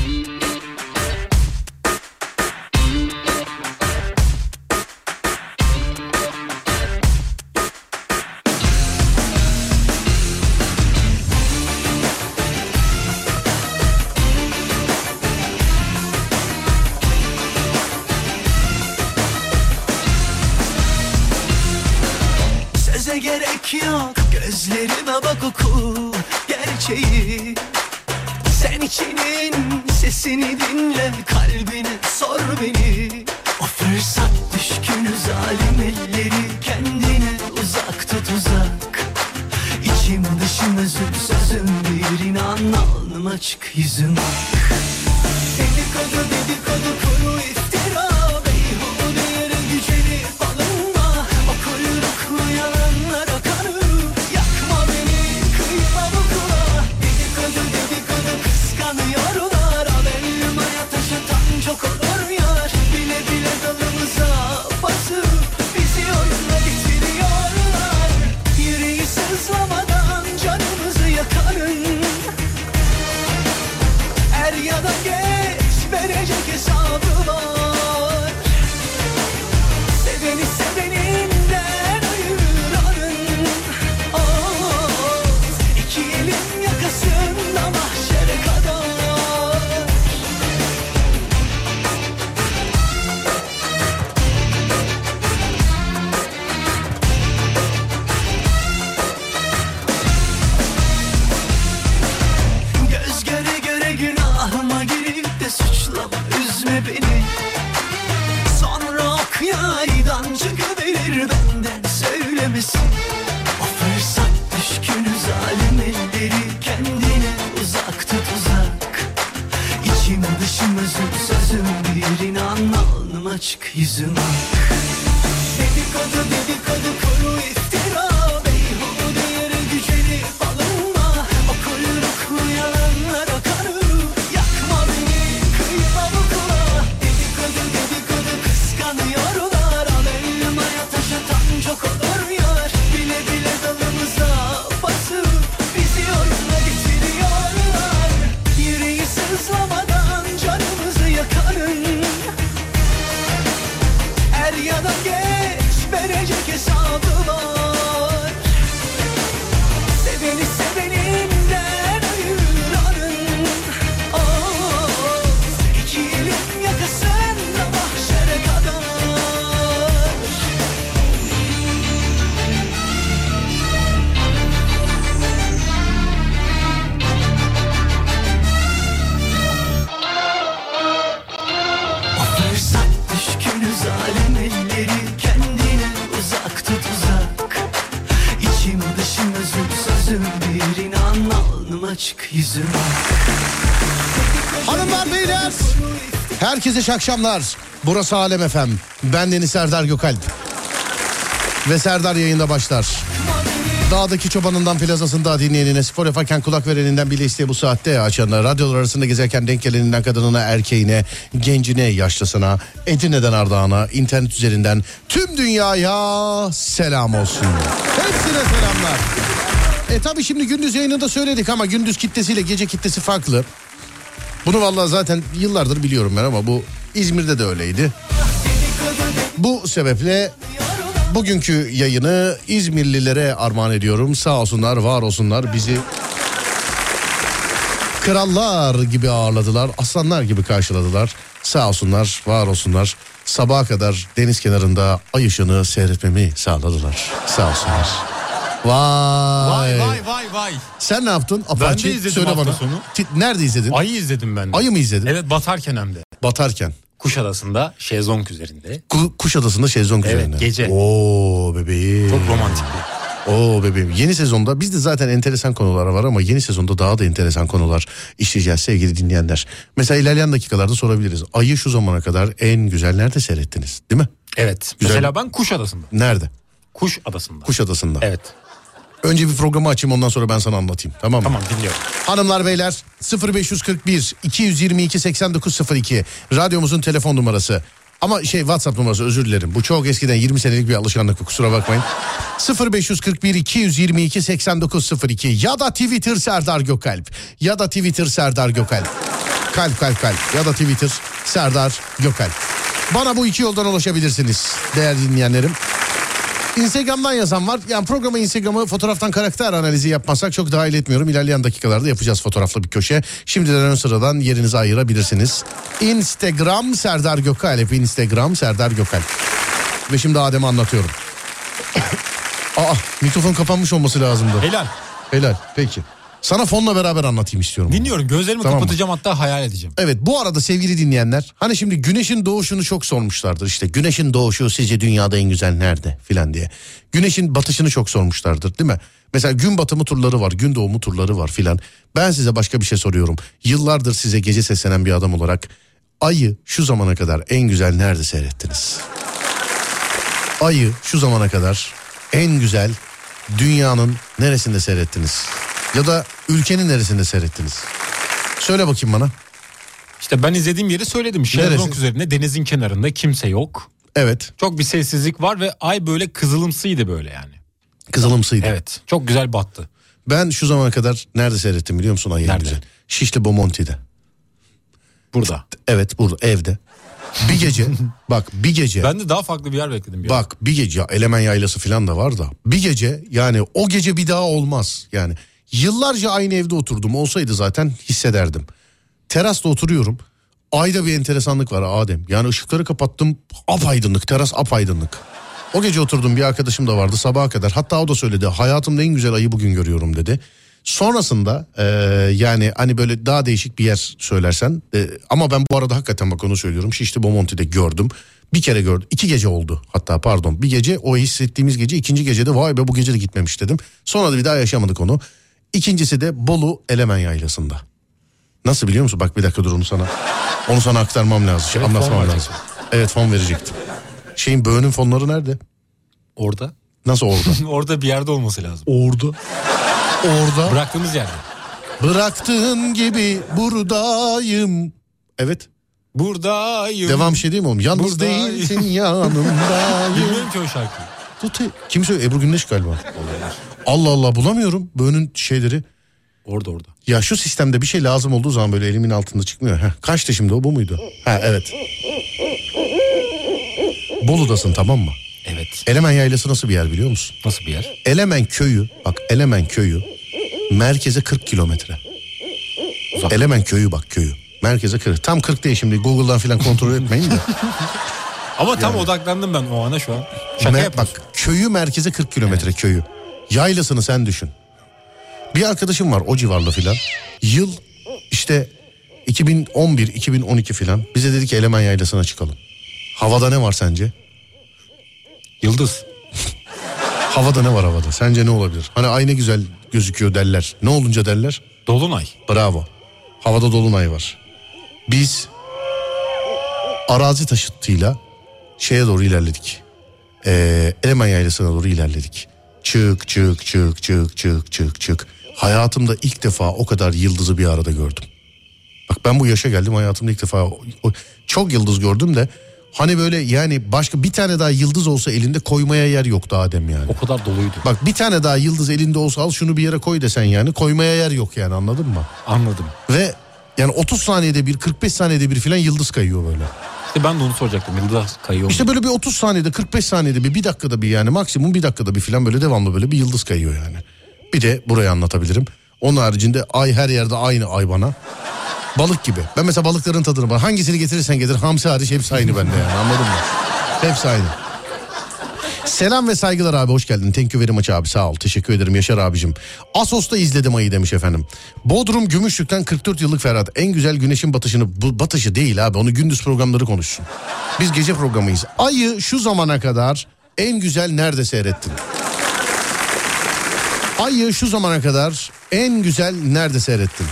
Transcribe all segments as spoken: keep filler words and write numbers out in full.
Gerek yok, gözlerime bak oku gerçeği. Sen içinin sesini dinle, kalbine sor beni. O fırsat düşkünü zalim elleri kendine uzak tut uzak. İçim dışım özüm sözüm bir inan, alnım açık yüzüm ak. Dedikodu dedikodu kuru iftira, beyhude yere gücenip alınma. O kuyruklu yalanlara kanım, yakma beni kıyma bu kula. Dedikodu dedikodu kıskanıyorlar, al elmaya taş atan çok olur yar. Bile bile dalımıza basıp bizi oyuna getiriyorlar. Yüreği sızlamadan canımızı yakarım. Er ya da geç verecek hesabı var. Seveni seveninden ayıranın. Oh, iki elin yakasında mahşere kadar. Göz göre göre günahıma girip de suçlama, üzme beni. Sonra ok yaydan çıkıverir benden söylemesin. O fırsat düşkünü zalim elleri kendine uzak tut uzak. İçim dışım özüm sözüm bir inan, alnım açık yüzüm ak. Dedikodu dedikodu kuru iftira, beyhude yere gücenip alınma. O kuyruklu yalanlara kanım, yakma beni kıyma bu kula. Dedikodu dedikodu kıskanıyorlar, al elmaya taş atan çok olur yar. Bile bile dalımıza basıp bizi oyuna getiriyorlar. Yüreği sızlamadan canımızı yakarım. Er ya da geç verecek hesabı var. Seveni seveninden ayıranın. Oh, iki elin yakasında mahşere kadar. O fırsat düşkünü zalim elleri kendine uzak tut uzak. İçim dışım özüm sözüm bir inan, alnım açık yüzüm ak. Hanımlar beyler, herkese iyi akşamlar. Burası Alem F M. Ben Deniz Serdar Gökalp. Ve Serdar yayında başlar. Dağdaki çobanından plazasında dinleyenine, spor yaparken kulak vereninden bile isteye bu saatte açanlar, radyolar arasında gezerken denk geleninden kadınına, erkeğine, gencine, yaşlısına, Edirne'den Ardahan'a, internet üzerinden tüm dünyaya selam olsun. Hepsine selamlar. E tabi şimdi gündüz yayınında söyledik ama gündüz kitlesiyle gece kitlesi farklı. Bunu vallahi zaten yıllardır biliyorum ben ama bu İzmir'de de öyleydi. Bu sebeple bugünkü yayını İzmirlilere armağan ediyorum. Sağ olsunlar, var olsunlar, bizi krallar gibi ağırladılar, aslanlar gibi karşıladılar. Sağ olsunlar, var olsunlar. Sabaha kadar deniz kenarında ay ışığını seyretmemi sağladılar. Sağ olsunlar. Vay. Vay vay vay vay. Sen ne yaptın? Apache, ben de izledim söyle hafta bana. sonu. Nerede izledin? Ayı izledim ben de. Ayı mı izledin? Evet, batarken hem de. Batarken. Kuşadası'nda şezlong üzerinde. Ku- Kuşadası'nda şezlong Evet, üzerinde. gece. Oo bebeğim. Çok romantikti. Oo bebeğim. Yeni sezonda bizde zaten enteresan konular var ama yeni sezonda daha da enteresan konular işleyeceğiz sevgili dinleyenler. Mesela ilerleyen dakikalarda sorabiliriz. Ayı şu zamana kadar en güzel nerede seyrettiniz, değil mi? Evet. Güzel. Mesela ben Kuşadası'nda. Nerede? Kuşadası'nda. Kuşadası'nda. Evet. Önce bir programı açayım, ondan sonra ben sana anlatayım. Tamam mı? Tamam, dinliyorum. Hanımlar beyler, sıfır beş kırk bir iki yüz yirmi iki seksen dokuz sıfır iki radyomuzun telefon numarası. Ama şey WhatsApp numarası, özür dilerim. Bu çok eskiden, yirmi senelik bir alışkanlık, kusura bakmayın. sıfır beş kırk bir iki yüz yirmi iki seksen dokuz sıfır iki ya da Twitter Serdar Gökalp. Ya da Twitter Serdar Gökalp. Kalp kalp kalp ya da Twitter Serdar Gökalp. Bana bu iki yoldan ulaşabilirsiniz değerli dinleyenlerim. Instagram'dan yazan var. Yani programı Instagram'ı fotoğraftan karakter analizi yapmazsak çok dahil etmiyorum. İlerleyen dakikalarda yapacağız fotoğraflı bir köşe. Şimdiden ön sıradan yerinizi ayırabilirsiniz. Instagram Serdar Gökalp. Instagram Serdar Gökalp. Ve şimdi Adem'e anlatıyorum. Aa, mikrofon kapanmış olması lazımdı. Helal. Helal, peki. Sana fonla beraber anlatayım istiyorum. Dinliyorum, gözlerimi tamam kapatacağım, hatta hayal edeceğim. Evet, bu arada sevgili dinleyenler, hani şimdi güneşin doğuşunu çok sormuşlardır. İşte güneşin doğuşu sizce dünyada en güzel nerede filan diye. Güneşin batışını çok sormuşlardır değil mi? Mesela gün batımı turları var, gün doğumu turları var filan. Ben size başka bir şey soruyorum. Yıllardır size gece seslenen bir adam olarak ayı şu zamana kadar en güzel nerede seyrettiniz? Ayı şu zamana kadar en güzel dünyanın neresinde seyrettiniz? Ya da ülkenin neresinde seyrettiniz? Söyle bakayım bana. İşte ben izlediğim yeri söyledim. Şezlong Neresi? üzerinde, denizin kenarında, kimse yok. Evet. Çok bir sessizlik var ve ay böyle kızılımsıydı böyle yani. Kızılımsıydı. Evet, çok güzel battı. Ben şu zamana kadar nerede seyrettim biliyor musun ayı en Nerede? güzel? Şişli Bomonti'de. Burada. Evet, burada evde. Bir gece bak bir gece. Ben de daha farklı bir yer bekledim. Bir Bak bir gece, Elemen Yaylası falan da var da. Bir gece, yani o gece bir daha olmaz. Yani yıllarca aynı evde oturdum, olsaydı zaten hissederdim. Terasta oturuyorum. Ayda bir enteresanlık var Adem. Yani ışıkları kapattım, apaydınlık, teras apaydınlık. O gece oturdum, bir arkadaşım da vardı sabaha kadar. Hatta o da söyledi, hayatımda en güzel ayı bugün görüyorum dedi. Sonrasında e, yani hani böyle daha değişik bir yer söylersen e, ama ben bu arada hakikaten bak onu söylüyorum, Şişli Bomonti'de gördüm. Bir kere gördüm, iki gece oldu hatta, pardon bir gece, o hissettiğimiz gece, ikinci gecede vay be bu gece de gitmemiş dedim. Sonra da bir daha yaşamadık onu. İkincisi de Bolu Elemen Yaylası'nda. Nasıl biliyor musun? Bak bir dakika dur, onu sana onu sana aktarmam lazım. Şey, Evet, anlatmam fon lazım. Evet, fon verecektim. Şeyin, böğünün fonları nerede? Orada. Nasıl orada? Orada bir yerde olması lazım. Orada. Orada. Bıraktığımız yerde. Bıraktığın gibi buradayım. Evet. Buradayım. Devam şey değil mi oğlum? Yalnız Buradayım. değilsin yanımdayım. Bilmiyorum ki o şarkıyı. Tut, kim söylüyor? Ebru Gündeş galiba. Allah Allah, bulamıyorum böğünün şeyleri. Orada orada. Ya şu sistemde bir şey lazım olduğu zaman böyle elimin altında çıkmıyor. Heh, kaçtı şimdi o, bu muydu? Ha evet. Bolu'dasın, tamam mı? Evet. Elemen Yaylası nasıl bir yer biliyor musun? Nasıl bir yer? Elemen köyü, bak Elemen köyü merkeze kırk kilometre. Uzak. Elemen köyü, bak köyü. Merkeze kırk. Tam kırk değil, şimdi Google'dan falan kontrol etmeyin de. Ama tam odaklandım ben o ana şu an. Şaka Me- yapıyorsun. bak köyü merkeze kırk kilometre, evet. Köyü. Yaylasını sen düşün. Bir arkadaşım var o civarda filan. Yıl işte iki bin on bir iki bin on iki filan. Bize dedi ki Elemen Yaylası'na çıkalım. Havada ne var sence? Yıldız. Havada ne var havada? Sence ne olabilir? Hani ay ne güzel gözüküyor derler. Ne olunca derler? Dolunay. Bravo. Havada dolunay var. Biz arazi taşıtıyla şeye doğru ilerledik. Ee, Elemen Yaylası'na doğru ilerledik. Çık çık çık çık çık çık çık. Hayatımda ilk defa o kadar yıldızı bir arada gördüm. Bak ben bu yaşa geldim, hayatımda ilk defa o, o, çok yıldız gördüm de hani böyle yani başka bir tane daha yıldız olsa elinde koymaya yer yoktu Adem yani. O kadar doluydu. Bak bir tane daha yıldız elinde olsa al şunu bir yere koy desen yani koymaya yer yok yani, anladın mı? Anladım. Ve yani otuz saniyede bir, kırk beş saniyede bir filan yıldız kayıyor böyle. İşte ben de onu soracaktım. Yıldız kayıyor İşte mu? böyle bir otuz saniyede, kırk beş saniyede bir, bir dakikada bir, yani maksimum bir dakikada bir filan böyle devamlı böyle bir yıldız kayıyor yani. Bir de burayı anlatabilirim. Onun haricinde ay, her yerde aynı ay bana. Balık gibi. Ben mesela balıkların tadını bak. Hangisini getirirsen getir, hamsi hariç hepsi aynı bende yani, anladın mı? Hepsi aynı. Selam ve saygılar abi, hoş geldin. Thank you very much abi, sağ ol. Teşekkür ederim Yaşar abicim. Asos'ta izledim ayı demiş efendim. Bodrum Gümüşlük'ten kırk dört yıllık Ferhat. En güzel güneşin batışını, bu batışı değil abi, onu gündüz programları konuşsun. Biz gece programıyız. Ayı şu zamana kadar en güzel nerede seyrettin? Ayı şu zamana kadar en güzel nerede seyrettin?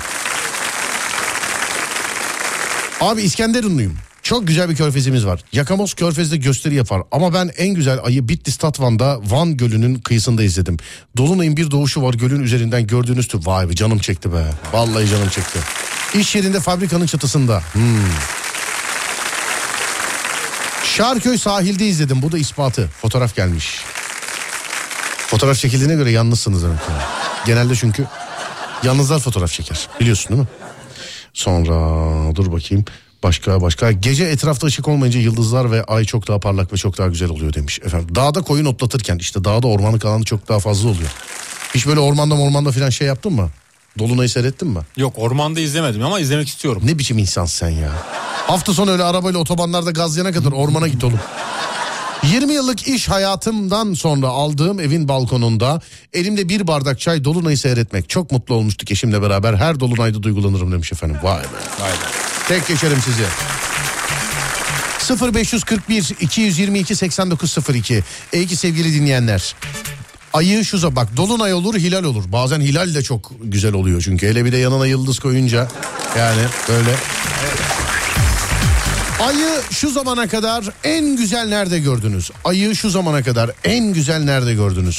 Abi İskenderunluyum. Çok güzel bir körfezimiz var. Yakamoz Körfez'de gösteri yapar. Ama ben en güzel ayı Bitlis Tatvan'da Van Gölü'nün kıyısında izledim. Dolunay'ın bir doğuşu var gölün üzerinden, gördüğünüz tür. Vay be, canım çekti be. Vallahi canım çekti. İş yerinde fabrikanın çatısında. Hmm. Şarköy sahilde izledim. Bu da ispatı. Fotoğraf gelmiş. Fotoğraf çekildiğine göre yalnızsınız demek yani. Genelde çünkü yalnızlar fotoğraf çeker. Biliyorsun değil mi? Sonra dur bakayım. Başka başka. Gece etrafta ışık olmayınca yıldızlar ve ay çok daha parlak ve çok daha güzel oluyor demiş efendim. Dağda koyun otlatırken işte dağda ormanlık alanı çok daha fazla oluyor. Hiç böyle ormanda ormanda falan şey yaptın mı? Dolunay'ı seyrettin mi? Yok, ormanda izlemedim ama izlemek istiyorum. Ne biçim insansın sen ya? Hafta sonu öyle arabayla otobanlarda gazlayana kadar ormana git oğlum. yirmi yıllık iş hayatımdan sonra aldığım evin balkonunda elimde bir bardak çay Dolunay'ı seyretmek. Çok mutlu olmuştuk eşimle beraber. Her Dolunay'da duygulanırım demiş efendim. Vay be. Vay be. Tek geçerim sizi. sıfır beş kırk bir iki yüz yirmi iki seksen dokuz sıfır iki. Ey ki sevgili dinleyenler. Ayı şu zaman bak, dolunay olur hilal olur. Bazen hilal de çok güzel oluyor çünkü. Hele bir de yanına yıldız koyunca yani böyle. Ayı şu zamana kadar en güzel nerede gördünüz? Ayı şu zamana kadar en güzel nerede gördünüz?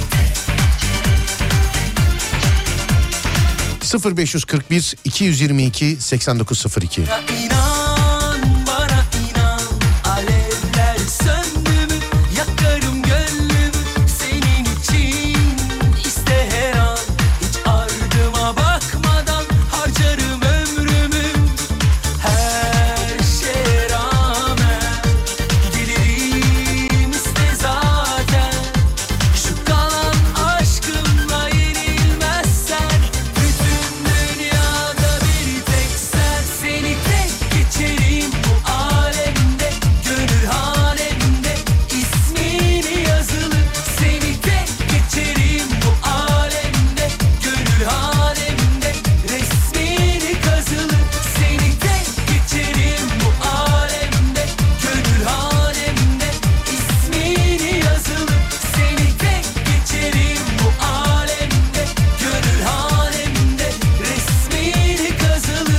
sıfır beş kırk bir iki yüz yirmi iki seksen dokuz sıfır iki. İnan bana inan, alevler söndü mü, yakarım gönlümü senin için. İste her an, hiç ardıma bakmadan harcarım ömrümü. Her şeye rağmen gelirim iste zaten. Şu kalan aşkımla yenilmezsen, bütün dünyada bir tek sen. Seni tek geçerim bu alemde, gönül hanemde ismini yazılı. Seni tek geçerim bu alemde, gönül hanemde resmini kazılı. Seni tek geçerim bu alemde, gönül hanemde ismini yazılı. Seni tek geçerim bu alemde, gönül hanemde resmini kazılı.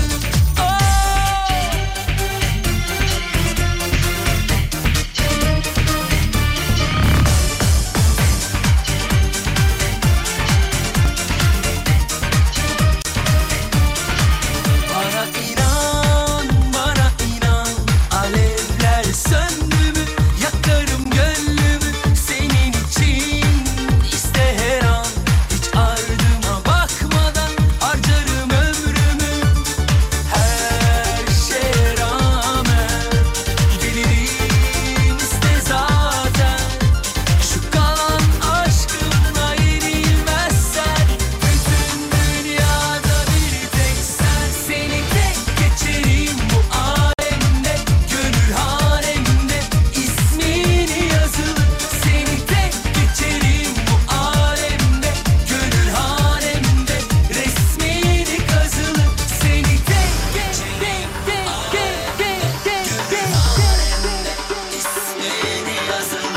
Bana inan, bana inan, alevler söndü mü, yakarım gönlümü senin için. İste her an, hiç ardıma bakmadan harcarım ömrümü. Her şeye rağmen gelirim iste zaten. Şu kalan aşkımla yenilmezsen, bütün dünyada bir tek sen. Seni tek geçerim bu alemde, gönül hanemde ismini yazılı. Seni tek geçerim bu alemde, gönül hanemde resmini kazılı. Seni tek geçerim, tek tek tek tek tek tek ismini yazılı.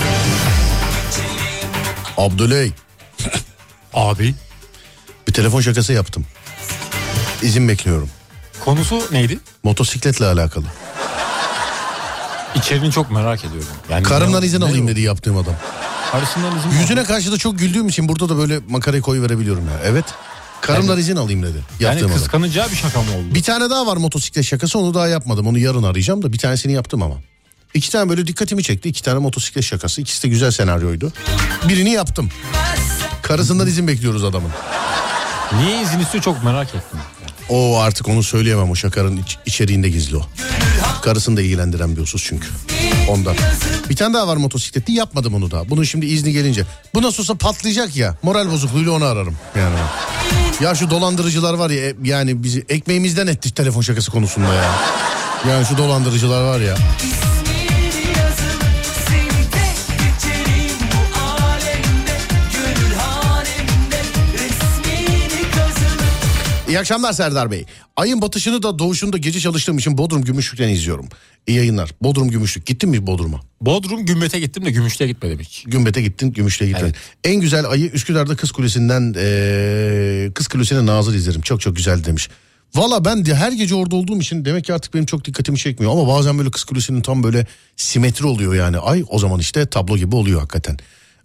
Abdüley, Abi, bir telefon şakası yaptım. İzin bekliyorum. konusu neydi? Motosikletle alakalı. İçeriğini çok merak ediyorum. Yani Karımdan ne- izin ne alayım o? dedi yaptığım adam. Karısından izin mi Yüzüne aldın? karşı da çok güldüğüm için burada da böyle makarayı koyuverebiliyorum ya. Evet. Karımdan izin alayım dedi Yani yaptığım adam. kıskanacağı bir şaka mı oldu? Bir tane daha var motosiklet şakası, onu daha yapmadım. Onu yarın arayacağım da bir tanesini yaptım ama. İki tane böyle dikkatimi çekti. İki tane motosiklet şakası. İkisi de güzel senaryoydu. Birini yaptım. Karısından izin bekliyoruz adamın. Niye izin istiyor çok merak ettim. O artık onu söyleyemem, o şakanın iç, içeriğinde gizli o. Karısını da ilgilendiren bir husus çünkü. Ondan. Bir tane daha var motosikletli, yapmadım onu da. Bunun şimdi izni gelince. Bu nasıl olsa patlayacak ya. Moral bozukluğuyla onu ararım. Yani. Ya şu dolandırıcılar var ya, yani bizi ekmeğimizden etti telefon şakası konusunda ya. Yani şu dolandırıcılar var ya. İsmini yazılı. Seni tek geçerim bu alemde, gönül hanemde resmini kazılı. İyi akşamlar Serdar Bey. Ayın batışını da doğuşunu da gece çalıştığım için Bodrum Gümüşlük'ten izliyorum. İyi yayınlar. Bodrum Gümüşlük. Gittin mi Bodrum'a? Bodrum Gümbet'e gittim de Gümüşlüğe gitmedim hiç. Gümbet'e gittin, Gümüşlük'e gittin. Evet. En güzel ayı Üsküdar'da Kız Kulesi'nden ee, Kız Kulesi'ne nazır izlerim. Çok çok güzel demiş. Valla ben de her gece orada olduğum için demek ki artık benim çok dikkatimi çekmiyor. Ama bazen böyle Kız Kulesi'nin tam böyle simetri oluyor yani. Ay o zaman işte tablo gibi oluyor hakikaten.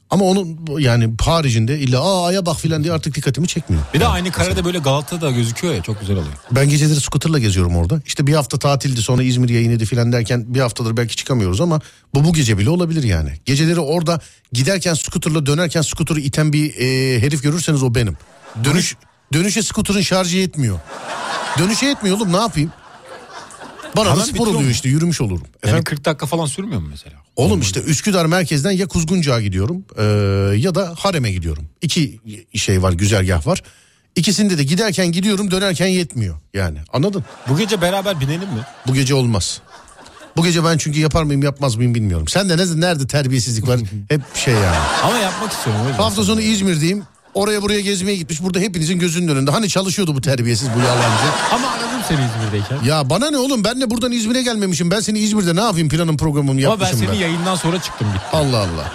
Ama onun yani haricinde illa aa aya bak filan diye artık dikkatimi çekmiyor. Bir de yani, aynı karede böyle Galata'da gözüküyor ya, çok güzel oluyor. Ben geceleri scooter'la geziyorum orada. İşte bir hafta tatildi, sonra İzmir yayınıydı filan derken bir haftadır belki çıkamıyoruz ama bu bu gece bile olabilir yani. Geceleri orada giderken scooter'la, dönerken scooter'ı iten bir e, herif görürseniz o benim. Dönüş dönüşe scooter'ın şarjı yetmiyor. Dönüşe yetmiyor oğlum, ne yapayım? Bana da spor oluyor işte, yürümüş olurum. Yani Efendim? kırk dakika falan sürmüyor mu mesela? Oğlum Normal. işte Üsküdar merkezden ya Kuzguncuk'a gidiyorum e, ya da Harem'e gidiyorum. İki şey var, güzergah var. İkisinde de giderken gidiyorum, dönerken yetmiyor yani, anladın? Bu gece beraber binelim mi? Bu gece olmaz. Bu gece ben çünkü yapar mıyım yapmaz mıyım bilmiyorum. Sen de ne, nerede terbiyesizlik var hep şey yani. Ama yapmak istiyorum. Öyle Hafta sonu İzmir'deyim. Oraya buraya gezmeye gitmiş. Burada hepinizin gözünün önünde. Hani çalışıyordu bu terbiyesiz, bu yalancı. Ama aradım seni İzmir'deyken. Ya bana ne oğlum, ben de buradan İzmir'e gelmemişim. Ben seni İzmir'de ne yapayım, planın programımı yapmışım Ama ben ben. seni yayından sonra çıktım gittim. Allah Allah.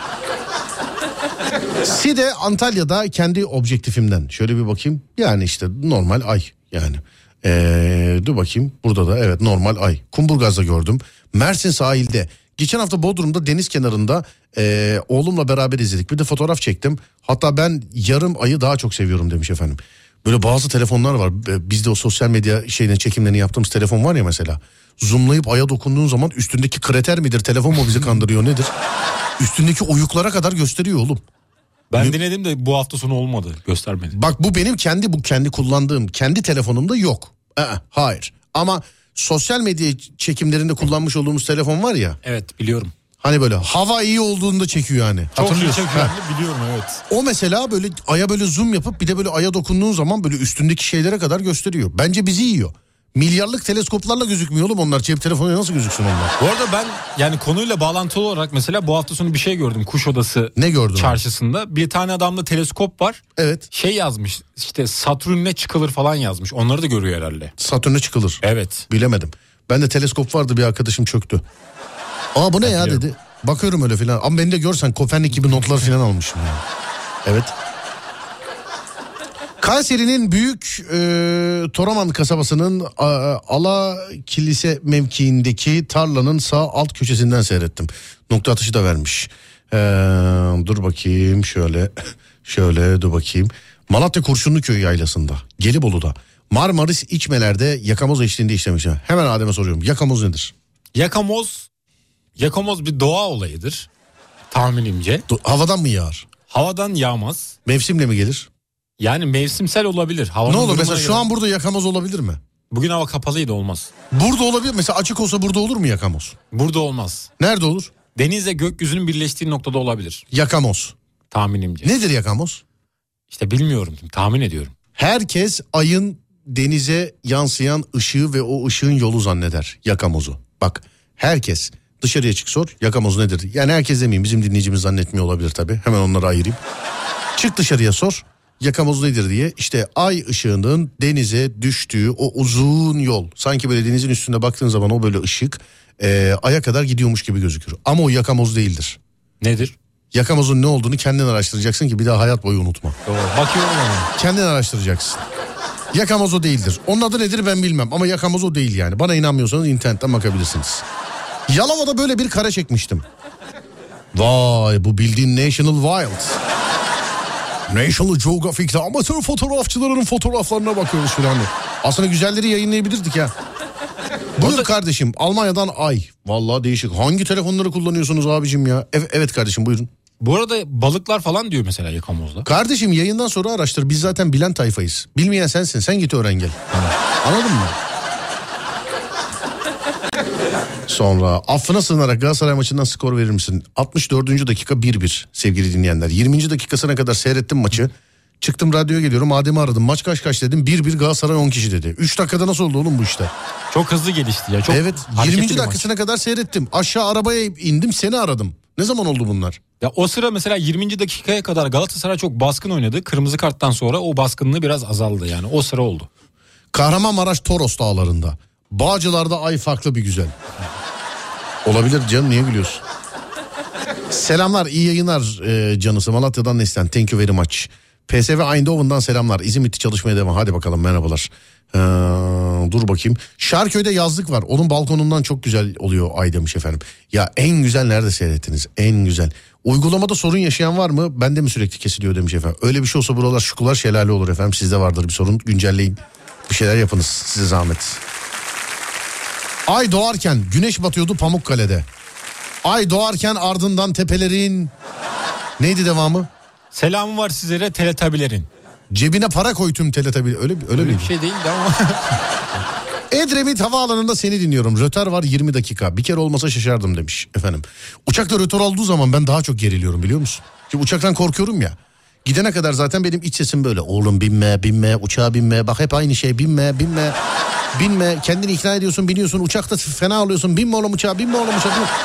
Side Antalya'da kendi objektifimden şöyle bir bakayım. Yani işte normal ay yani. Ee, dur bakayım, burada da evet normal ay. Kumburgaz'da gördüm. Mersin sahilde. Geçen hafta Bodrum'da deniz kenarında e, oğlumla beraber izledik. Bir de fotoğraf çektim. Hatta ben yarım ayı daha çok seviyorum demiş efendim. Böyle bazı telefonlar var. Bizde o sosyal medya şeyden çekimlerini yaptığımız telefon var ya mesela. Zoomlayıp aya dokunduğun zaman üstündeki krater midir, telefon mu bizi kandırıyor nedir? Üstündeki oyuklara kadar gösteriyor oğlum. Ben denedim de bu hafta sonu olmadı, göstermedi. Bak bu benim kendi bu kendi kullandığım kendi telefonumda yok. Ee, hayır. Ama sosyal medya çekimlerinde kullanmış olduğumuz telefon var ya. Evet, biliyorum. Hani böyle hava iyi olduğunda çekiyor hani. Çok iyi Hatırlıyorsun. çekiyor, Ha. biliyorum evet. O mesela böyle aya böyle zoom yapıp bir de böyle aya dokunduğun zaman böyle üstündeki şeylere kadar gösteriyor. Bence bizi yiyor. Milyarlık teleskoplarla gözükmüyor oğlum onlar. Cep telefonuyla nasıl gözüksün onlar? Bu arada ben yani konuyla bağlantılı olarak mesela bu hafta sonu bir şey gördüm Kuşadası Ne gördün? çarşısında. Bir tane adamda teleskop var. Evet. Şey yazmış işte, Satürn'e çıkılır falan yazmış. Onları da görüyor herhalde. Satürn'e çıkılır. Evet. Bilemedim. Ben de teleskop vardı, bir arkadaşım çöktü. Aa bu ne ya biliyorum. dedi. Bakıyorum öyle filan. Ama beni de görsen Kopernik gibi notlar filan almışım ya. Evet. Kayseri'nin büyük e, Toraman kasabasının a, Ala Kilise mevkiindeki tarlanın sağ alt köşesinden seyrettim. Nokta atışı da vermiş. E, dur bakayım şöyle şöyle dur bakayım. Malatya Kurşunluköy yaylasında, Gelibolu'da, Marmaris İçmeler'de yakamoz eşliğinde işlemiş. Hemen Adem'e soruyorum, yakamoz nedir? Yakamoz, yakamoz bir doğa olayıdır tahminimce. Do- havadan mı yağar? Havadan yağmaz. Mevsimle mi gelir? Yani mevsimsel olabilir. Havanın Ne olur durumuna mesela göre. şu an burada yakamoz olabilir mi? Bugün hava kapalıydı, olmaz. Burada olabilir. Mesela açık olsa burada olur mu yakamoz? Burada olmaz. Nerede olur? Denizle gökyüzünün birleştiği noktada olabilir Yakamoz. tahminimce. Nedir yakamoz? İşte bilmiyorum, tahmin ediyorum. Herkes ayın denize yansıyan ışığı ve o ışığın yolu zanneder yakamozu. Bak herkes dışarıya çık sor, yakamoz nedir? Yani herkes demeyeyim, bizim dinleyicimiz zannetmiyor olabilir tabii. Hemen onları ayırayım. Çık dışarıya sor, yakamoz nedir diye. İşte ay ışığının denize düştüğü o uzun yol. Sanki böyle denizin üstünde baktığın zaman o böyle ışık e, aya kadar gidiyormuş gibi gözükür. Ama o yakamoz değildir. Nedir? Yakamozun ne olduğunu kendin araştıracaksın ki bir daha hayat boyu unutma. Doğru. Bakıyorum ona. Kendin araştıracaksın. Yakamoz o değildir. Onun adı nedir ben bilmem ama yakamoz o değil yani. Bana inanmıyorsanız internetten bakabilirsiniz. Yalova'da böyle bir kare çekmiştim. Vay, bu bildiğin National Wild. National Geographic'te amatör fotoğrafçıların fotoğraflarına bakıyoruz filan. Aslında güzelleri yayınlayabilirdik ya. Buyur Orada... kardeşim, Almanya'dan ay. Vallahi değişik. Hangi telefonları kullanıyorsunuz abicim ya? Evet, evet kardeşim buyurun. Bu arada balıklar falan diyor mesela yakamozda. Kardeşim yayından sonra araştır. Biz zaten bilen tayfayız. Bilmeyen sensin. Sen git öğren gel. Anladın mı? Sonra affına sığınarak Galatasaray maçından skor verir misin? altmış dördüncü dakika bir bir sevgili dinleyenler. yirminci dakikasına kadar seyrettim maçı. Çıktım radyoya geliyorum, Adem'i aradım. Maç kaç kaç dedim. bir bir Galatasaray on kişi dedi. üç dakikada nasıl oldu oğlum bu işler? Çok hızlı gelişti ya. Çok evet hareketli yirminci bir dakikasına maç. kadar seyrettim. Aşağı arabaya indim, seni aradım. Ne zaman oldu bunlar? Ya o sıra mesela yirminci dakikaya kadar Galatasaray çok baskın oynadı. Kırmızı karttan sonra o baskınlığı biraz azaldı yani. O sıra oldu. Kahramanmaraş Toros dağlarında. Bağcılar'da ay farklı bir güzel. Olabilir canım, niye gülüyorsun? Selamlar, iyi yayınlar e, canısı. Malatya'dan Neslen, thank you very much. P S V Eindhoven'dan selamlar. İzmit'te çalışmaya devam. Hadi bakalım, merhabalar. Ee, dur bakayım. Şarköy'de yazlık var. Onun balkonundan çok güzel oluyor ay demiş efendim. Ya en güzel nerede seyrettiniz? En güzel. Uygulamada sorun yaşayan var mı? Bende mi sürekli kesiliyor demiş efendim. Öyle bir şey olsa buralar şukular şelale olur efendim. Sizde vardır bir sorun. Güncelleyin. Bir şeyler yapınız. Size zahmet. Ay doğarken güneş batıyordu Pamukkale'de. Ay doğarken ardından tepelerin... Neydi devamı? Selamı var sizlere teletabilerin. Cebine para koy tüm teletabi. Öyle, öyle, öyle bir şey değildi ama. Edremit Havaalanı'nda seni dinliyorum. Rötar var yirmi dakika. Bir kere olmasa şaşardım demiş efendim. Uçakta rötar olduğu zaman ben daha çok geriliyorum biliyor musun? Şimdi uçaktan korkuyorum ya. Gidene kadar zaten benim iç sesim böyle. Oğlum binme binme uçağa binme. Bak hep aynı şey binme binme. Binme kendini ikna ediyorsun biniyorsun. Uçakta fena oluyorsun. Binme oğlum uçağa binme oğlum uçağa. Binme.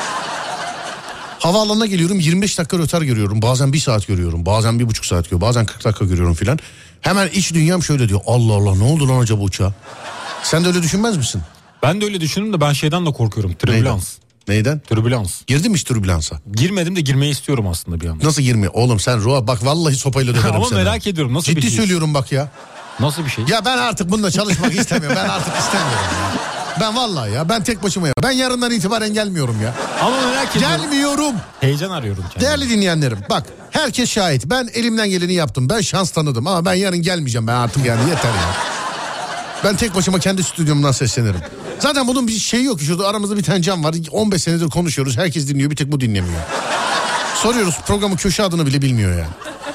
Havaalanına geliyorum yirmi beş dakika rötar görüyorum. Bazen bir saat görüyorum. Bazen bir buçuk saat görüyorum. Bazen kırk dakika görüyorum filan. Hemen iç dünyam şöyle diyor. Allah Allah ne oldu lan acaba uçağa? Sen de öyle düşünmez misin? Ben de öyle düşündüm de ben şeyden de korkuyorum. Tribülans. Neyden? Tribülans. Girdin mi hiç tribülansa? Girmedim de girmeyi istiyorum aslında bir anda. Nasıl girmiyor? Oğlum sen Roa bak vallahi sopayla döverim Ama seni. Ama merak ediyorum nasıl Ciddi bir şey? Ciddi söylüyorum bak ya. Nasıl bir şey? Ya ben artık bununla çalışmak istemiyorum. Ben artık istemiyorum ya. Ben vallahi ya ben tek başıma ya. Ben yarından itibaren gelmiyorum ya. Ama merak ediyorum. Gelmiyorum. Heyecan arıyorum kendime. Değerli dinleyenlerim bak herkes şahit. Ben elimden geleni yaptım. Ben şans tanıdım ama ben yarın gelmeyeceğim. Ben artık yani yeter ya. Ben tek başıma kendi stüdyomdan seslenirim. Zaten bunun bir şeyi yok. Şurada aramızda bir tane cam var. on beş senedir konuşuyoruz. Herkes dinliyor. Bir tek bu dinlemiyor. Soruyoruz programın köşe adını bile bilmiyor yani.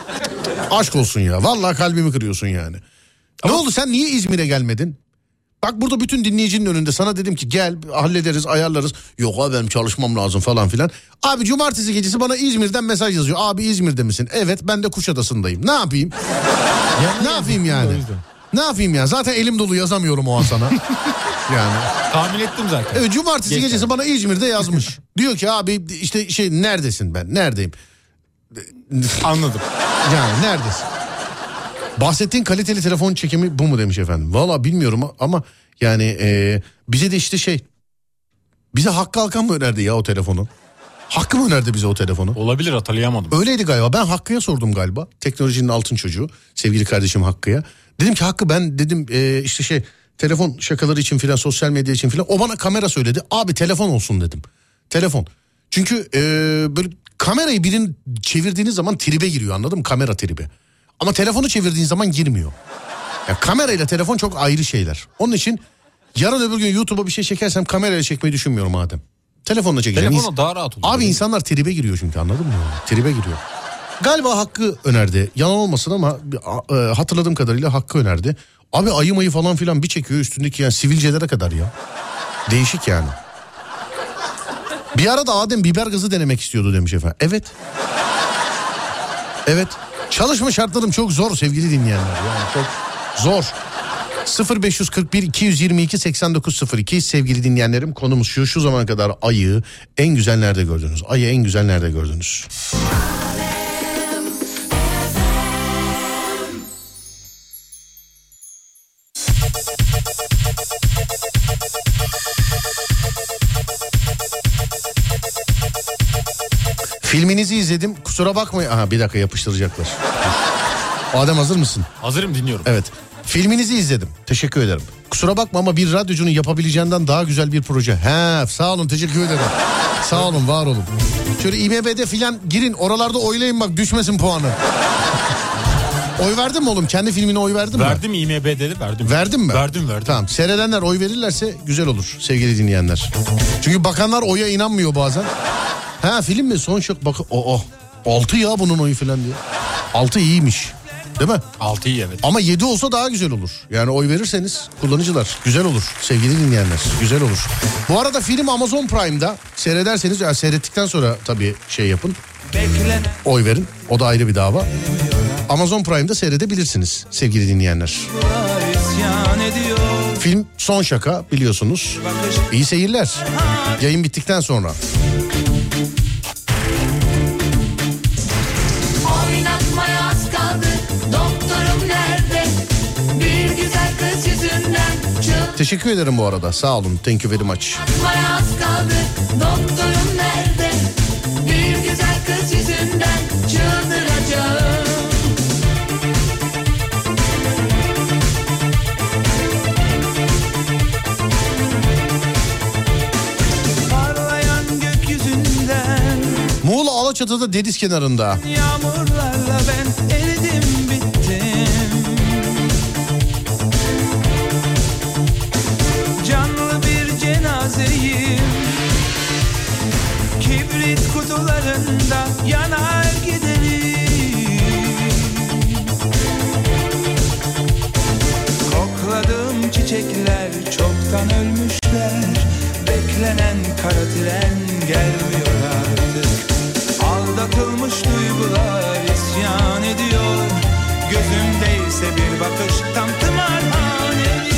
Aşk olsun ya. Vallahi kalbimi kırıyorsun yani. Ama... Ne oldu sen niye İzmir'e gelmedin? Bak burada bütün dinleyicinin önünde sana dedim ki gel hallederiz ayarlarız. Yok abi benim çalışmam lazım falan filan. Abi cumartesi gecesi bana İzmir'den mesaj yazıyor. Abi İzmir'de misin? Evet ben de Kuşadası'ndayım. Ne yapayım? ne yapayım yani? Ne yapayım ya? Zaten elim dolu yazamıyorum o an sana. Yani. Tahmin ettim zaten. Evet, cumartesi Geç gecesi yani. Bana İzmir'de yazmış. Diyor ki abi işte şey neredesin ben? Neredeyim? Anladım. Yani neredesin? Bahsettiğin kaliteli telefon çekimi bu mu demiş efendim. Valla bilmiyorum ama yani e, bize de işte şey. Bize Hakkı Alkan mı önerdi ya o telefonu? Hakkı mı önerdi bize o telefonu? Olabilir hatırlayamadım. Öyleydi galiba. Ben Hakkı'ya sordum galiba. Teknolojinin altın çocuğu. Sevgili kardeşim Hakkı'ya. Dedim ki Hakkı ben dedim e, işte şey telefon şakaları için filan sosyal medya için filan. O bana kamera söyledi. Abi telefon olsun dedim. Telefon. Çünkü e, böyle kamerayı birinin çevirdiğiniz zaman tribe giriyor anladın mı? Kamera tribi. Ama telefonu çevirdiğin zaman girmiyor. Ya kamerayla telefon çok ayrı şeyler. Onun için yarın öbür gün YouTube'a bir şey çekersem kamerayla çekmeyi düşünmüyorum madem. Telefonla çekeceğim. Telefonla daha rahat olur. Abi insanlar tribe giriyor çünkü anladın mı? Tribe giriyor. Galiba Hakkı önerdi. Yalan olmasın ama e, hatırladığım kadarıyla Hakkı önerdi. Abi ayı mayı falan filan bir çekiyor üstündeki yani sivilcelere kadar ya. Değişik yani. Bir arada Adem biber gazı denemek istiyordu demiş efendim. Evet. Evet. Çalışma şartlarım çok zor sevgili dinleyenler. Yani çok zor. sıfır beş kırk bir iki yüz yirmi iki seksen dokuz sıfır iki sevgili dinleyenlerim konumuz şu şu zamana kadar ayı en güzel nerede gördünüz? Ayı en güzel nerede gördünüz? Filminizi izledim kusura bakmayın. Aha bir dakika yapıştıracaklar. Adem hazır mısın? Hazırım dinliyorum. Evet. Filminizi izledim. Teşekkür ederim. Kusura bakma ama bir radyocunun yapabileceğinden daha güzel bir proje. He, sağ olun teşekkür ederim. Sağ olun var olun. Şöyle İ M B'de filan girin oralarda oylayın bak düşmesin puanı. Oy verdin mi oğlum? Kendi filmine oy verdin mi? Verdim İ M B dedi verdim. Verdin mi? Verdim verdim. Tamam seyredenler oy verirlerse güzel olur sevgili dinleyenler. Çünkü bakanlar oya inanmıyor bazen. Ha film mi? Son şok bak. Oh, oh. altı ya bunun oyu filan diye. altı iyiymiş. Değil mi? altı iyi evet. Ama yedi olsa daha güzel olur. Yani oy verirseniz kullanıcılar güzel olur sevgili dinleyenler. Güzel olur. Bu arada film Amazon Prime'da seyrederseniz yani seyrettikten sonra tabii şey yapın. Oy verin. O da ayrı bir dava. Amazon Prime'da seyredebilirsiniz sevgili dinleyenler. Film Son Şaka biliyorsunuz. İyi seyirler. Yayın bittikten sonra. Oynatmaya az kaldı. Doktorum nerede? Bir güzel kız yüzünden. Teşekkür ederim bu arada. Sağ olun. Thank you very much. Oynatmaya az kaldı. Doktorum nerede? Bir güzel kız yüzünden çıldıracağım. Alaçatı'da deniz kenarında. Yağmurlarla ben eridim bittim. Canlı bir cenazeyim. Kibrit kutularında yanar giderim. Kokladığım çiçekler çoktan ölmüşler. Beklenen kara tren gelmiyor artık. Aldatılmış duygular isyan ediyor. Gözümdeyse bir bakış tam tımarhanelik.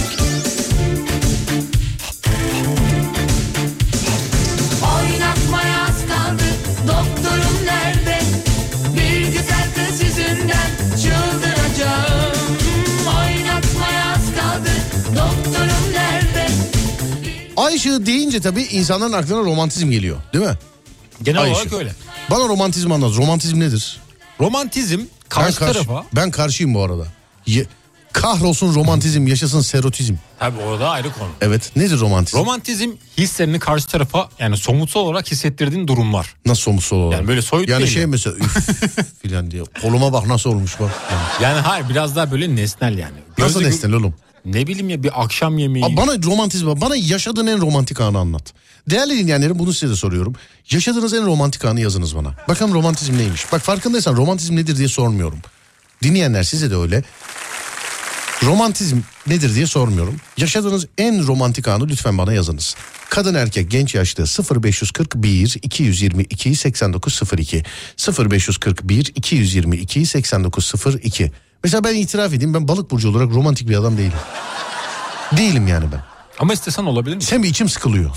Oynatmaya az kaldı, doktorum nerede? Bir güzel kız yüzünden çıldıracağım. Oynatmaya az kaldı, doktorum nerede? Ay ışığı deyince tabii insanların aklına romantizm geliyor, değil mi? Genel Ay olarak ışığı. öyle. Bana romantizm anlat. Romantizm nedir? Romantizm karşı ben tarafa. Ben karşıyım bu arada. Ye, kahrolsun romantizm, yaşasın serotizm. Tabii orada ayrı konu. Evet, nedir romantizm? Romantizm hislerini karşı tarafa yani somutsal olarak hissettirdiğin durumlar. Nasıl somutsal olarak? Yani böyle soyut yani değil şey mi? mesela üf filan diye. Koluma bak nasıl olmuş bak. Yani. Yani hayır biraz daha böyle nesnel yani. Nasıl Gözle- nesnel oğlum? Ne bileyim ya bir akşam yemeği. Abi bana romantizm, bana yaşadığın en romantik anı anlat. Değerli dinleyenlerim, bunu size de soruyorum. Yaşadığınız en romantik anı yazınız bana. Bakalım romantizm neymiş? Bak farkındaysan romantizm nedir diye sormuyorum. Dinleyenler size de öyle. Romantizm nedir diye sormuyorum. Yaşadığınız en romantik anı lütfen bana yazınız. Kadın erkek genç yaşlı sıfır beş kırk bir iki yüz yirmi iki seksen dokuz sıfır iki sıfır beş kırk bir iki yüz yirmi iki seksen dokuz sıfır iki. Mesela ben itiraf edeyim, ben balık burcu olarak romantik bir adam değilim. Değilim yani ben. Ama istesen olabilir mi? Sen bir içim sıkılıyor.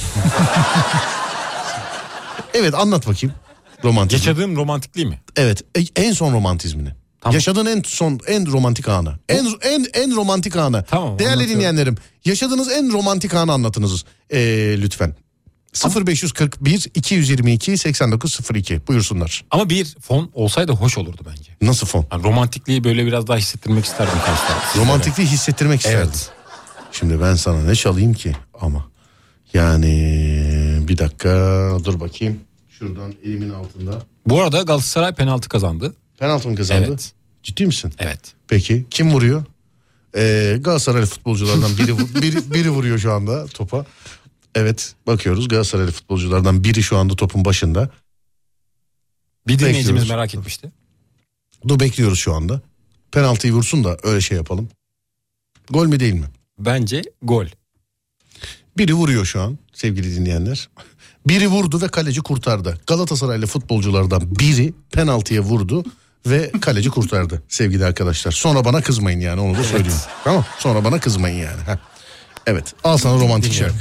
Evet, anlat bakayım romantizm. Yaşadığım romantikliği mi? Evet, e- en son romantizmini. Tamam. Yaşadığın en son en romantik anı. En en en romantik anı. Tamam, Değerli anlatıyorum. dinleyenlerim, yaşadığınız en romantik anı anlatınız ee, lütfen. sıfır beş kırk bir iki yüz yirmi iki seksen dokuz sıfır iki buyursunlar. Ama bir fon olsaydı hoş olurdu bence. Nasıl fon? Yani romantikliği böyle biraz daha hissettirmek isterdim karşı tarafa. Sizlere. Romantikliği hissettirmek isterdim. Evet. Şimdi ben sana ne çalayım ki ama. Yani bir dakika dur bakayım. Şuradan elimin altında. Bu arada Galatasaray penaltı kazandı. Penaltı mı kazandı? Evet. Ciddi misin? Evet. Peki kim vuruyor? Ee, Galatasaraylı futbolculardan biri, vu- biri biri vuruyor şu anda topa. Evet, bakıyoruz Galatasaraylı futbolculardan biri şu anda topun başında. Bir dinleyicimiz Bekliyoruz. merak etmişti. Dur, bekliyoruz şu anda. Penaltıyı vursun da öyle şey yapalım. Gol mü değil mi? Bence gol. Biri vuruyor şu an sevgili dinleyenler. Biri vurdu ve kaleci kurtardı. Galatasaraylı futbolculardan biri penaltıya vurdu ve kaleci kurtardı sevgili arkadaşlar. Sonra bana kızmayın yani, onu da söyleyeyim. Tamam, sonra bana kızmayın yani. Heh. Evet, al sana romantik şarkı.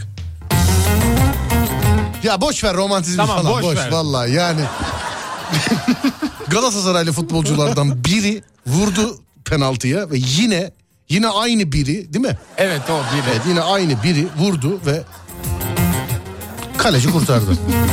Ya boş ver romantizmi Tamam, falan, boş boş, ver. vallahi yani. Galatasaraylı futbolculardan biri vurdu penaltıya ve yine yine aynı biri, değil mi? Evet o bir de. Evet, yine aynı biri vurdu ve kaleci kurtardı.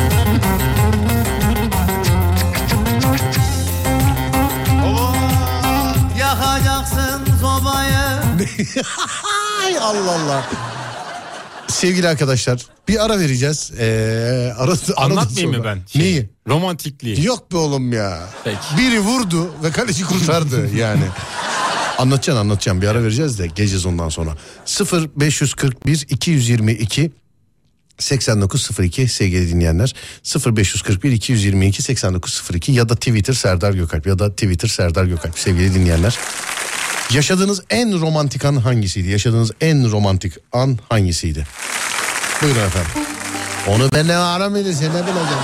Yakacaksın sobayı. Ay Allah Allah. Sevgili arkadaşlar, bir ara vereceğiz. Ee, ara, Anlatmayayım aradan mı sonra. ben? Şey, Neyi? Romantikliği. Yok be oğlum ya. Peki. Biri vurdu ve kaleci kurtardı yani. Anlatacaksın anlatacağım, bir ara vereceğiz de geleceğiz ondan sonra. sıfır beş kırk bir iki yüz yirmi iki seksen dokuz sıfır iki sevgili dinleyenler. sıfır beş kırk bir iki yüz yirmi iki seksen dokuz sıfır iki ya da Twitter Serdar Gökalp ya da Twitter Serdar Gökalp sevgili dinleyenler. Yaşadığınız en romantik an hangisiydi? Yaşadığınız en romantik an hangisiydi? Buyurun efendim. Onu ben ne aramaydı, sen ne bileceğim.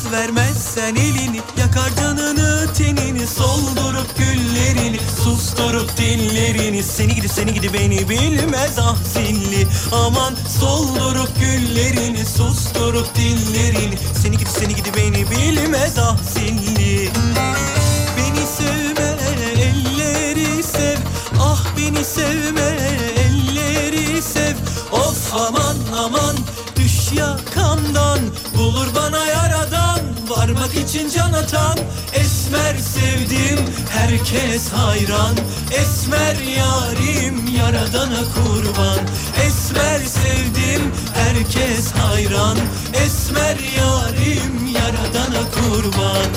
Kız vermezsen elini, yakar canını tenini, soldurup güllerini, susturup dillerini. Seni gidi seni gidi beni bilmez ah zilli. Aman soldurup güllerini, susturup dillerini. Seni gidi seni gidi beni bilmez ah zilli. Beni sevme elleri sev, ah beni sevme elleri sev. Of aman aman düş yakamdan, bulur bana yaradan, varmak için can atan. Esmer sevdim herkes hayran, esmer yarim yaradana kurban. Esmer sevdim herkes hayran, esmer yarim yaradana kurban.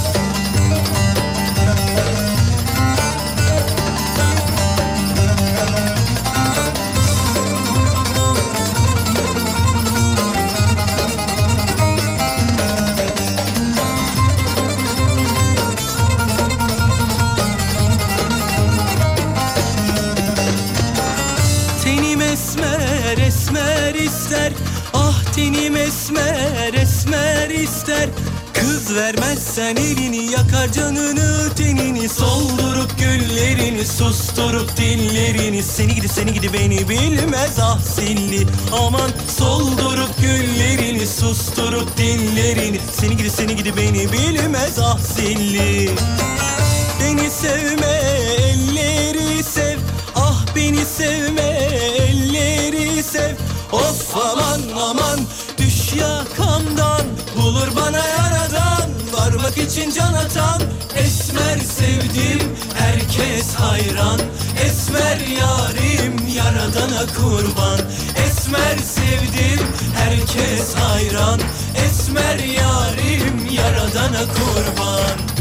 Esmer esmer ister, ah tenim esmer esmer ister. Kız vermezsen elini, yakar canını tenini, soldurup güllerini, susturup dillerini. Seni gidi seni gidi beni bilmez ah zilli. Aman soldurup güllerini, susturup dillerini. Seni gidi seni gidi beni bilmez ah zilli. Beni sevme elleri sev, ah beni sevme elleri sev. Of aman aman düş yakamdan, bulur bana yaradan, varmak için can atan. Esmer sevdim herkes hayran, esmer yarim yaradana kurban. Esmer sevdim herkes hayran, esmer yarim yaradana kurban.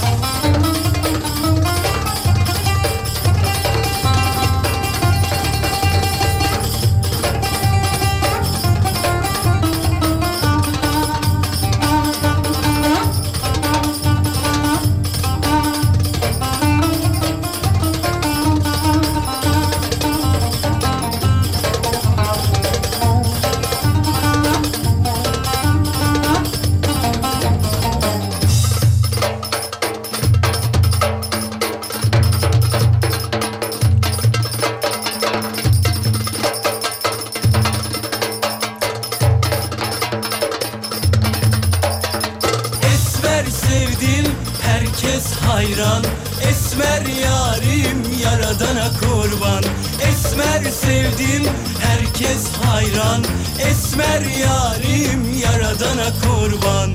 Hayran, esmer yarim yaradana kurban. Esmer sevdim herkes hayran, esmer yarim yaradana kurban.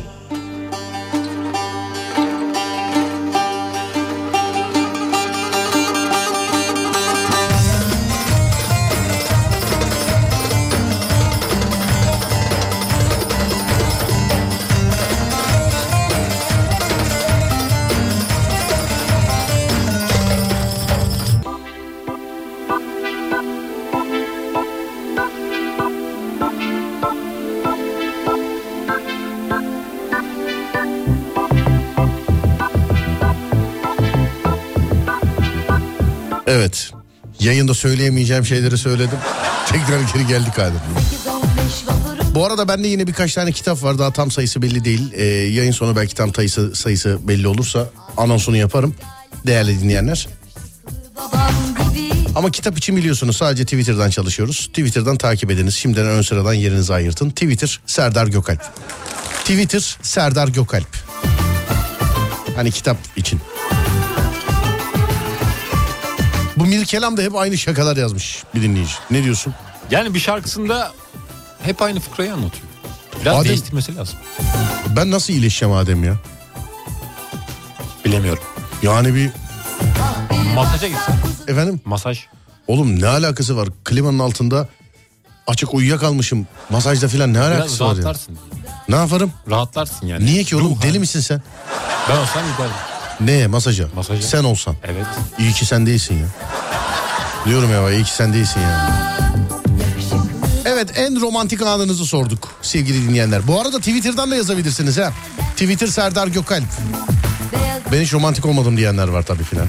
Evet. Yayında söyleyemeyeceğim şeyleri söyledim. Tekrar geri geldik hadi. Bu arada bende yine birkaç tane kitap var. Daha tam sayısı belli değil. Ee, yayın sonu belki tam sayısı, sayısı belli olursa anonsunu yaparım. Değerli dinleyenler. Ama kitap için biliyorsunuz sadece Twitter'dan çalışıyoruz. Twitter'dan takip ediniz. Şimdiden ön sıradan yerinizi ayırtın. Twitter Serdar Gökalp. Twitter Serdar Gökalp. Hani kitap için. Bu Mirkelam da hep aynı şakalar yazmış bir dinleyici. Ne diyorsun? Yani bir şarkısında hep aynı fıkrayı anlatıyor. Biraz Adem, değiştirmesi lazım. Ben nasıl iyileşeceğim Adem ya? Bilemiyorum. Yani bir... Masaja gitsin. Efendim? Masaj. Oğlum ne alakası var? Klimanın altında açık uyuyakalmışım. Masajda falan ne alakası Biraz var ya? rahatlarsın. Ne yaparım? Rahatlarsın yani. Niye ki oğlum? Ruh Deli hali. misin sen? Ben olsam giderdim. Neye? Masaja? Masaja. Sen olsan. Evet. İyi ki sen değilsin ya. Diyorum ya, iyi ki sen değilsin ya. Evet, en romantik anınızı sorduk sevgili dinleyenler. Bu arada Twitter'dan da yazabilirsiniz ha. Twitter Serdar Gökalp. Ben hiç romantik olmadım diyenler var tabii filan.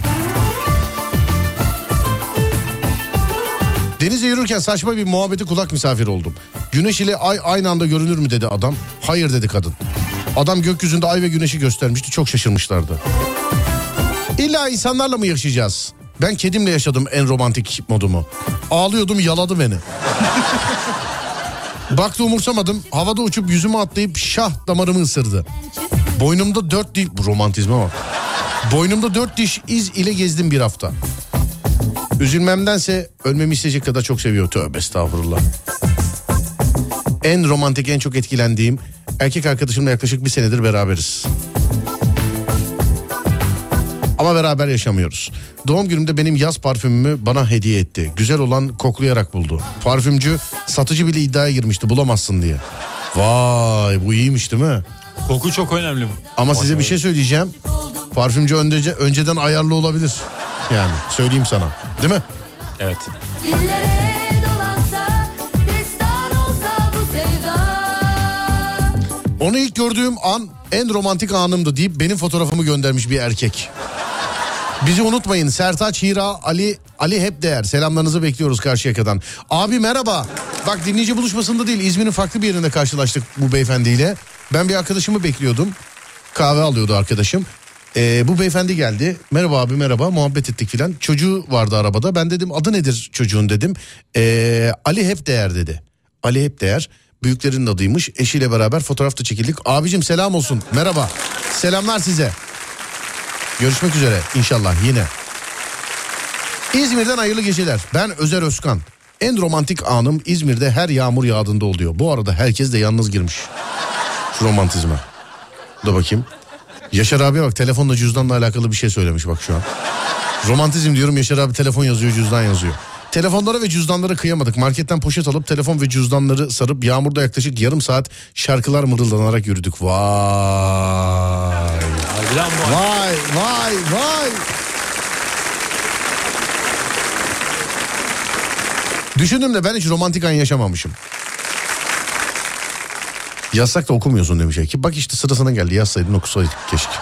Denize yürürken saçma bir muhabbeti kulak misafiri oldum. Güneş ile ay aynı anda görünür mü dedi adam. Hayır dedi kadın. Adam gökyüzünde ay ve güneşi göstermişti, çok şaşırmışlardı. İlla insanlarla mı yaşayacağız? Ben kedimle yaşadım en romantik modumu. Ağlıyordum, yaladı beni. Baktı umursamadım, havada uçup yüzüme atlayıp şah damarımı ısırdı. Boynumda dört diş... Bu romantizme bak. Boynumda dört diş iz ile gezdim bir hafta. Üzülmemdense ölmemi isteyecek kadar çok seviyor. Tövbe estağfurullah. En romantik, en çok etkilendiğim erkek arkadaşımla yaklaşık bir senedir beraberiz. Ama beraber yaşamıyoruz. Doğum günümde benim yaz parfümümü bana hediye etti. Güzel olan koklayarak buldu. Parfümcü satıcı bile iddiaya girmişti bulamazsın diye. Vay, bu iyiymiş değil mi? Koku çok önemli. Ama size bir şey söyleyeceğim. Parfümcü önceden, önceden ayarlı olabilir. Yani söyleyeyim sana. Değil mi? Evet. Dillere dolansa, destan olsa bu sevda. Onu ilk gördüğüm an en romantik anımdı deyip benim fotoğrafımı göndermiş bir erkek. Bizi unutmayın. Sertaç, Hira, Ali, Ali hep değer. Selamlarınızı bekliyoruz Karşıyaka'dan. Abi merhaba. Bak, dinleyici buluşmasında değil, İzmir'in farklı bir yerinde karşılaştık bu beyefendiyle. Ben bir arkadaşımı bekliyordum. Kahve alıyordu arkadaşım. Ee, bu beyefendi geldi. Merhaba abi, merhaba, muhabbet ettik filan. Çocuğu vardı arabada. Ben dedim adı nedir çocuğun dedim. Ee, Ali hep değer dedi. Ali hep değer. Büyüklerin adıymış. Eşiyle beraber fotoğrafta çekildik. Abicim selam olsun. Merhaba. Selamlar size. Görüşmek üzere inşallah yine. İzmir'den hayırlı geceler. Ben Özer Özkan. En romantik anım İzmir'de her yağmur yağdığında oluyor. Bu arada herkes de yalnız girmiş. Şu romantizme. Dur bakayım. Yaşar abiye bak, telefonla cüzdanla alakalı bir şey söylemiş bak şu an. Romantizm diyorum, Yaşar abi telefon yazıyor, cüzdan yazıyor. Telefonlara ve cüzdanlara kıyamadık. Marketten poşet alıp telefon ve cüzdanları sarıp yağmurda yaklaşık yarım saat şarkılar mırıldanarak yürüdük. Vay. Vay vay vay. Düşündüm de ben hiç romantik an yaşamamışım. Yazsak da okumuyorsun demiş ki. Bak işte sırasına geldi, yazsaydın okusaydık keşke.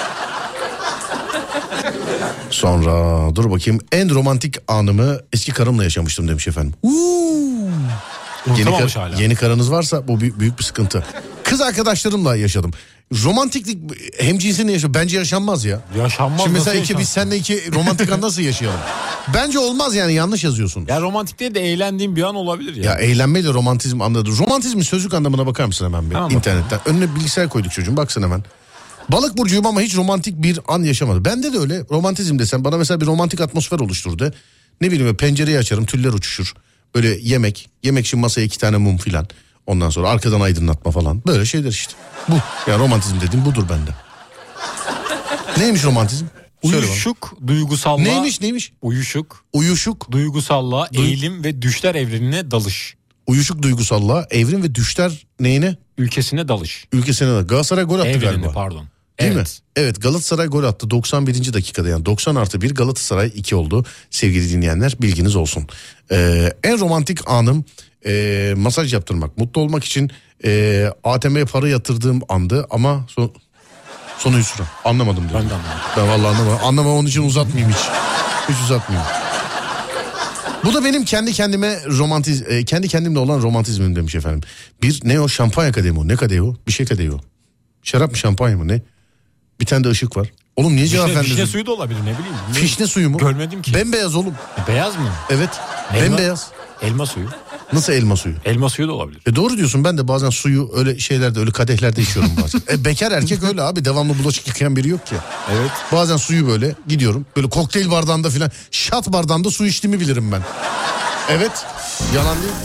Sonra dur bakayım, en romantik anımı eski karımla yaşamıştım demiş efendim. Uuu. Yeni, kar, hala. yeni karınız varsa bu büyük, büyük bir sıkıntı. Kız arkadaşlarımla yaşadım. Romantiklik hem cinsini yaşadım. Bence yaşanmaz ya. Yaşanmaz. Şimdi mesela iki, biz seninle iki romantik an nasıl yaşayalım? Bence olmaz yani, yanlış yazıyorsun. Ya romantik değil de eğlendiğim bir an olabilir ya. Ya eğlenmeyle romantizm anladım. Romantizmin sözlük anlamına bakar mısın hemen bir tamam, internetten? Bakalım. Önüne bilgisayar koyduk çocuğum, baksın hemen. Balık burcuyum ama hiç romantik bir an yaşamadım. Bende de öyle. Romantizm desem bana mesela bir romantik atmosfer oluşturdu. Ne bileyim, pencereyi açarım, tüller uçuşur. Böyle yemek, yemek için masaya iki tane mum filan. Ondan sonra arkadan aydınlatma falan. Böyle şeyler işte. Bu. Yani romantizm dediğim budur bende. Neymiş romantizm? Uyuşuk duygusallığa. Neymiş neymiş? Uyuşuk. Uyuşuk. Duygusallığa, Du- eğilim ve düşler evrenine dalış. Uyuşuk duygusallığa, evrim ve düşler neyine? Ülkesine dalış. Ülkesine dalış. Galatasaray gol attı Evrenine, galiba. pardon. Değil evet. mi? Evet, Galatasaray gol attı doksan birinci dakikada, yani doksan artı bir, Galatasaray iki oldu sevgili dinleyenler, bilginiz olsun. Ee, en romantik anım e, masaj yaptırmak. Mutlu olmak için e, A T M'ye para yatırdığım andı ama son, sonu hüsran. Anlamadım dedim. Ben de anlamadım. Ben vallahi anlamadım. Anlamam, onun için uzatmayayım hiç. Hiç uzatmayayım. Bu da benim kendi kendime romantiz, e, kendi kendimle olan romantizmim demiş efendim. Bir ne o, şampanya kadehi o? Ne kadehi o? Bir şey kadehi o. Şarap mı şampanya mı ne? Bir tane de ışık var. Oğlum niye cevap vermiyorsun? Fişne suyu da olabilir, ne bileyim. Ne? Fişne suyu mu? Görmedim ki. Bembeyaz oğlum. E, beyaz mı? Evet. Elma, bembeyaz. Elma suyu. Nasıl elma suyu? Elma suyu da olabilir. E doğru diyorsun, ben de bazen suyu öyle şeylerde, öyle kadehlerde içiyorum bazen. e bekar erkek öyle abi, devamlı bulaşık yıkayan biri yok ki. Evet. Bazen suyu böyle gidiyorum, böyle kokteyl bardağında filan, şat bardağında su içtiğimi bilirim ben. Evet, yalan değil.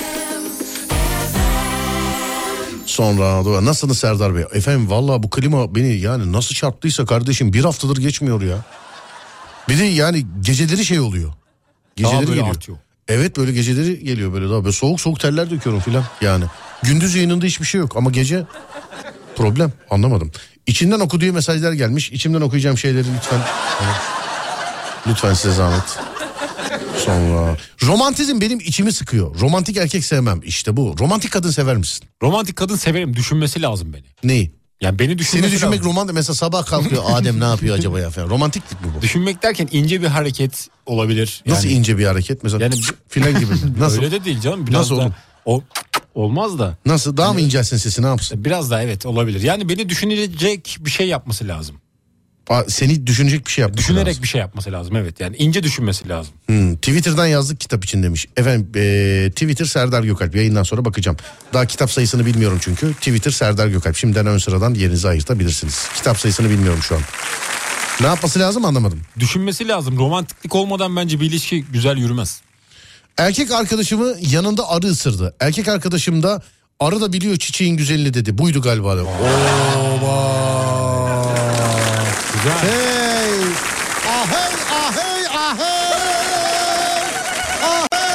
Sonra nasılsınız Serdar Bey? Efendim vallahi bu klima beni yani nasıl çarptıysa kardeşim, bir haftadır geçmiyor ya. Bir de yani geceleri şey oluyor. Geceleri daha böyle geliyor. artıyor. Evet, böyle geceleri geliyor, böyle daha böyle soğuk soğuk terler döküyorum filan yani. Gündüz yayınında hiçbir şey yok ama gece problem, anlamadım. İçinden oku diye mesajlar gelmiş. İçimden okuyacağım şeyleri lütfen. Evet. Lütfen size zahmet. Sonra romantizm benim içimi sıkıyor. Romantik erkek sevmem. İşte bu. Romantik kadın sever misin? Romantik kadın severim. Düşünmesi lazım beni. Neyi? Yani beni düşünmesi Seni düşünmek lazım. romantik. Mesela sabah kalkıyor. Adem ne yapıyor acaba ya falan. Romantiklik mi bu? Düşünmek derken ince bir hareket olabilir. Nasıl yani, ince bir hareket? Mesela yani filan gibi mi? Nasıl? Öyle de değil canım. Biraz Nasıl da oğlum? o olmaz da. Nasıl? Daha mı incelsin sesi, ne yapsın? Biraz daha evet olabilir. Yani beni düşünecek bir şey yapması lazım. Aa, seni düşünecek bir şey yapması Düşünerek lazım. bir şey yapması lazım evet. Yani ince düşünmesi lazım. Hmm, Twitter'dan yazdık kitap için demiş. Efendim ee, Twitter Serdar Gökalp. Yayından sonra bakacağım. Daha kitap sayısını bilmiyorum çünkü. Twitter Serdar Gökalp. Şimdiden ön sıradan yerinizi ayırtabilirsiniz. Kitap sayısını bilmiyorum şu an. Ne yapması lazım anlamadım. Düşünmesi lazım. Romantiklik olmadan bence bir ilişki güzel yürümez. Erkek arkadaşımı yanında arı ısırdı. Erkek arkadaşım da arı da biliyor çiçeğin güzelliğini dedi. Buydu galiba. Oba. Güzel. Hey. Ahey ahey ahey. Ahey.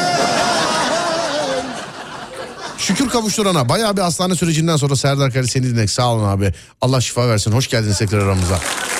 Şükür kavuşturana. Bayağı bir hastane sürecinden sonra Serdar Kari seni dinledik. Sağ olun abi. Allah şifa versin. Hoş geldiniz tekrar aramıza.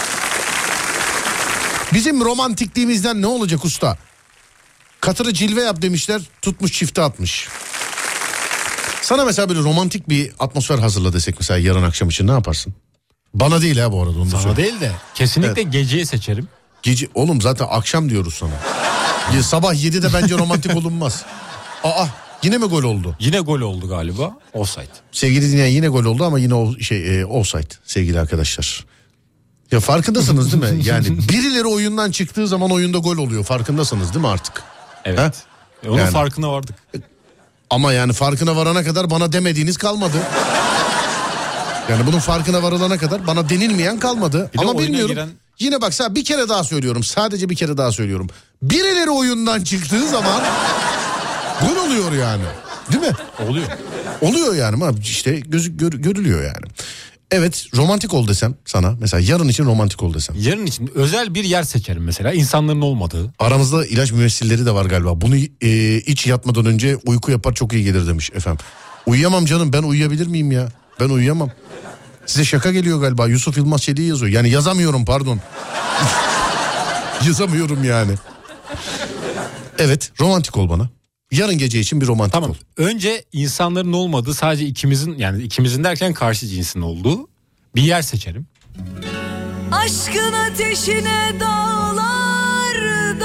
Bizim romantikliğimizden ne olacak usta? Katırı cilve yap demişler, tutmuş çifte atmış. Sana mesela böyle romantik bir atmosfer hazırla desek mesela yarın akşam için ne yaparsın? Bana değil ha bu arada, onu da Sana söyleyeyim. değil de kesinlikle Evet. geceyi seçerim. Gece, oğlum zaten akşam diyoruz sana. Ya, sabah yedide bence romantik olunmaz. Aa, yine mi gol oldu? Yine gol oldu galiba. Offside. Sevgili dinleyen, yine gol oldu ama yine o şey e, offside sevgili arkadaşlar. Ya farkındasınız değil mi? Yani birileri oyundan çıktığı zaman oyunda gol oluyor. Farkındasınız değil mi artık? Evet. Ha? E, onun Yani. farkına vardık. Ama yani farkına varana kadar bana demediğiniz kalmadı. Yani bunun farkına varılana kadar bana denilmeyen kalmadı. Bir de Ama oyuna bilmiyorum. giren- Yine bak sadece bir kere daha söylüyorum. Sadece bir kere daha söylüyorum. Birileri oyundan çıktığı zaman gol oluyor yani. Değil mi? Oluyor. Oluyor yani ama işte gözü gör- görülüyor yani. Evet, romantik ol desem sana. Mesela yarın için romantik ol desem. Yarın için özel bir yer seçerim mesela. İnsanların olmadığı. Aramızda ilaç müessilleri de var galiba. Bunu e, iç yatmadan önce uyku yapar, çok iyi gelir demiş efendim. Uyuyamam canım, ben uyuyabilir miyim ya? Ben uyuyamam. Size şaka geliyor galiba. Yusuf Yılmaz Çelik'i yazıyor. Yani yazamıyorum, pardon. Yazamıyorum yani. Evet, romantik ol bana. Yarın gece için bir romantik Tamam. ol. Önce insanların olmadığı, sadece ikimizin, yani ikimizin derken karşı cinsin olduğu bir yer seçerim. Aşkın ateşine dağlar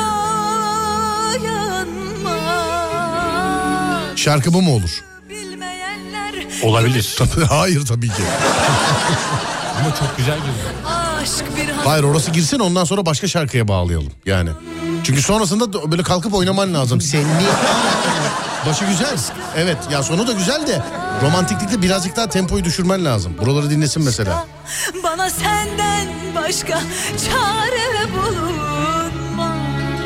dayanmaz. Şarkı bu mu olur? Bilmeyenler Olabilir. Tabii, hayır tabii ki. Ama çok güzel bir. aşk bir Hayır, orası girsin, ondan sonra başka şarkıya bağlayalım yani. Çünkü sonrasında da böyle kalkıp oynaman lazım. Seni başı güzel. Evet ya, sonu da güzel de romantiklikte birazcık daha tempoyu düşürmen lazım. Buraları dinlesin mesela. bana senden başka çare bulunmaz.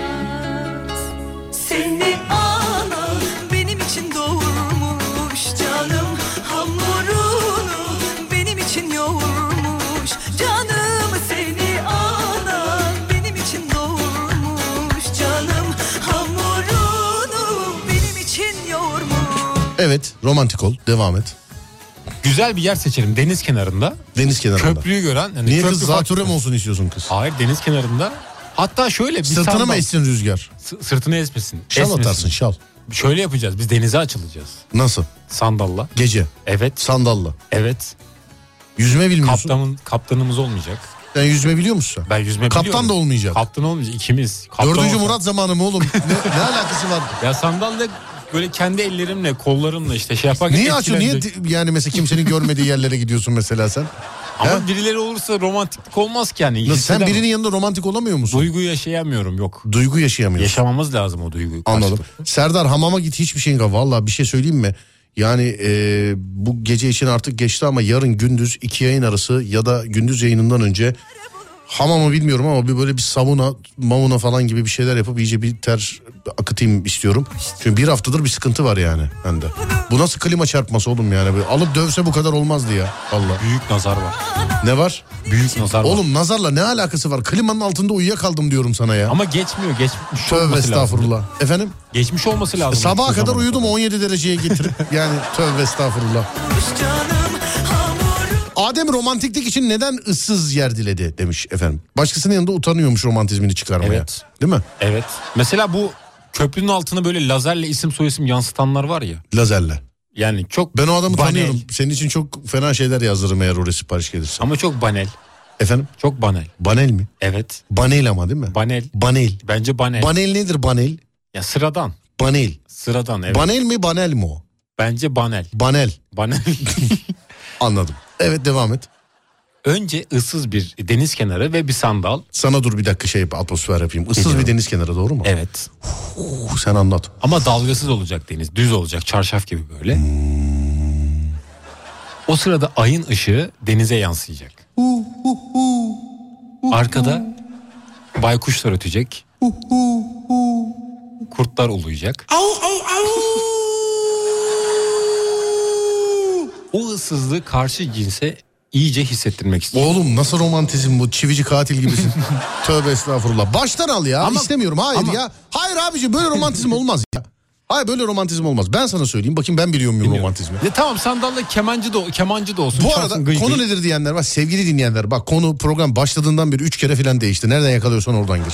Seni ana benim için doğurmuş, canım hamurunu benim için yoğurmuş. Canım seni ana benim için doğurmuş, canım hamurunu benim için yoğurmuş. Evet, romantik ol, devam et. Güzel bir yer seçerim deniz kenarında. Deniz kenarında. Köprüyü gören. Yani Niye köprü kız farklı. zatürre mi olsun istiyorsun kız? Hayır, deniz kenarında. Hatta şöyle bir Sırtına sandal- mı essin rüzgar? S- sırtını esmesin. Şal esmesin. atarsın, şal. Şöyle yapacağız, biz denize açılacağız. Nasıl? Sandalla. Gece, Evet. sandalla. Evet. Yüzme bilmiyorsun. Kaptanın, kaptanımız olmayacak. Sen yüzme biliyor musun? Ben yüzme Kaptan biliyorum. da olmayacak. Kaptan olmayacak, ikimiz. Kaptan Dördüncü olsa- Murat zamanı mı oğlum? ne, ne alakası var? Ya sandalda böyle kendi ellerimle, kollarımla işte şey yaparken Niye açıyorsun? Niye etkilenecek. di- yani mesela kimsenin görmediği yerlere gidiyorsun mesela sen? Ama He? birileri olursa romantiklik olmaz ki yani. Nasıl, sen Hissedemem. birinin yanında romantik olamıyor musun? Duyguyu yaşayamıyorum, yok. Duygu yaşayamıyorsun. Yaşamamız lazım o duyguyu. Anladım. karşılıklı. Serdar, hamama git, hiçbir şeyin kalmadı. Valla bir şey söyleyeyim mi? Yani e, bu gece için artık geçti ama yarın gündüz iki yayın arası ya da gündüz yayınından önce hamamı bilmiyorum ama bir böyle bir sauna, mamuna falan gibi bir şeyler yapıp iyice bir ter akıtayım istiyorum. Çünkü bir haftadır bir sıkıntı var yani bende. Bu nasıl klima çarpması oğlum yani? Böyle alıp dövse bu kadar olmazdı ya. Valla. Büyük nazar var. Ne var? Büyük nazar var. Oğlum nazarla ne alakası var? Klimanın altında uyuyakaldım diyorum sana ya. Ama geçmiyor. Geçmiş Tövbe olması lazım. estağfurullah. Efendim? Geçmiş olması lazım. Sabaha Bu kadar zamana uyudum kadar. on yedi dereceye getirip yani tövbe estağfurullah. Canım hamuru Adem romantiklik için neden ıssız yer diledi demiş efendim. Başkasının yanında utanıyormuş romantizmini çıkarmaya. Evet. Değil mi? Evet. Mesela bu köprünün altına böyle lazerle isim soyisim yansıtanlar var ya. Lazerle. Yani çok Ben o adamı banal. tanıyorum. Senin için çok fena şeyler yazdırırım eğer oraya sipariş gelirse. Ama çok banal. Efendim? Çok banal. Banel mi? Evet. Banel ama değil mi? Banal. Banel. Bence banal. Banel nedir banel? Ya sıradan. Banel. Sıradan evet. Banel mi banel mi o? Bence banel. Banel. Banel. Anladım. Evet, devam et. Önce ıssız bir deniz kenarı ve bir sandal. Sana dur bir dakika şey yap, atmosfer yapayım. Issız Geliyorum. bir deniz kenarı, doğru mu? Evet. Uh, sen anlat. Ama dalgasız olacak deniz. Düz olacak, çarşaf gibi böyle. Hmm. O sırada ayın ışığı denize yansıyacak. Arkada baykuşlar ötecek. Kurtlar uluyacak. O ıssızlığı karşı cinse iyice hissettirmek istiyor. Oğlum nasıl romantizm bu, çivici katil gibisin. Tövbe estağfurullah. Baştan al ya. Ama- İstemiyorum. Hayır ama- ya. Hayır abici, böyle romantizm olmaz ya. Hayır, böyle romantizm olmaz. Ben sana söyleyeyim. Bakayım ben biliyor muyum Bilmiyorum. romantizmi? Ya tamam, sandalla kemancı da kemancı da olsun. Bu çalsın, arada gıy konu gıy. nedir diyenler var. Sevgili dinleyenler, bak konu program başladığından beri üç kere falan değişti. Nereden yakalıyorsan oradan gir.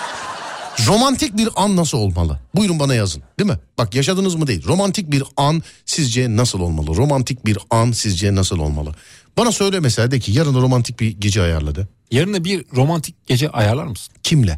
Romantik bir an nasıl olmalı? Buyurun bana yazın, değil mi? Bak, yaşadınız mı değil. Romantik bir an sizce nasıl olmalı? Romantik bir an sizce nasıl olmalı? Bana söyle mesela, de ki yarın romantik bir gece ayarladı. Yarın da bir romantik gece ayarlar mısın? Kimle?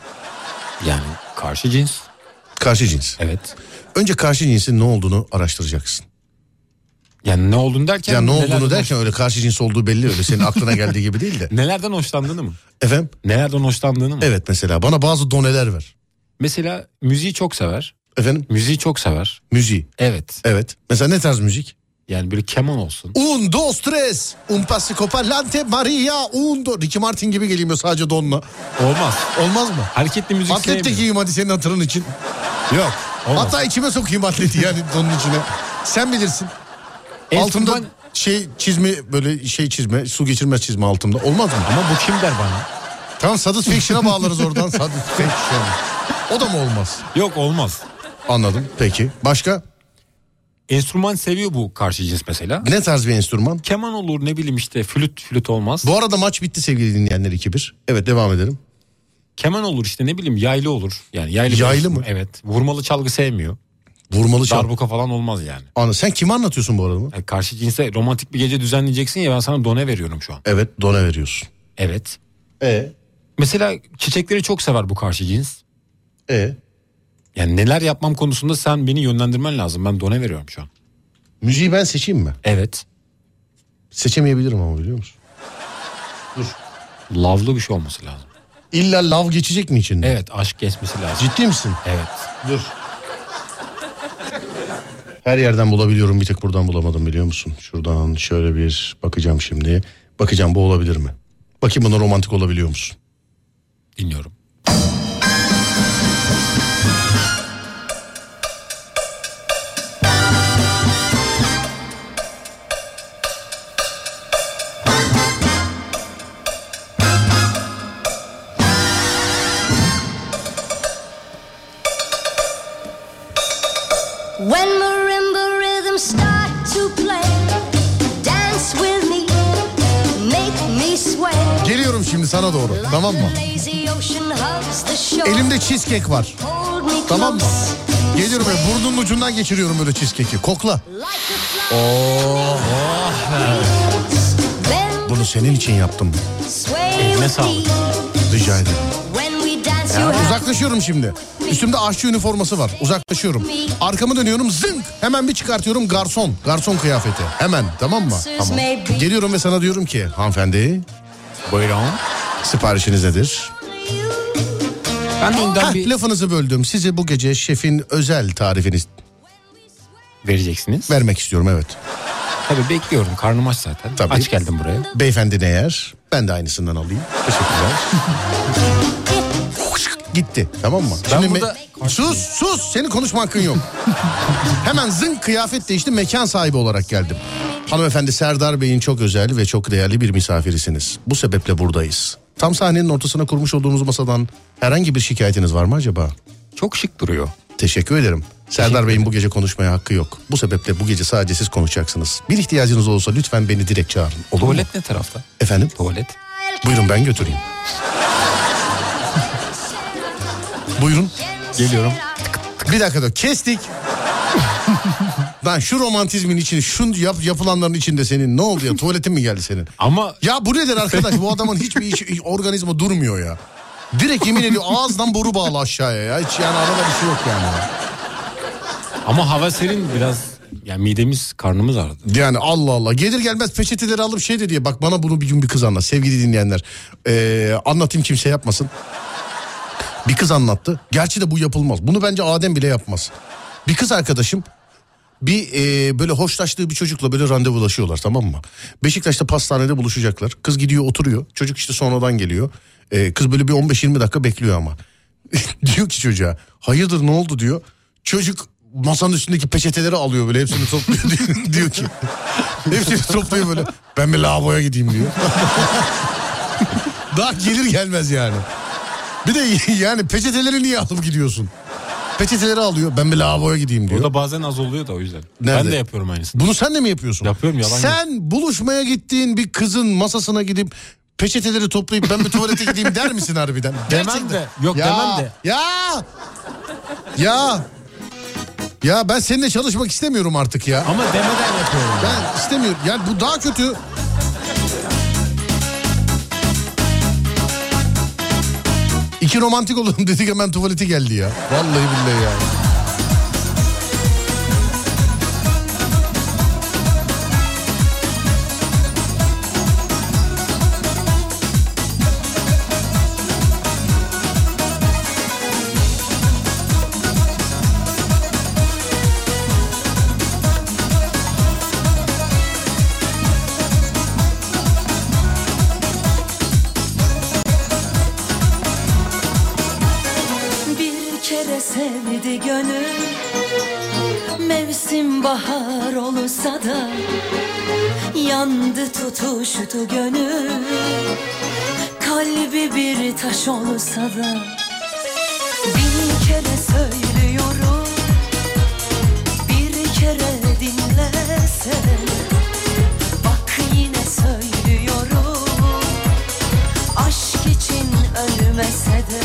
Yani karşı cins. Karşı cins. Evet. Önce karşı cinsin ne olduğunu araştıracaksın. Yani ne olduğunu derken... Ya ne nelerden olduğunu derken öyle karşı cins olduğu belli, öyle senin aklına geldiği gibi değil de. hoş- Nelerden hoşlandığını mı? Efendim? Nelerden hoşlandığını mı? Evet, mesela bana bazı doneler ver. Mesela müziği çok sever. Efendim? Müziği çok sever. Müziği. Evet. Evet. Mesela ne tarz müzik? Yani bir keman olsun. Un, dos, tres. Un pasico parlante Maria, un, do. Ricky Martin gibi geleyim sadece donla. Olmaz. Olmaz mı? Hareketli müzik Atlet de sevmiyorum. giyeyim hadi senin hatırın için. Yok. Olmaz. Hatta içime sokayım atleti yani donun içine. Sen bilirsin. Altımda Enstrüman- şey çizme, böyle şey çizme, su geçirmez çizme altımda. Olmaz mı? Ama bu kim der bana? Tamam, Satisfaction'a bağlarız oradan. Satisfaction. O da mı olmaz? Yok, olmaz. Anladım. Peki. Başka? Enstrüman seviyor bu karşı cins mesela. Ne tarz bir enstrüman? Keman olur, ne bileyim işte flüt flüt olmaz. Bu arada maç bitti sevgili dinleyenler, iki bir. Evet, devam edelim. Keman olur işte, ne bileyim yaylı olur. Yani yaylı, bir Yaylı enstrüman. mı? Evet. Vurmalı çalgı sevmiyor. Vurmalı çal. Darbuka falan olmaz yani. Ana, sen kimi anlatıyorsun bu arada mı? Yani karşı cinse romantik bir gece düzenleyeceksin ya, ben sana done veriyorum şu an. Evet, done veriyorsun. Evet. E Mesela çiçekleri çok sever bu karşı cins. E Yani neler yapmam konusunda sen beni yönlendirmen lazım. Ben done veriyorum şu an. müziği ben seçeyim mi? Evet. Seçemeyebilirim ama, biliyor musun? Dur. Lavlı bir şey olması lazım. İlla lav geçecek mi içinde? Evet, aşk geçmesi lazım. Ciddi misin? Evet. Dur. Her yerden bulabiliyorum, bir tek buradan bulamadım, biliyor musun? Şuradan şöyle bir bakacağım şimdi. Bakacağım, bu olabilir mi? Bakayım buna romantik olabiliyor musun? Dinliyorum. When marimba rhythms start to play, dance with me, make me sway. Geliyorum şimdi sana doğru, tamam mı? Like the lazy ocean hugs the shore. Elimde cheesecake var. Hold me Tamam mı? close. Geliyorum ya, burnunun ucundan geçiriyorum böyle cheesecake'i. Kokla. Like a flower. Bend, Bunu senin için yaptım. sway Eline with sağlık. me. Rica ederim. When we dance, you Ya, have uzaklaşıyorum şimdi. Üstümde aşçı üniforması var. Uzaklaşıyorum. Arkamı dönüyorum, zınk. Hemen bir çıkartıyorum, garson. Garson kıyafeti. Hemen, tamam mı? Tamam. Geliyorum ve sana diyorum ki, hanımefendi, Buyurun. siparişiniz nedir? Ben de önden Heh, bir lafınızı böldüm. Size bu gece şefin özel tarifini vereceksiniz. vermek istiyorum, evet. Tabii bekliyorum. Karnım aç zaten. Tabii. Aç geldim buraya. Beyefendi ne yer? Ben de aynısından alayım. Teşekkürler. Gitti, tamam mı? Ben me- burada- Sus sus, senin konuşma hakkın yok. Hemen zınk kıyafet değişti, mekan sahibi olarak geldim. Hanımefendi, Serdar Bey'in çok özel ve çok değerli bir misafirisiniz. Bu sebeple buradayız. Tam sahnenin ortasına kurmuş olduğumuz masadan herhangi bir şikayetiniz var mı acaba? Çok şık duruyor. Teşekkür ederim. Serdar Bey'in bu gece konuşmaya hakkı yok. Bu sebeple bu gece sadece siz konuşacaksınız. Bir ihtiyacınız olursa lütfen beni direkt çağırın. Olur mu? Tuvalet ne tarafta? Efendim? Tuvalet. Buyurun, ben götüreyim. Buyurun. Geliyorum. Bir dakika dur, kestik. Lan şu romantizmin için, şu yap, yapılanların içinde senin ne oldu ya? Tuvaletin mi geldi senin? Ama Ya bu nedir arkadaş? Bu adamın hiçbir iç, iç- organizma durmuyor ya. Direkt yemin ediyor, ağızdan boru bağlı aşağıya ya. Hiç yani arada bir şey yok yani. ama hava serin, biraz Yani midemiz, karnımız ağrıdı. Yani Allah Allah. Gelir gelmez peçeteleri alıp şey dedi ya. Bak bana bunu bir gün bir kız anlat. Sevgili dinleyenler. Ee, anlatayım kimse yapmasın. Bir kız anlattı. Gerçi de bu yapılmaz. Bunu bence Adem bile yapmaz. Bir kız arkadaşım bir e, böyle hoşlaştığı bir çocukla böyle randevulaşıyorlar, tamam mı? Beşiktaş'ta pastanede buluşacaklar. Kız gidiyor oturuyor. Çocuk işte sonradan geliyor. E, kız böyle bir on beş yirmi dakika bekliyor ama. Diyor ki çocuğa, hayırdır ne oldu diyor. Çocuk masanın üstündeki peçeteleri alıyor böyle, hepsini topluyor diyor, diyor ki. Hepsini topluyor böyle. Ben bir lavaboya gideyim diyor. Daha gelir gelmez yani. Bir de yani peçeteleri niye alıp gidiyorsun? Peçeteleri alıyor, ben bir lavaboya gideyim diyor. O da bazen az oluyor da o yüzden. Nerede? Ben de yapıyorum aynısını. Bunu sen de mi yapıyorsun? Yapıyorum, yalan Sen yok. Buluşmaya gittiğin bir kızın masasına gidip peçeteleri toplayıp ben bir tuvalete gideyim der misin harbiden? Demem Gerçekten. de. Yok ya, demem de. Ya. Ya. Ya ben seninle çalışmak istemiyorum artık ya. Ama demeden yapıyorum. Ben istemiyorum. Yani bu daha kötü. İki romantik olalım dedik, hemen tuvaleti geldi ya. Vallahi billahi ya. Sevdi gönül, mevsim bahar olsa da yandı tutuştu gönül, kalbi bir taş olsa da. Bin kere söylüyorum, bir kere dinlesen, bak yine söylüyorum, aşk için ölmese de.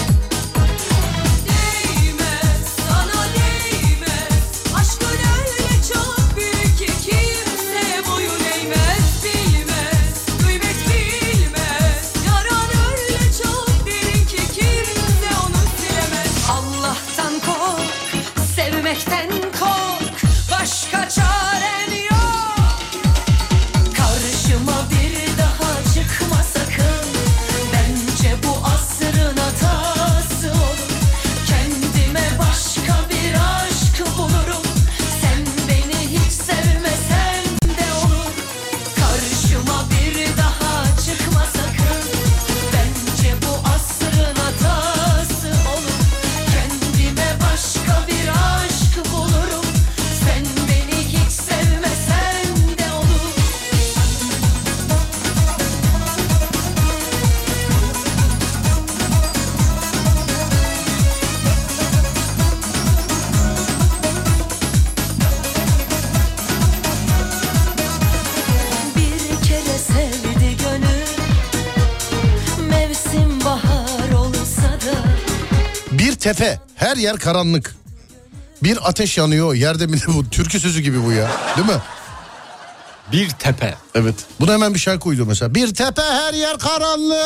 Tepe, her yer karanlık. Bir ateş yanıyor yerde mi, bu türkü sözü gibi bu ya, değil mi? Bir tepe. Evet. Buna hemen bir şarkı uydu mesela. Bir tepe, her yer karanlık.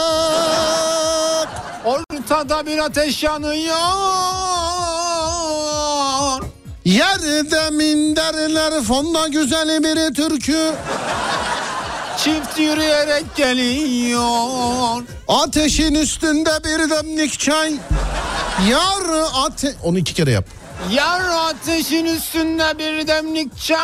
Ortada bir ateş yanıyor. Yerde minderler, fonda güzel bir türkü. Çift yürüyerek geliyor. Ateşin üstünde bir demlik çay. Yar ate... Onu iki kere yap. Yar ateşin üstünde bir demlik çay.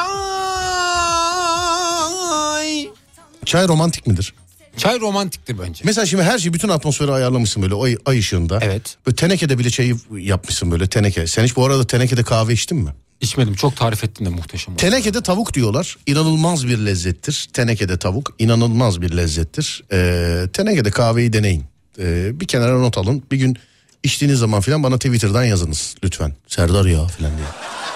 Çay romantik midir? Çay romantiktir bence. Mesela şimdi her şeyi, bütün atmosferi ayarlamışsın böyle ay, ay ışığında. Evet. Böyle tenekede bile çayı yapmışsın böyle, teneke. Sen hiç bu arada tenekede kahve içtin mi? İçmedim, çok tarif ettin de muhteşem oldu. Tenekede tavuk diyorlar. İnanılmaz bir lezzettir. Tenekede tavuk inanılmaz bir lezzettir. Ee, tenekede kahveyi deneyin. Ee, bir kenara not alın. Bir gün içtiğiniz zaman filan bana Twitter'dan yazınız lütfen. Serdar ya filan diye.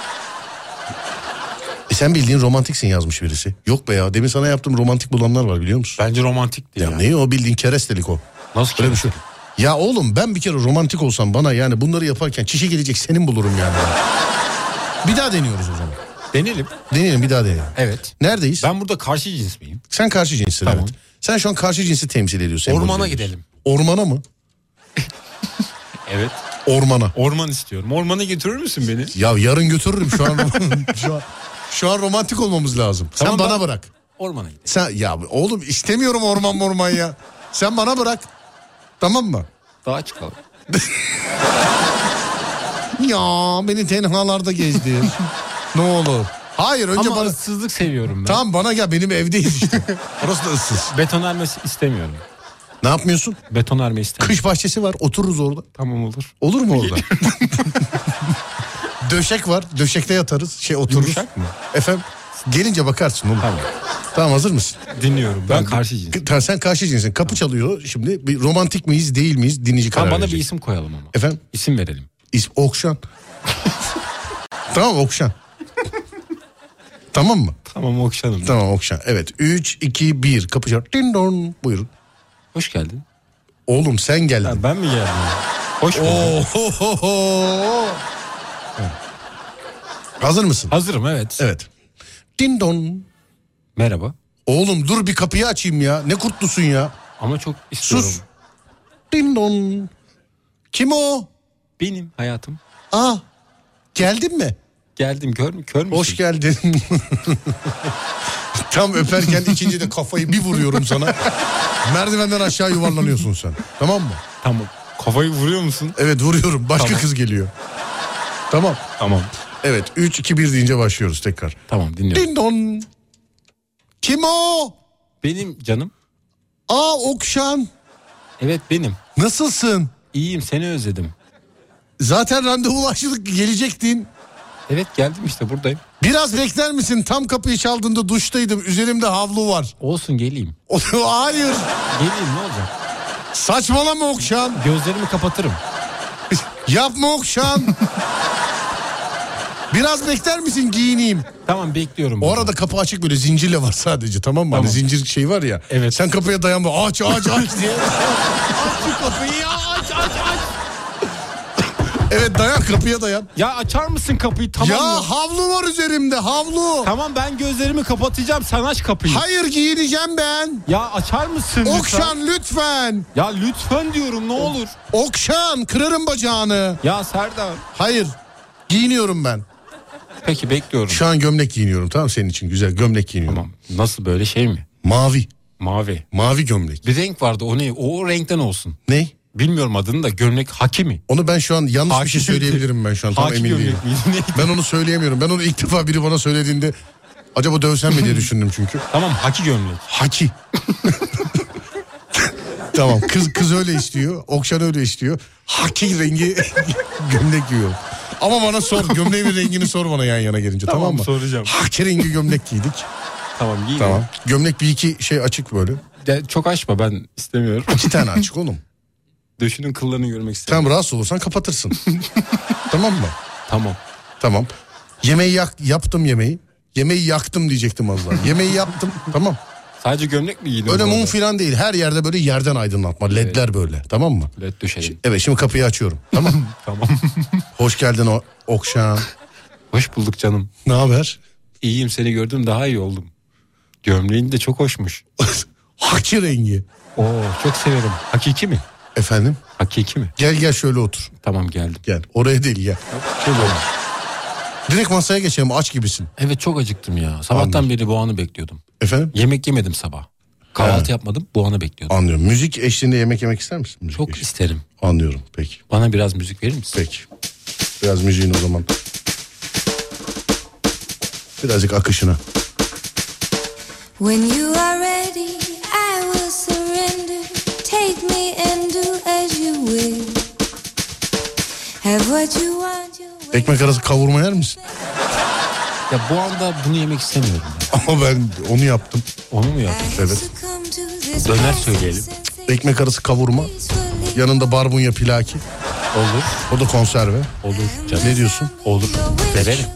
E sen bildiğin romantiksin yazmış birisi. Yok be ya, demin sana yaptığım romantik bulanlar var, biliyor musun? Bence romantik değil. Ya Ya neyi o, bildiğin kerestelik o. Nasıl Öyle bir şey. Ya oğlum, ben bir kere romantik olsam bana yani bunları yaparken çişi gelecek senin bulurum yani. Bir daha deniyoruz o zaman. Deneyelim. Deneyelim, bir daha deneyelim. Evet. Neredeyiz? Ben burada karşı cins miyim? Sen karşı cinssin, Tamam. evet. Sen şu an karşı cinsi temsil ediyorsun. Ormana gidelim. Ormana mı? Evet. Ormana. Orman istiyorum. Ormana götürür müsün beni? Ya yarın götürürüm şu an. şu an, Şu an romantik olmamız lazım. Tamam, Sen bana ben- bırak. Ormana gidelim. Sen ya oğlum istemiyorum orman morman ya. Sen bana bırak. Tamam mı? Dağa çıkalım. Ya beni tenhalarda gezdir. Ne olur. Hayır önce Ama bana... ıssızlık seviyorum ben. Tamam bana gel, benim evdeyiz işte. Orası da ıssız. Betonarme istemiyorum. Ne yapmıyorsun? Betonarme istemiyorum. Kış bahçesi var, otururuz orada. Tamam olur. Olur mu orada? Döşek var, döşekte yatarız. Şey otururuz. Yumuşak mı? Efendim gelince bakarsın oğlum. Tamam. Tamam hazır mısın? Dinliyorum. Ben karşı cinsim. K- Sen karşı cinsin. Kapı çalıyor şimdi. Bir romantik miyiz değil miyiz dinleyici karar Tamam, bana verecek. bir isim koyalım ama. Efendim? İsim verelim. İsm Okşan. Tamam Okşan. Tamam mı? Tamam Okşan'ım. Tamam Okşan. Evet. üç, iki, bir. Kapı çalıyor. Ding dong. Buyurun. Hoş geldin. Oğlum sen geldin. Ha, ben mi geldim? Hoş bulduk. Ohohoho. Hazır mısın? Hazırım evet. Evet. Ding dong. Merhaba. Oğlum dur bir kapıyı açayım ya. Ne kurtlusun ya. Ama çok istiyorum. Sus. Ding dong. Kim o? Benim hayatım. Aa. Geldin mi? Geldim, gör mü? Kör müsün? Hoş geldin. Tam öperken ikinci de kafayı bir vuruyorum sana. Merdivenden aşağı yuvarlanıyorsun sen. Tamam mı? Tamam. Kafayı vuruyor musun? Evet vuruyorum. Başka Tamam. kız geliyor. Tamam. Tamam. Evet üç, iki, bir deyince başlıyoruz tekrar. Tamam dinliyorum. Ding dong. Kim o? Benim canım. Aa Okşan. Evet benim. Nasılsın? İyiyim, seni özledim. Zaten randevulaştık, gelecektin. Evet geldim işte, buradayım. Biraz bekler misin? Tam kapıyı çaldığında duştaydım. Üzerimde havlu var. Olsun geleyim. Hayır. Geleyim, ne olacak? Saçmalama Okşan. Gözlerimi kapatırım. Yapma Okşan. Biraz bekler misin, giyineyim. Tamam bekliyorum. O burada. arada kapı açık, böyle zincirle var sadece, tamam mı? Tamam. Hani zincir şey var ya. Evet. Sen kapıya dayanma, aç aç aç diye. Aç şu kapıyı ya, aç aç aç. Evet dayan, kapıya dayan. Ya açar mısın kapıyı, tamam ya mı? havlu var üzerimde, havlu. Tamam ben gözlerimi kapatacağım, sen aç kapıyı. Hayır giyineceğim ben. Ya açar mısın lütfen? Okşan lütfen. Ya lütfen diyorum, ne olur. Okşan kırarım bacağını. Ya Serdar. Hayır giyiniyorum ben. Peki bekliyorum. Şu an gömlek giyiniyorum, tamam, senin için güzel gömlek giyiniyorum. Tamam. Nasıl, böyle şey mi? Mavi. Mavi. Mavi gömlek. Bir renk vardı, o ne? O, o renkten olsun. Ne? Bilmiyorum adını da, gömlek haki mi? Onu ben şu an yanlış bir şey Haki- söyleyebilirim ben şu an, tam Haki emin değilim. gömlek miydi, neydi? Ben onu söyleyemiyorum. Ben onu ilk defa biri bana söylediğinde acaba dövsem mi diye düşündüm çünkü. Tamam haki gömlek. Haki. Tamam, kız kız öyle istiyor. Okşan öyle istiyor. Haki rengi gömlek giyiyor. Ama bana sor, gömleğimin rengini sor bana yan yana gelince, tamam, Tamam, mı? soracağım. Haki rengi gömlek giydik. Tamam giyin. Tamam. Gömlek bir iki şey açık böyle. Ya, çok açma, ben istemiyorum. İki tane açık oğlum. Döşünün kıllarını görmek istiyorum. Tamam, rahatsız olursan kapatırsın. Tamam mı? Tamam. Tamam. Yemeği yak, yaptım yemeği. Yemeği yaktım diyecektim az daha. Yemeği yaptım. Tamam. Sadece gömlek mi giydin? Öyle bu mum arada? filan değil. Her yerde böyle yerden aydınlatma. Ledler böyle. Tamam mı? Led döşelim. Evet, şimdi kapıyı açıyorum. Tamam. Tamam. Hoş geldin o Okşan. Hoş bulduk canım. Ne haber? İyiyim, seni gördüm daha iyi oldum. Gömleğin de çok hoşmuş. Haki rengi. Oo çok severim. Hakiki mi? Efendim? Hakiki mi? Gel gel şöyle otur. Tamam geldim. Gel. Oraya değil gel. Şöyle otur. Direkt masaya geçelim, aç gibisin. Evet çok acıktım ya. Sabahtan Anladım. beri bu anı bekliyordum. Efendim? Yemek yemedim sabah. Kahvaltı yapmadım, bu anı bekliyordum. Anlıyorum. Müzik eşliğinde yemek yemek ister misin? Müzik Çok eşliğinde. isterim. Anlıyorum. Peki. Bana biraz müzik verir misin? Peki. Biraz müziğin o zaman. Birazcık akışına. When you are ready, I will surrender. Take me and do as you will. Have what you want, you will. Ekmek arası kavurma yer misin? Ya bu anda bunu yemek istemiyorum ben. Ama ben onu yaptım. Onu mu yaptın? Evet. Döner söyleyelim. Ekmek arası kavurma. Yanında barbunya pilaki. Olur. O da konserve. Olur. Canım. Ne diyorsun? Olur. Severim.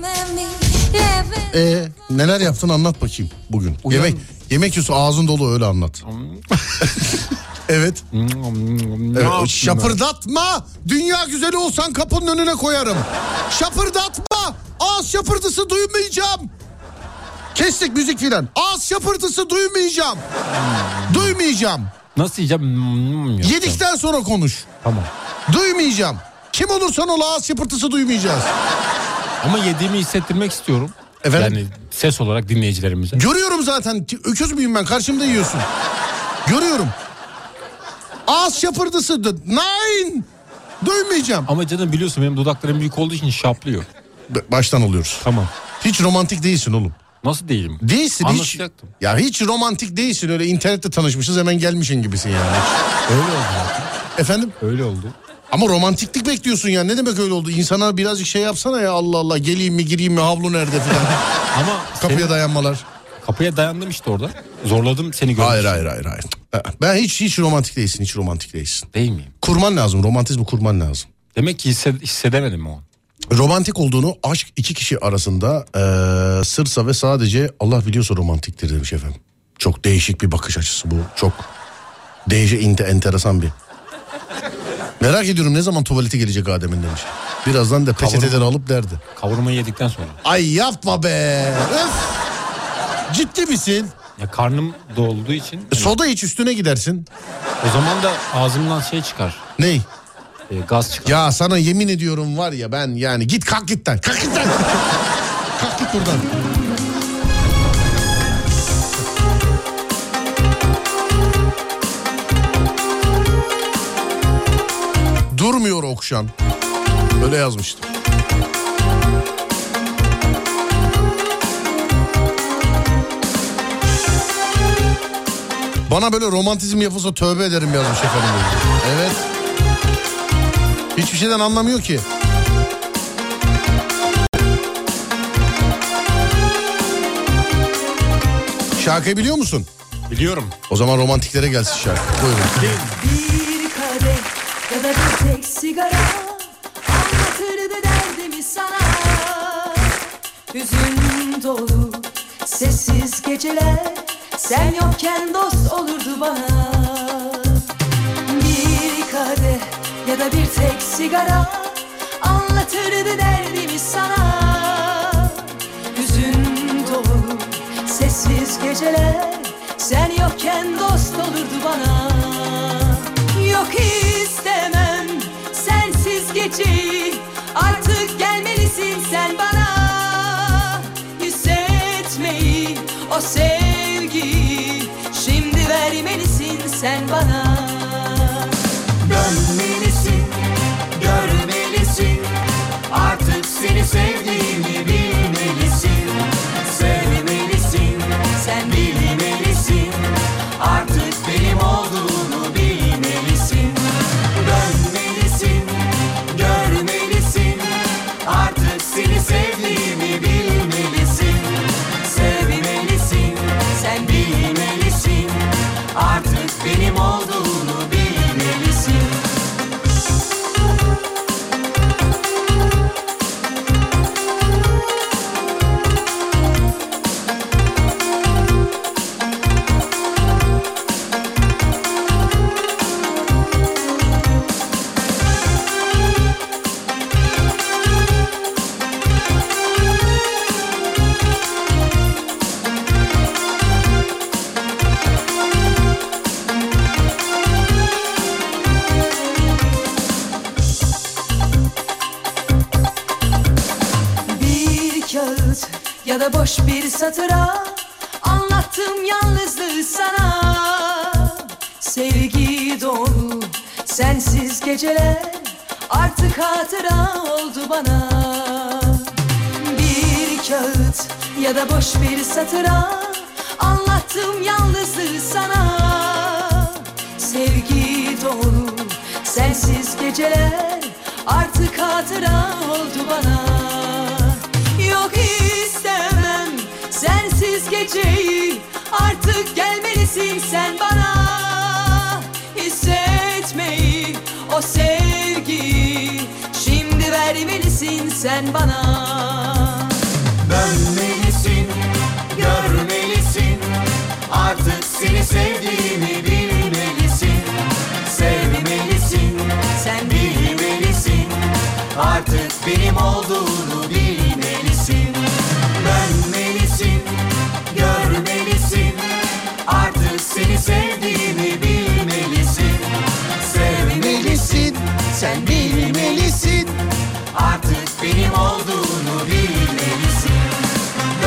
Ee, neler yaptın anlat bakayım bugün. Uyan- Yemek yemek yiyorsun, ağzın dolu, öyle anlat. Evet. Evet. Şapırdatma. Dünya güzeli olsan kapının önüne koyarım. Şapırdatma. Ağız şapırtısı duymayacağım. Kestik müzik filan. Ağız şapırtısı duymayacağım. Duymayacağım. Nasıl yiyeceğim? Hmm, yapacağım. Yedikten sonra konuş. Tamam. Duymayacağım. Kim olursan ol, ağız şapırtısı duymayacağız. Ama yediğimi hissettirmek istiyorum. Efendim? Yani ses olarak dinleyicilerimize. Görüyorum zaten. Öküz müyüm ben? Karşımda yiyorsun. Görüyorum. Ağız şapırdısı. Nine. Duymayacağım. Ama canım biliyorsun benim dudaklarım büyük olduğu için şaplıyor. Baştan oluyoruz. Tamam. Hiç romantik değilsin oğlum. Nasıl değilim? Değilsin hiç. Anlatacaktım. Ya hiç romantik değilsin, öyle internette tanışmışız hemen gelmişin gibisin yani. Öyle oldu zaten. Efendim? Öyle oldu. Ama romantiklik bekliyorsun ya, ne demek öyle oldu? İnsana birazcık şey yapsana ya, Allah Allah, geleyim mi gireyim mi, havlu nerede falan. Ama Kapıya senin, dayanmalar. kapıya dayandım işte orada. Zorladım seni görmek. Hayır hayır hayır hayır. Ben hiç hiç romantik değilsin, hiç romantik değilsin. Değil miyim? Kurman lazım, romantizmi kurman lazım. Demek ki hissed- hissedemedim o an. Romantik olduğunu aşk iki kişi arasında ee, sırsa ve sadece Allah biliyorsa romantiktir demiş efendim. Çok değişik bir bakış açısı bu. Çok değişik, ente, enteresan bir. Merak ediyorum ne zaman tuvalete gelecek Adem'in demiş. Birazdan da peçeteleri alıp derdi. Kavurmayı yedikten sonra. Ay yapma be. Öf. Ciddi misin? Ya karnım dolduğu için. E, soda iç, üstüne gidersin. O zaman da ağzımdan şey çıkar. Ney? E, gaz çıkar. Ya sana yemin ediyorum var ya, ben yani git kalk gitten. Kalk gitten. Kalk git buradan. Durmuyor okşan. Öyle yazmıştım. Bana böyle romantizm yapılsa tövbe ederim yazmış efendim. Evet. Hiçbir şeyden anlamıyor ki. Şarkıyı biliyor musun? Biliyorum. O zaman romantiklere gelsin şarkı. Buyurun. Bir kadeh ya da bir tek sigara anlatırdı derdimi sana. Hüzün dolu sessiz geceler, sen yokken dost olurdu bana. Bir kadeh ya da bir tek sigara anlatırdı derdimi sana. Hüzün dolu sessiz geceler, sen yokken dost olurdu bana. Yok istemem sensiz geceyi, artık gelmelisin sen bana. Hissetmeyi, o sevgiyi şimdi vermelisin sen bana. Dönmelisin, görmelisin, artık seni sevdiğimi bilmelisin. Sevmelisin, sen bilmelisin, artık benim olduğunu bilmelisin. Dönmelisin, görmelisin, artık seni sevdiğimi bilmelisin. Sevmelisin, sen bilmelisin, artık benim olduğunu bilmelisin. Ya da boş bir satıra anlattım yalnızlığı sana. Sevgi dolu sensiz geceler artık hatıra oldu bana. Bir kağıt ya da boş bir satıra anlattım yalnızlığı sana. Sevgi dolu sensiz geceler artık hatıra oldu bana. Yok istemem sensiz geceyi, artık gelmelisin sen bana. Hissetmeyi, o sevgiyi şimdi vermelisin sen bana. Dönmelisin, görmelisin, artık seni sevdiğimi bilmelisin. Sevmelisin, sen bilmelisin, artık benim olduğunu bilmelisin. Dönmelisin, görmelisin, artık seni sevdiğimi bilmelisin. Sevmelisin, sen bilmelisin, artık benim olduğunu bilmelisin.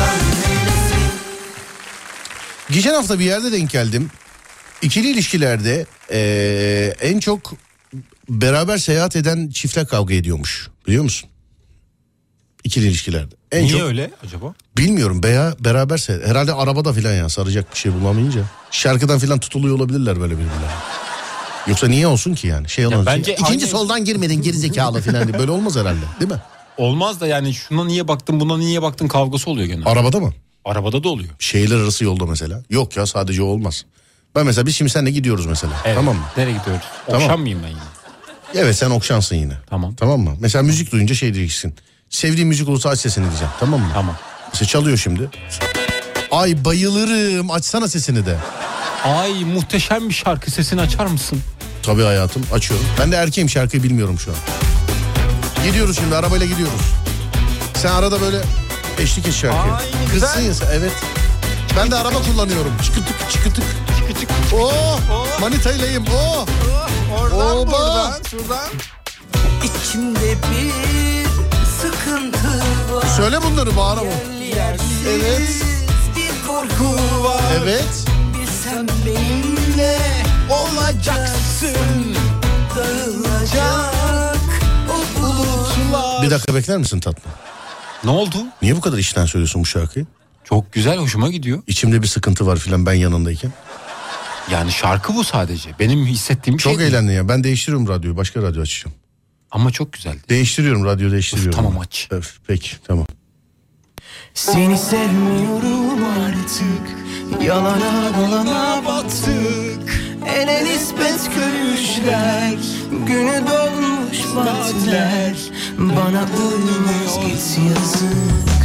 Geçen hafta bir yerde denk geldim. İkili ilişkilerde ee, en çok beraber seyahat eden çiftler kavga ediyormuş. Biliyor musun? İkili ilişkilerde. En Niye çok, öyle acaba? bilmiyorum, beya, beraber seyahat. Herhalde arabada filan ya, saracak bir şey bulamayınca. Şarkıdan filan tutuluyor olabilirler böyle birbirlerine. Yoksa niye olsun ki yani? Şey olan bence şey, İkinci aynı- soldan girmedin gerizekalı filan diye. Böyle olmaz herhalde, değil mi? Olmaz da yani şuna niye baktın buna niye baktın kavgası oluyor genelde. Arabada mı? Arabada da oluyor. Şehirler arası yolda mesela. Yok ya, sadece olmaz. Ben mesela biz şimdi seninle gidiyoruz mesela. Evet. Tamam mı? Nereye gidiyoruz? Tamam. Okşan mıyım ben yine? Evet, sen okşansın yine. Tamam. Tamam mı? Mesela müzik duyunca şey diyeceksin. Sevdiğin müzik olursa aç sesini diyeceğim. Tamam mı? Tamam. Mesela çalıyor şimdi. Ay bayılırım, açsana sesini de. Ay muhteşem bir şarkı, sesini açar mısın? Tabii hayatım, açıyorum. Ben de erkeğim, şarkıyı bilmiyorum şu an. Gidiyoruz şimdi, arabayla gidiyoruz. Sen arada böyle eşlik et şarkıya. Ay, ne güzel. Kızsın ya sen, evet. Ben de araba kullanıyorum. Çıkıtık çıkıtık. Çıkı çık. Oh, manitayleyim. Oh. Oradan Oba. buradan şuradan. İçimde bir sıkıntı var. Söyle bunları, bağıramam. Yersiz Evet. bir korku var. Evet. Bilsem benimle olacaksın. Dağılacak o bulutlar. Bir dakika bekler misin tatlım? Ne oldu? Niye bu kadar içten söylüyorsun bu şarkıyı? Çok güzel, hoşuma gidiyor. İçimde bir sıkıntı var filan, ben yanındayken. Yani şarkı bu sadece. Benim hissettiğim Çok şey değil. eğlendin ya. Ben değiştiriyorum radyoyu. Başka radyo açacağım. Ama çok güzeldi. Değiştiriyorum, radyo değiştiriyorum. Tamam, aç. Öf, peki tamam. Seni sevmiyorum artık. Yalana dolana battık. Ele nispet görüşler. Günü dolmuş vaatler. Bana uymaz git yazık.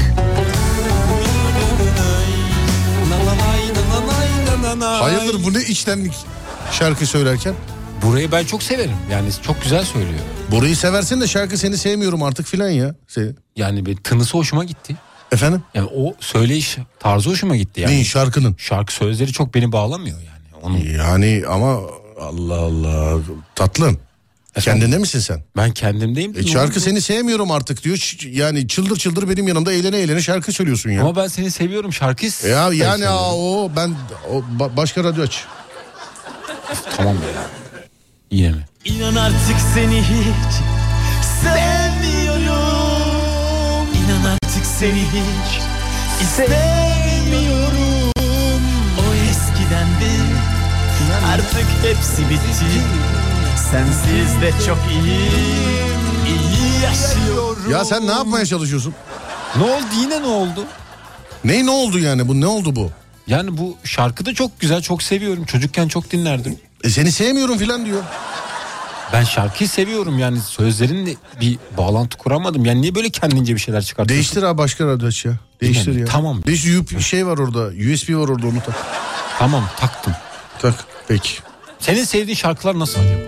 Hayırdır, bu ne içtenlik şarkı söylerken? Burayı ben çok severim. Yani çok güzel söylüyor. Burayı seversin de şarkı seni sevmiyorum artık filan ya. Se- Yani bir tınısı hoşuma gitti. Efendim? Yani o söyleyiş tarzı hoşuma gitti yani. Neyin, şarkının? Şarkı sözleri çok beni bağlamıyor yani. Onun, Yani ama Allah Allah tatlım. Efendim? Kendinde misin sen? ben kendimdeyim. E, şarkı seni sevmiyorum artık diyor. Ç- Yani çıldır çıldır benim yanımda eğlene eğlene şarkı söylüyorsun ya. Ama ben seni seviyorum şarkı. Ya yani seviyorum. aa, o ben o, ba- başka radyo aç. Tamam ya. Yine mi? İnan artık seni hiç sevmiyorum. İnan artık seni hiç istemiyorum. O eskidendi, artık hepsi bitti. Sensiz de çok iyiyim, iyi yaşıyorum. Ya sen ne yapmaya çalışıyorsun? Ne oldu yine ne oldu? Ne ne oldu yani, bu ne oldu bu? Yani bu şarkı da çok güzel, çok seviyorum. Çocukken çok dinlerdim. E, seni sevmiyorum filan diyor. Ben şarkıyı seviyorum yani sözlerinle bir bağlantı kuramadım. Yani niye böyle kendince bir şeyler çıkartıyorsun? Değiştir abi, başka radyo aç ya. Değiştir mi? ya. Tamam. Değiştir, U- şey var orada, U S B var orada, onu tak. Tamam, taktım. Tak peki. Senin sevdiğin şarkılar nasıl acaba?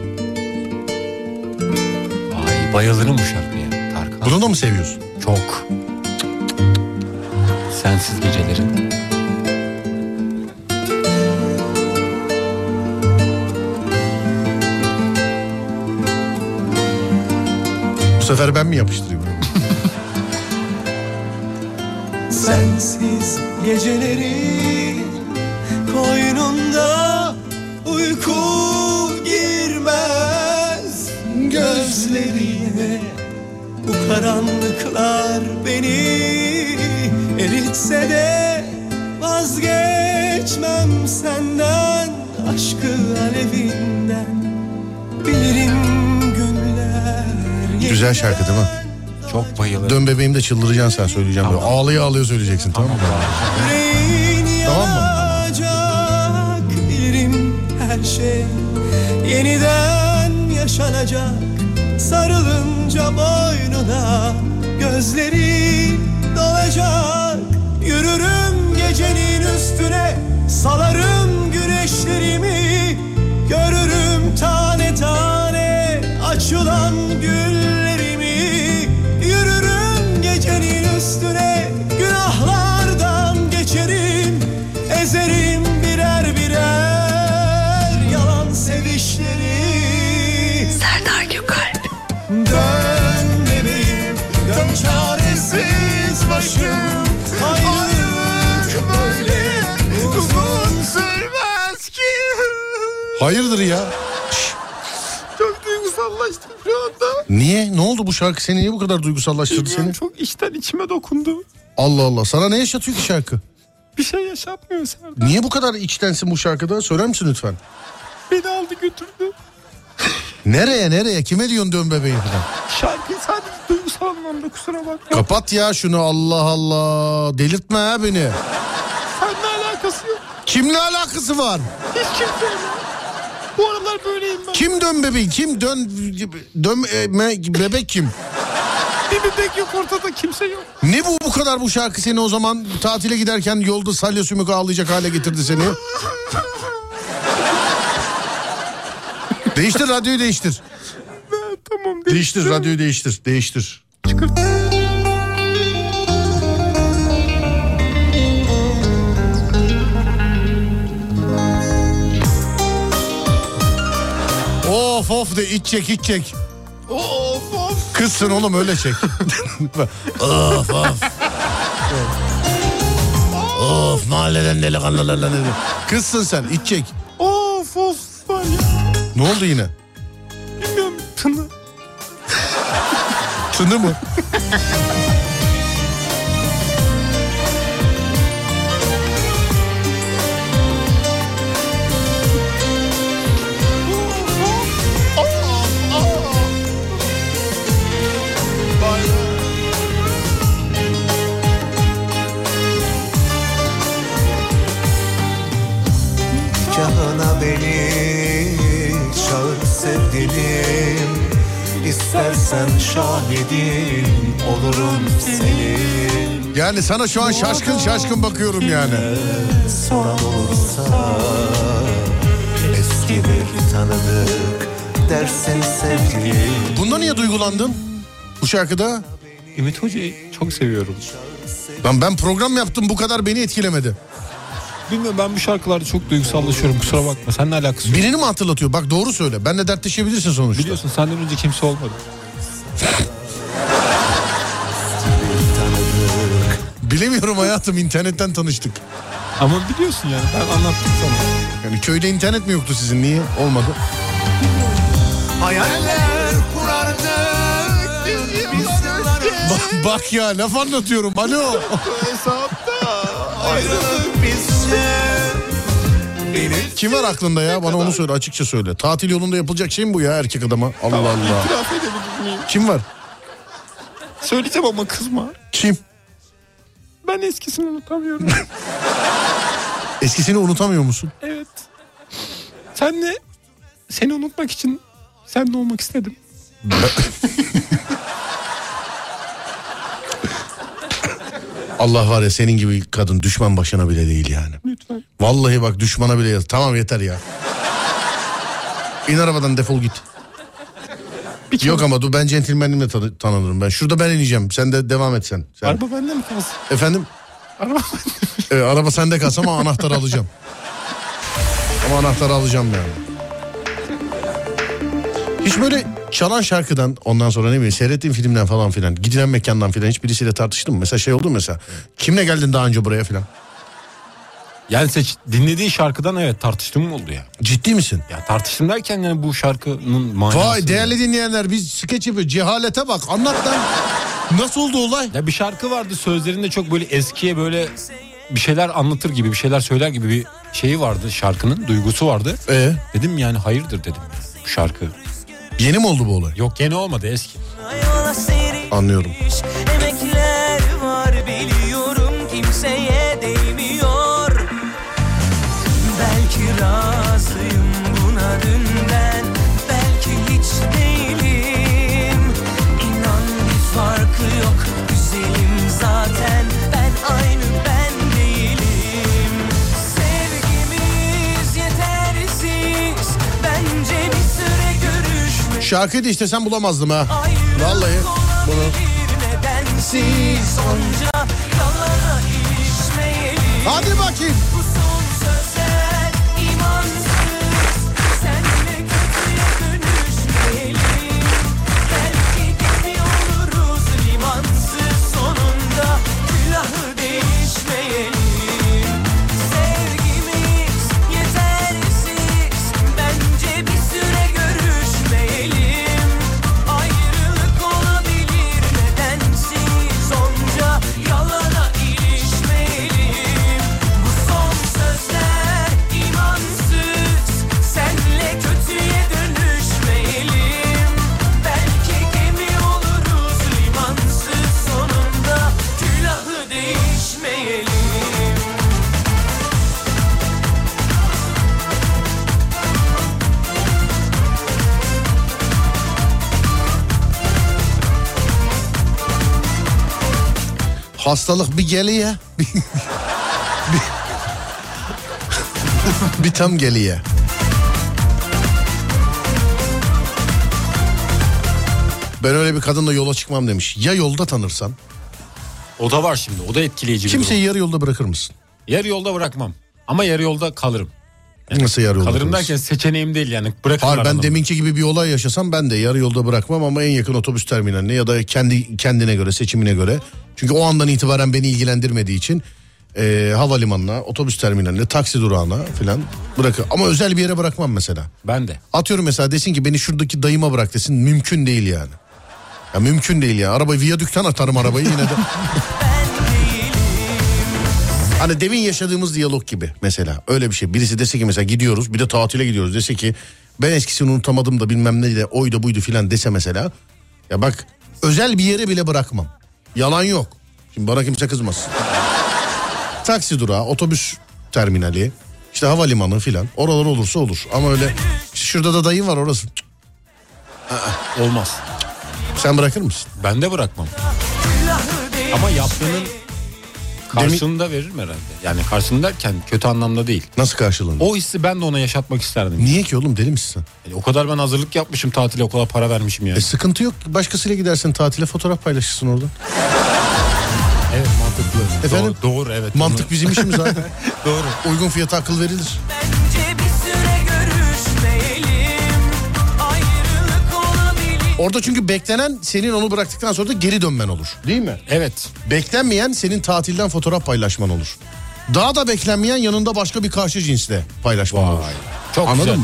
Ay bayılırım bu şarkıya. Tarkan. Bunu da mı seviyorsun? Çok. Sensiz gecelerin. Bu sefer ben mi yapıştırayım? Sensiz geceleri koynunda uyku girmez gözlerine. Bu karanlıklar beni eritse de vazgeçmem senden, aşkı alevinden. Bilirim günler Güzel şarkı değil mi? Çok bayılırım. Dön bebeğim de çıldıracaksın sen, söyleyeceğim. Tamam. Böyle. Ağlaya ağlaya söyleyeceksin, tamam mı? Yüreğin Tamam mı? yanacak, bilirim her şey yeniden yaşanacak. Sarılınca boynuna gözleri dolacak. Yürürüm gecenin üstüne, salarım güneşlerimi. Görürüm tane tane açılan güllerimi. Yürürüm gecenin üstüne, günahlardan geçerim. Ezerim birer birer yalan sevişleri. Serdar Gökalp. Dön bebeğim, dön çaresiz başım. Ayrılık böyle uzun Hayırdır ya? Çok duygusallaştım şu anda. Niye? Ne oldu bu şarkı seni niye bu kadar duygusallaştırdı seni? Çok içten içime dokundu. Allah Allah. Sana ne yaşatıyor ki şarkı? Bir şey yaşatmıyor Serdar. Niye bu kadar içtensin bu şarkıda? Söyler misin lütfen? Beni aldı götürdü. Nereye nereye? Kime diyorsun dön bebeğim falan? Şarkıyı sadece duygusal anlamda, kusura bakma. Kapat ya şunu, Allah Allah. Delirtme ha beni. Seninle alakası yok. Kimle alakası var? Hiç kimseyle. Bu aralar böyleyim ben. Kim dön bebeğim? Kim dön dön e, me, bebek kim? Bir bebek yok ortada, kimse yok. Ne bu bu kadar bu şarkı seni o zaman tatile giderken yolda salya sümük ağlayacak hale getirdi seni? Değiştir radyoyu değiştir. Tamam Değiştir, değiştir radyoyu değiştir. Değiştir. Çıkar. Of of de iç çek iç çek. Of of. Kızsın oğlum öyle çek. Of of. Of mahalleden delikanlılarla ne diyor? Kızsın sen iç çek. Of of var ya. Ne oldu yine? Bilmiyorum, tını. Tını mı? Nikahına beni çağır sevgilim, İstersen şahidim olurum senin. Yani sana şu an şaşkın şaşkın bakıyorum yani. Soran olursa eski bir tanıdık dersin sevgilim. Bunda niye duygulandın? Bu şarkıda? Ümit Hoca'yı çok seviyorum. Lan ben program yaptım, bu kadar beni etkilemedi. Bilmiyorum, ben bu şarkılarda çok duygusallaşıyorum, kusura bakma. Seninle alakası yok. Birini mi hatırlatıyor? Bak doğru söyle. Benle dertleşebilirsin sonuçta. Biliyorsun senden önce kimse olmadı. Bilemiyorum hayatım, internetten tanıştık. Ama biliyorsun yani, ben anlattım sana. Yani köyde internet mi yoktu sizin, niye? Olmadı. Hayaller kurardık biz Bak, bak ya laf anlatıyorum. Alo. hesapta ayrılık bizce. Kim var aklında ya? Bana onu söyle, açıkça söyle. Tatil yolunda yapılacak şey mi bu ya erkek adama? Allah Tamam, Allah. itiraf edebilir miyim? Kim var? Söyleyeceğim ama kızma. Kim? Ben eskisini unutamıyorum. Eskisini unutamıyor musun? Evet. Senle, seni unutmak için seninle olmak istedim. Allah var ya, senin gibi kadın düşman başına bile değil yani. Lütfen. Vallahi bak, düşmana bile yaz. Tamam yeter ya. İn arabadan, defol git. Bir Yok ama dur, ben centilmenimle tanı- tanınırım ben. Şurada ben ineceğim. Sen de devam et sen. sen. Araba bende mi kalsın? Efendim? Araba bende mi? Ee, araba sende kalsın ama anahtarı alacağım. Ama anahtarı alacağım yani. Hiç böyle çalan şarkıdan, ondan sonra ne bileyim seyrettiğin filmden falan filan, gidilen mekandan filan hiç birisiyle tartıştın mı? Mesela şey oldu mu mesela? Kimle geldin daha önce buraya filan? Yani seç, dinlediğin şarkıdan evet tartıştığım mı oldu ya? Ciddi misin? Ya tartıştım derken yani bu şarkının manası. Vay değerli dinleyenler, biz skeç yapıyoruz. Cehalete bak, anlat lan. Nasıl oldu olay? Ya bir şarkı vardı, sözlerinde çok böyle eskiye böyle bir şeyler anlatır gibi, bir şeyler söyler gibi bir şeyi vardı şarkının, duygusu vardı. Ee? Dedim yani hayırdır dedim bu şarkı. Yeni mi oldu bu olay? Yok yeni olmadı, eski. Anlıyorum. Emekler var biliyorum, kimseye değmiyor. Belki razıyım buna dünden, belki hiç değilim. İnan bir farkı yok, güzelim zaten, ben aynı ben değilim. Sevgimiz yetersiz, bence bir süre görüşme. Şarkıyı da istesem bulamazdım ha. Vallahi bunu. Nedensiz onca yalana ilişmeyelim. Hadi bakayım. Bu son sözler imansız, senle kötüye dönüşmeyelim. Belki gemi oluruz limansız, sonunda külahı değişmeyelim. Sevgimiz yetersiz, bence Hastalık bir geliyor. Bir, bir, bir tam geliyor. Ben öyle bir kadınla yola çıkmam demiş. Ya yolda tanırsan? O da var şimdi. O da etkileyici bir Kimseyi durum. yarı yolda bırakır mısın? Yarı yolda bırakmam. Ama yarı yolda kalırım. Yani Nasıl yarı yolda kalırım kalırsın? derken seçeneğim değil yani. Bırakırım. Hayır, ben aradım. deminki gibi bir olay yaşasam ben de yarı yolda bırakmam ama en yakın otobüs terminaline ya da kendi kendine göre, seçimine göre. Çünkü o andan itibaren beni ilgilendirmediği için e, havalimanına, otobüs terminaline, taksi durağına falan bırakır. Ama özel bir yere bırakmam mesela. Ben de. Atıyorum mesela desin ki beni şuradaki dayıma bırak desin, mümkün değil yani. Ya mümkün değil ya. Arabayı viyadükten atarım arabayı yine de. Hani demin yaşadığımız diyalog gibi mesela, öyle bir şey. Birisi dese ki mesela gidiyoruz, bir de tatile gidiyoruz, dese ki ben eskisini unutamadım da bilmem ne de oydu buydu filan dese mesela. Ya bak, özel bir yere bile bırakmam. Yalan yok. Şimdi bana kimse kızmasın. Taksi durağı, otobüs terminali, işte havalimanı filan, oralar olursa olur. Ama öyle işte şurada da dayım var orası. Aa, olmaz. Sen bırakır mısın? Ben de bırakmam. Ama yaptığının karşılığını da veririm herhalde. Yani karşılığını derken kötü anlamda değil. Nasıl karşılığını? O hissi ben de ona yaşatmak isterdim. Niye ki oğlum, deli misin sen? Yani o kadar ben hazırlık yapmışım tatile, o kadar para vermişim yani. E sıkıntı yok. Başkasıyla gidersin tatile, fotoğraf paylaşırsın orada. Evet, mantıklı. Efendim? Doğru, doğru evet. Mantık onu... bizim işimiz abi. Doğru. Uygun fiyata akıl verilir. Bence bir süre görüşmeyelim. Ayrılık olabilir. Orada çünkü beklenen senin onu bıraktıktan sonra da geri dönmen olur. Değil mi? Evet. Beklenmeyen senin tatilden fotoğraf paylaşman olur. Daha da beklenmeyen yanında başka bir karşı cinsle paylaşman Vay. olur. Çok Anladın güzel. mı?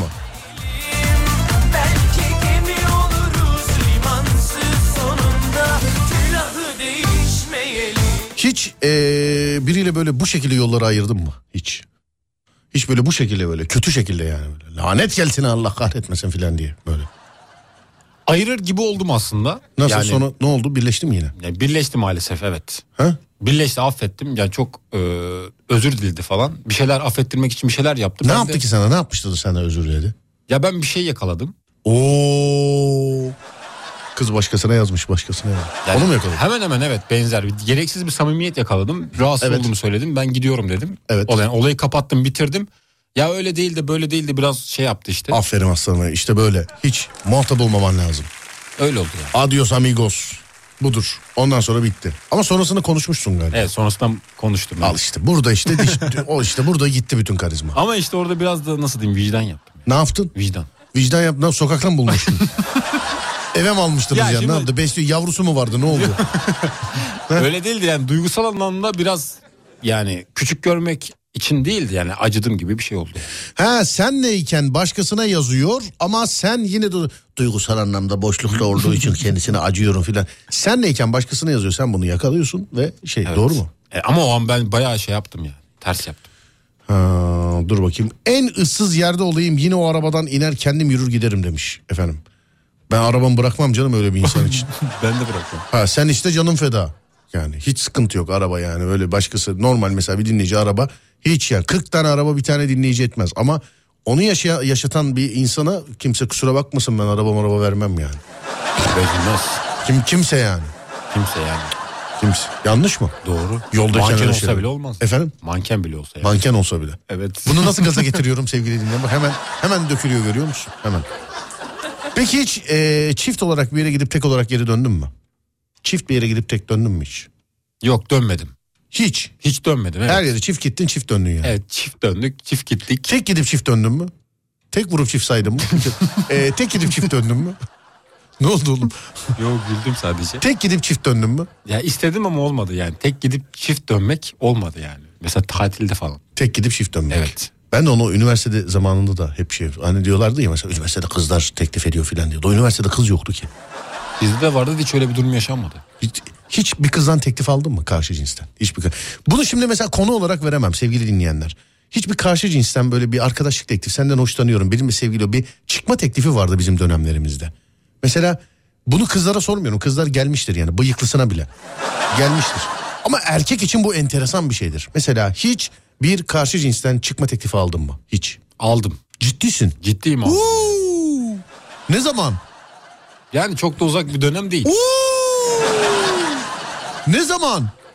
Belki gemi oluruz limansız, sonunda külahı değişmeyelim. Hiç ee, biriyle böyle bu şekilde yolları ayırdın mı? Hiç. Hiç böyle bu şekilde, böyle kötü şekilde yani. Böyle. Lanet gelsin, Allah kahretmesin filan diye böyle. Ayırır gibi oldum aslında. Nasıl, yani, sonra ne oldu, birleşti mi yine? Yani birleşti maalesef, evet. Ha? Birleşti, affettim. Yani çok e, özür diledi falan. Bir şeyler affettirmek için bir şeyler yaptı. Ne Ben yaptı de, ki sana, ne yapmıştı da sana özür diledi? Ya ben bir şey yakaladım. Oo. Kız başkasına yazmış, başkasına yazmış. Yani Onu mu yakaladın? Hemen hemen evet, benzer bir gereksiz bir samimiyet yakaladım. Rahatsız Evet. olduğumu söyledim. Ben gidiyorum dedim. Evet. Olay, olayı kapattım, bitirdim. Ya öyle değil de böyle değil de biraz şey yaptı işte. Aferin aslanım, işte böyle. Hiç muhatap olmaman lazım. Öyle oldu yani. Adios amigos. Budur. Ondan sonra bitti. Ama sonrasında konuşmuşsun galiba. Evet, sonrasında konuştum. Al işte burada işte diş, o işte burada gitti bütün karizma. Ama işte orada biraz da nasıl diyeyim, vicdan yaptım. Ne yaptın? Vicdan. Vicdan yaptın, sokaktan mı bulmuştun? Eve mi almıştınız Ya ya? şimdi- Ne yaptı? Besliyor, yavrusu mu vardı, ne oldu? Öyle değildi yani, duygusal anlamda biraz yani küçük görmek için değildi yani, acıdım gibi bir şey oldu. Ha, senleyken başkasına yazıyor ama sen yine de duygusal anlamda boşlukta olduğu için kendisine acıyorum filan. Senleyken başkasına yazıyor, sen bunu yakalıyorsun ve şey, Evet. doğru mu? E, ama o an ben bayağı şey yaptım yani, ters yaptım. Ha, dur bakayım. En ıssız yerde olayım, yine o arabadan iner kendim yürür giderim demiş efendim. Ben arabamı bırakmam canım öyle bir insan için. Ben de bıraktım. Ha, sen işte canın feda. Yani hiç sıkıntı yok araba, yani öyle başkası normal mesela bir dinleyici araba hiç, yani kırk tane araba bir tane dinleyici etmez ama onu yaşa, yaşatan bir insana kimse kusura bakmasın, ben araba araba vermem yani. Bezilmez. Kim kimse yani. Kimse yani. Kimse. Yanlış mı? Doğru. Yolda Manken kenara olsa şey- bile olmaz. Efendim? Manken bile olsa yani. Manken olsa bile. Evet. Bunu nasıl gaza getiriyorum sevgili dinleyenler? Bak hemen hemen dökülüyor, görüyor musun? Hemen. Peki hiç e, çift olarak bir yere gidip tek olarak geri döndün mü? Çift bir yere gidip tek döndün mü hiç? Yok, dönmedim. Hiç. Hiç dönmedim. Evet. Her yere çift gittin, çift döndün yani. Evet, çift döndük, çift gittik. Tek gidip çift döndün mü? Tek vurup çift saydın mı? e, tek gidip çift döndün mü? Ne oldu oğlum? Yok, güldüm sadece. Tek gidip çift döndün mü? Ya istedim ama olmadı yani. Tek gidip çift dönmek olmadı yani. Mesela tatilde falan. Tek gidip çift dönmek. Evet. Ben de onu üniversitede zamanında da hep şey, hani diyorlardı ya mesela üniversitede kızlar teklif ediyor filan diyor. O üniversitede kız yoktu ki. Bizde de vardı, hiç öyle bir durum yaşanmadı. Hiç, hiç bir kızdan teklif aldın mı karşı cinsten? Hiçbir kız. Bunu şimdi mesela konu olarak veremem sevgili dinleyenler. Hiçbir karşı cinsten böyle bir arkadaşlık teklifi, senden hoşlanıyorum, benim bir sevgili, bir çıkma teklifi vardı bizim dönemlerimizde. Mesela bunu kızlara sormuyorum. Kızlar gelmiştir yani, bıyıklısına bile. Gelmiştir. Ama erkek için bu enteresan bir şeydir. Mesela hiç bir karşı cinsten çıkma teklifi aldın mı? Hiç. Aldım. Ciddisin. Ciddiyim abi. Oo! Ne zaman? Yani çok da uzak bir dönem değil. Oo! Ne zaman?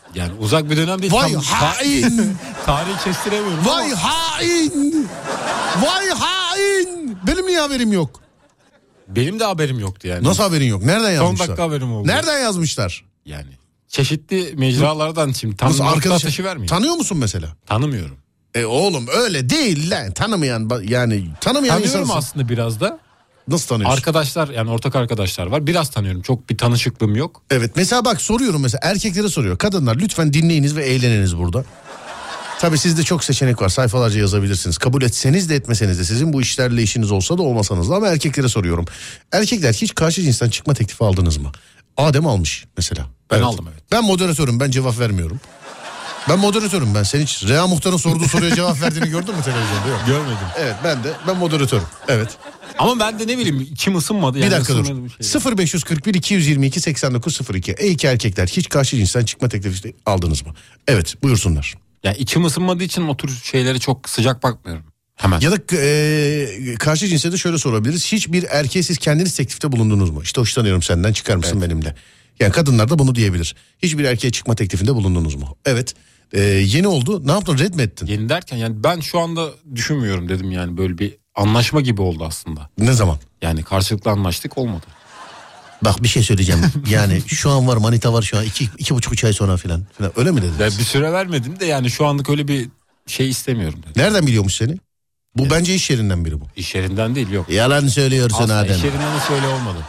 Yani uzak bir dönem değil. Vay tam, hain. Tarihi kestiremiyorum. Vay ama. hain. Vay hain. Benim niye haberim yok? Benim de haberim yoktu yani. Nasıl haberin yok? Nereden yazmışlar? Son dakika haberim oldu. Nereden yazmışlar? Yani çeşitli mecralardan şimdi tam Nasıl nokta arkadaş atışı vermeyeyim. Tanıyor musun mesela? Tanımıyorum. E oğlum öyle değil lan. Tanımayan yani tanımayan Tanıyorum insansın. aslında biraz da. Nasıl tanıyorsun? Arkadaşlar yani ortak arkadaşlar var. Biraz tanıyorum. Çok bir tanışıklığım yok. Evet mesela bak soruyorum mesela erkeklere soruyor. Kadınlar lütfen dinleyiniz ve eğleniniz burada. Tabii sizde çok seçenek var. Sayfalarca yazabilirsiniz. Kabul etseniz de etmeseniz de sizin bu işlerle işiniz olsa da olmasanız da ama erkeklere soruyorum. Erkekler hiç karşı cinsten çıkma teklifi aldınız mı? Adem almış mesela. Ben Evet. aldım evet. Ben moderatörüm, ben cevap vermiyorum. Ben moderatörüm ben. Sen hiç Rea Muhtar'ın sorduğu soruya cevap verdiğini gördün mü televizyonda? Yok. Görmedim. Evet ben de ben moderatörüm. Evet. Ama ben de ne bileyim içim ısınmadı. Yani Bir dakika dur. ısınmadı bir şey. sıfır beş kırk bir iki yüz yirmi iki seksen dokuz sıfır iki. Ey ki erkekler hiç karşı cinsten çıkma teklifi aldınız mı? Evet buyursunlar. Ya içim ısınmadığı için o tür şeylere çok sıcak bakmıyorum. Hemen. Ya da e, karşı cinse de şöyle sorabiliriz. Hiçbir erkeğe siz kendiniz teklifte bulundunuz mu? İşte hoşlanıyorum senden, çıkar mısın evet. benimle? Yani kadınlar da bunu diyebilir. Hiçbir erkeğe çıkma teklifinde bulundunuz mu? Evet. E, yeni oldu. Ne yaptın? Red mi ettin? Yeni derken yani ben şu anda düşünmüyorum dedim yani böyle bir anlaşma gibi oldu aslında. Ne zaman? Yani karşılıklı anlaştık olmadı. Bak bir şey söyleyeceğim. Yani şu an var manita var şu an iki, iki buçuk üç ay sonra filan. filan. Öyle mi dediniz? Ya bir süre vermedim de yani şu anlık öyle bir şey istemiyorum dedim. Nereden biliyormuş seni? Bu evet. Bence iş yerinden biri bu. İş yerinden değil yok. Yalan söylüyorsun Aslında Adem. iş yerinden hiç öyle olmadı.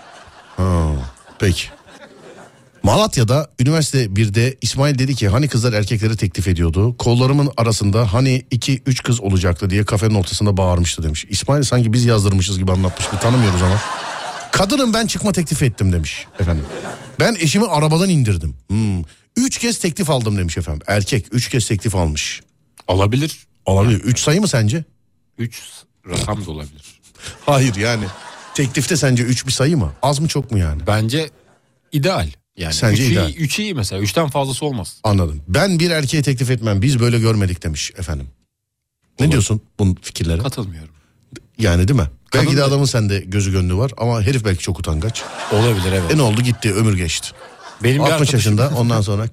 Ha, peki. Malatya'da üniversite birde İsmail dedi ki hani kızlar erkeklere teklif ediyordu. Kollarımın arasında hani iki üç kız olacaktı diye kafenin ortasında bağırmıştı demiş. İsmail sanki biz yazdırmışız gibi anlatmış. Bir tanımıyoruz ama. Kadının ben çıkma teklif ettim demiş efendim. Ben eşimi arabadan indirdim. Hmm. Üç kez teklif aldım demiş efendim. Erkek üç kez teklif almış. Olabilir. Olabilir. Üç sayı mı sence? Üç rakam da olabilir. Hayır yani. Teklifte sence üç bir sayı mı? Az mı çok mu yani? Bence ideal. Yani Sence üç ideal. iyi, üç iyi mesela. Üçten fazlası olmaz. Anladım. Ben bir erkeğe teklif etmem. Biz böyle görmedik demiş efendim. Ne Olur. diyorsun bunun fikirlere? Katılmıyorum. Yani değil mi? Kadın belki de da... adamın sende gözü gönlü var ama herif belki çok utangaç. Olabilir evet. E ne oldu gitti ömür geçti. Benim altmış arkadaşım... yaşında ondan sonra.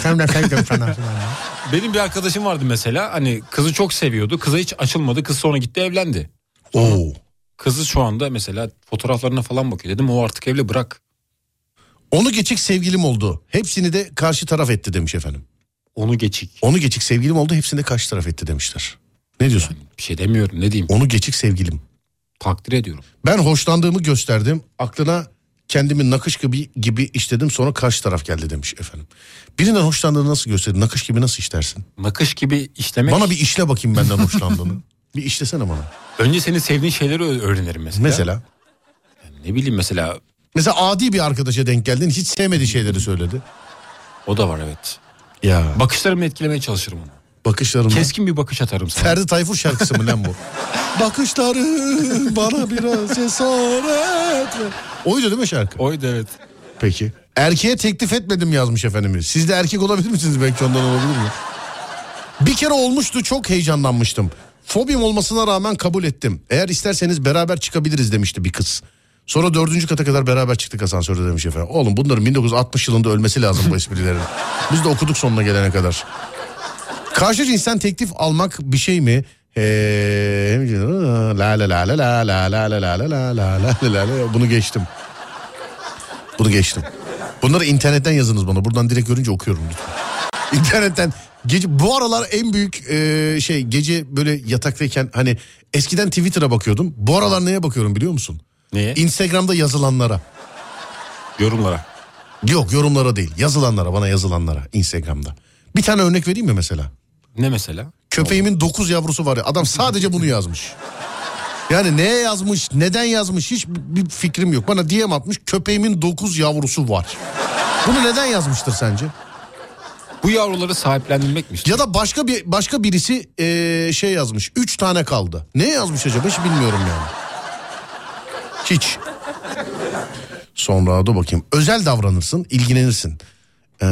Benim bir arkadaşım vardı mesela hani kızı çok seviyordu. Kıza hiç açılmadı. Kız sonra gitti evlendi. Sonra Oo. Kızı şu anda mesela fotoğraflarına falan bakıyor. Dedim o artık evli bırak. Onu geçik sevgilim oldu. Hepsini de karşı taraf etti demiş efendim. Onu geçik. Onu geçik sevgilim oldu. Hepsini de karşı taraf etti demişler. Ne diyorsun? Yani bir şey demiyorum ne diyeyim. Onu geçik sevgilim. Takdir ediyorum. Ben hoşlandığımı gösterdim. Aklına kendimi nakış gibi gibi işledim. Sonra karşı taraf geldi demiş efendim. Birinden hoşlandığını nasıl gösterdin? Nakış gibi nasıl işlersin? Nakış gibi işlemek. Bana bir işle bakayım benden hoşlandığını. Bir işlesene bana. Önce senin sevdiğin şeyleri öğrenirim mesela. Mesela? Yani ne bileyim mesela. Mesela adi bir arkadaşa denk geldin. Hiç sevmediği şeyleri söyledi. O da var evet. Ya. Bakışlarımla etkilemeye çalışırım onu. Bakışlarımla. Keskin bir bakış atarım sana. Ferdi Tayfur şarkısı mı lan bu? Bakışların bana biraz cesaret ver. Oydu değil mi şarkı? Oydu evet. Peki. Erkeğe teklif etmedim yazmış efendimiz. Siz de erkek olabilir misiniz? Belki ondan olabilir mi? Bir kere olmuştu, çok heyecanlanmıştım. Fobim olmasına rağmen kabul ettim. Eğer isterseniz beraber çıkabiliriz demişti bir kız. Sonra dördüncü kata kadar beraber çıktık asansörde demiş efendim. Oğlum bunların bin dokuz yüz altmış yılında ölmesi lazım bu esprilerin. Biz de okuduk sonuna gelene kadar. Karşı cinsten teklif almak bir şey mi? Ee, la la la la la la la la la la la la la la. Bunu geçtim. Bunu geçtim. Bunları internetten yazınız bana. Buradan direkt görünce okuyorum lütfen. İnternetten gece, bu aralar en büyük e, şey gece böyle yataktayken hani eskiden Twitter'a bakıyordum. Bu aralar neye bakıyorum biliyor musun? Neye? Instagram'da yazılanlara. Yorumlara. Yok yorumlara değil, yazılanlara, bana yazılanlara Instagram'da. Bir tane örnek vereyim mi mesela? Ne mesela? Köpeğimin dokuz yavrusu var ya, adam sadece bunu yazmış. Yani neye yazmış, neden yazmış hiç bir fikrim yok. Bana D M atmış, köpeğimin dokuz yavrusu var. Bunu neden yazmıştır sence? Bu yavruları sahiplendirmek mi? Ya da başka bir başka birisi ee, şey yazmış, üç tane kaldı. Ne yazmış acaba hiç bilmiyorum yani. Hiç. Sonra dur bakayım. Özel davranırsın, ilgilenirsin. Ee,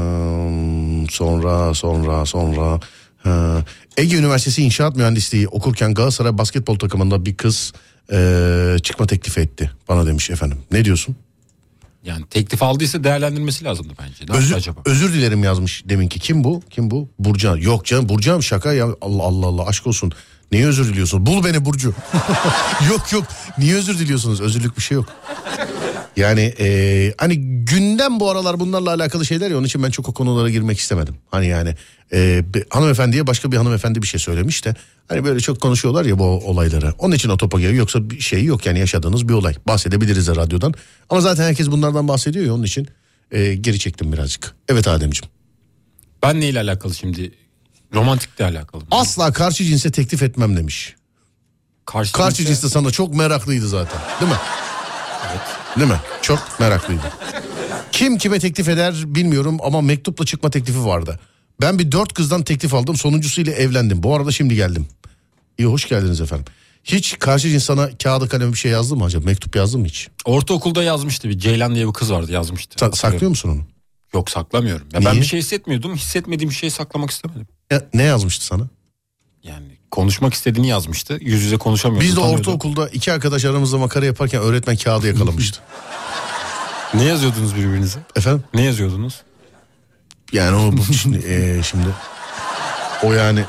sonra sonra sonra ee, Ege Üniversitesi İnşaat Mühendisliği okurken Galatasaray basketbol takımında bir kız ee, çıkma teklifi etti bana demiş efendim. Ne diyorsun? Yani teklif aldıysa değerlendirmesi lazımdı bence. Ne Özür, acaba? özür dilerim yazmış deminki. Kim bu? Kim bu? Burcu. Yok canım Burcu şaka ya. Allah Allah Allah aşk olsun. Niye özür diliyorsun? Bul beni Burcu. Yok yok. Niye özür diliyorsunuz? Özürlük bir şey yok. Yani e, hani gündem bu aralar bunlarla alakalı şeyler ya, onun için ben çok o konulara girmek istemedim. Hani yani e, bir hanımefendiye başka bir hanımefendi bir şey söylemiş de hani böyle çok konuşuyorlar ya bu olayları. Onun için o topa geliyor, yoksa bir şey yok yani, yaşadığınız bir olay. Bahsedebiliriz de radyodan. Ama zaten herkes bunlardan bahsediyor ya, onun için e, geri çektim birazcık. Evet Ademciğim. Ben neyle alakalı şimdi? Romantikle alakalı. Asla karşı cinse teklif etmem demiş. Karşı, karşı cinse... cins de sana çok meraklıydı zaten, değil mi? Evet. Değil mi? Çok meraklıydı. Kim kime teklif eder bilmiyorum ama mektupla çıkma teklifi vardı. Ben bir dört kızdan teklif aldım, sonuncusuyla evlendim. Bu arada şimdi geldim. İyi, hoş geldiniz efendim. Hiç karşı cins sana kağıda kalem bir şey yazdı mı acaba? Mektup yazdı mı hiç? Ortaokulda yazmıştı, bir Ceylan diye bir kız vardı, yazmıştı. Sa- saklıyor musun onu? Yok, saklamıyorum. Ya ben bir şey hissetmiyordum. Hissetmediğim bir şeyi saklamak istemedim. Ya, ne yazmıştı sana? Yani konuşmak istediğini yazmıştı. Yüz yüze konuşamıyordum. Biz de ortaokulda iki arkadaş aramızda makara yaparken öğretmen kağıdı yakalamıştı. Ne yazıyordunuz birbirinize? Efendim? Ne yazıyordunuz? Yani o bu şimdi, e, şimdi o yani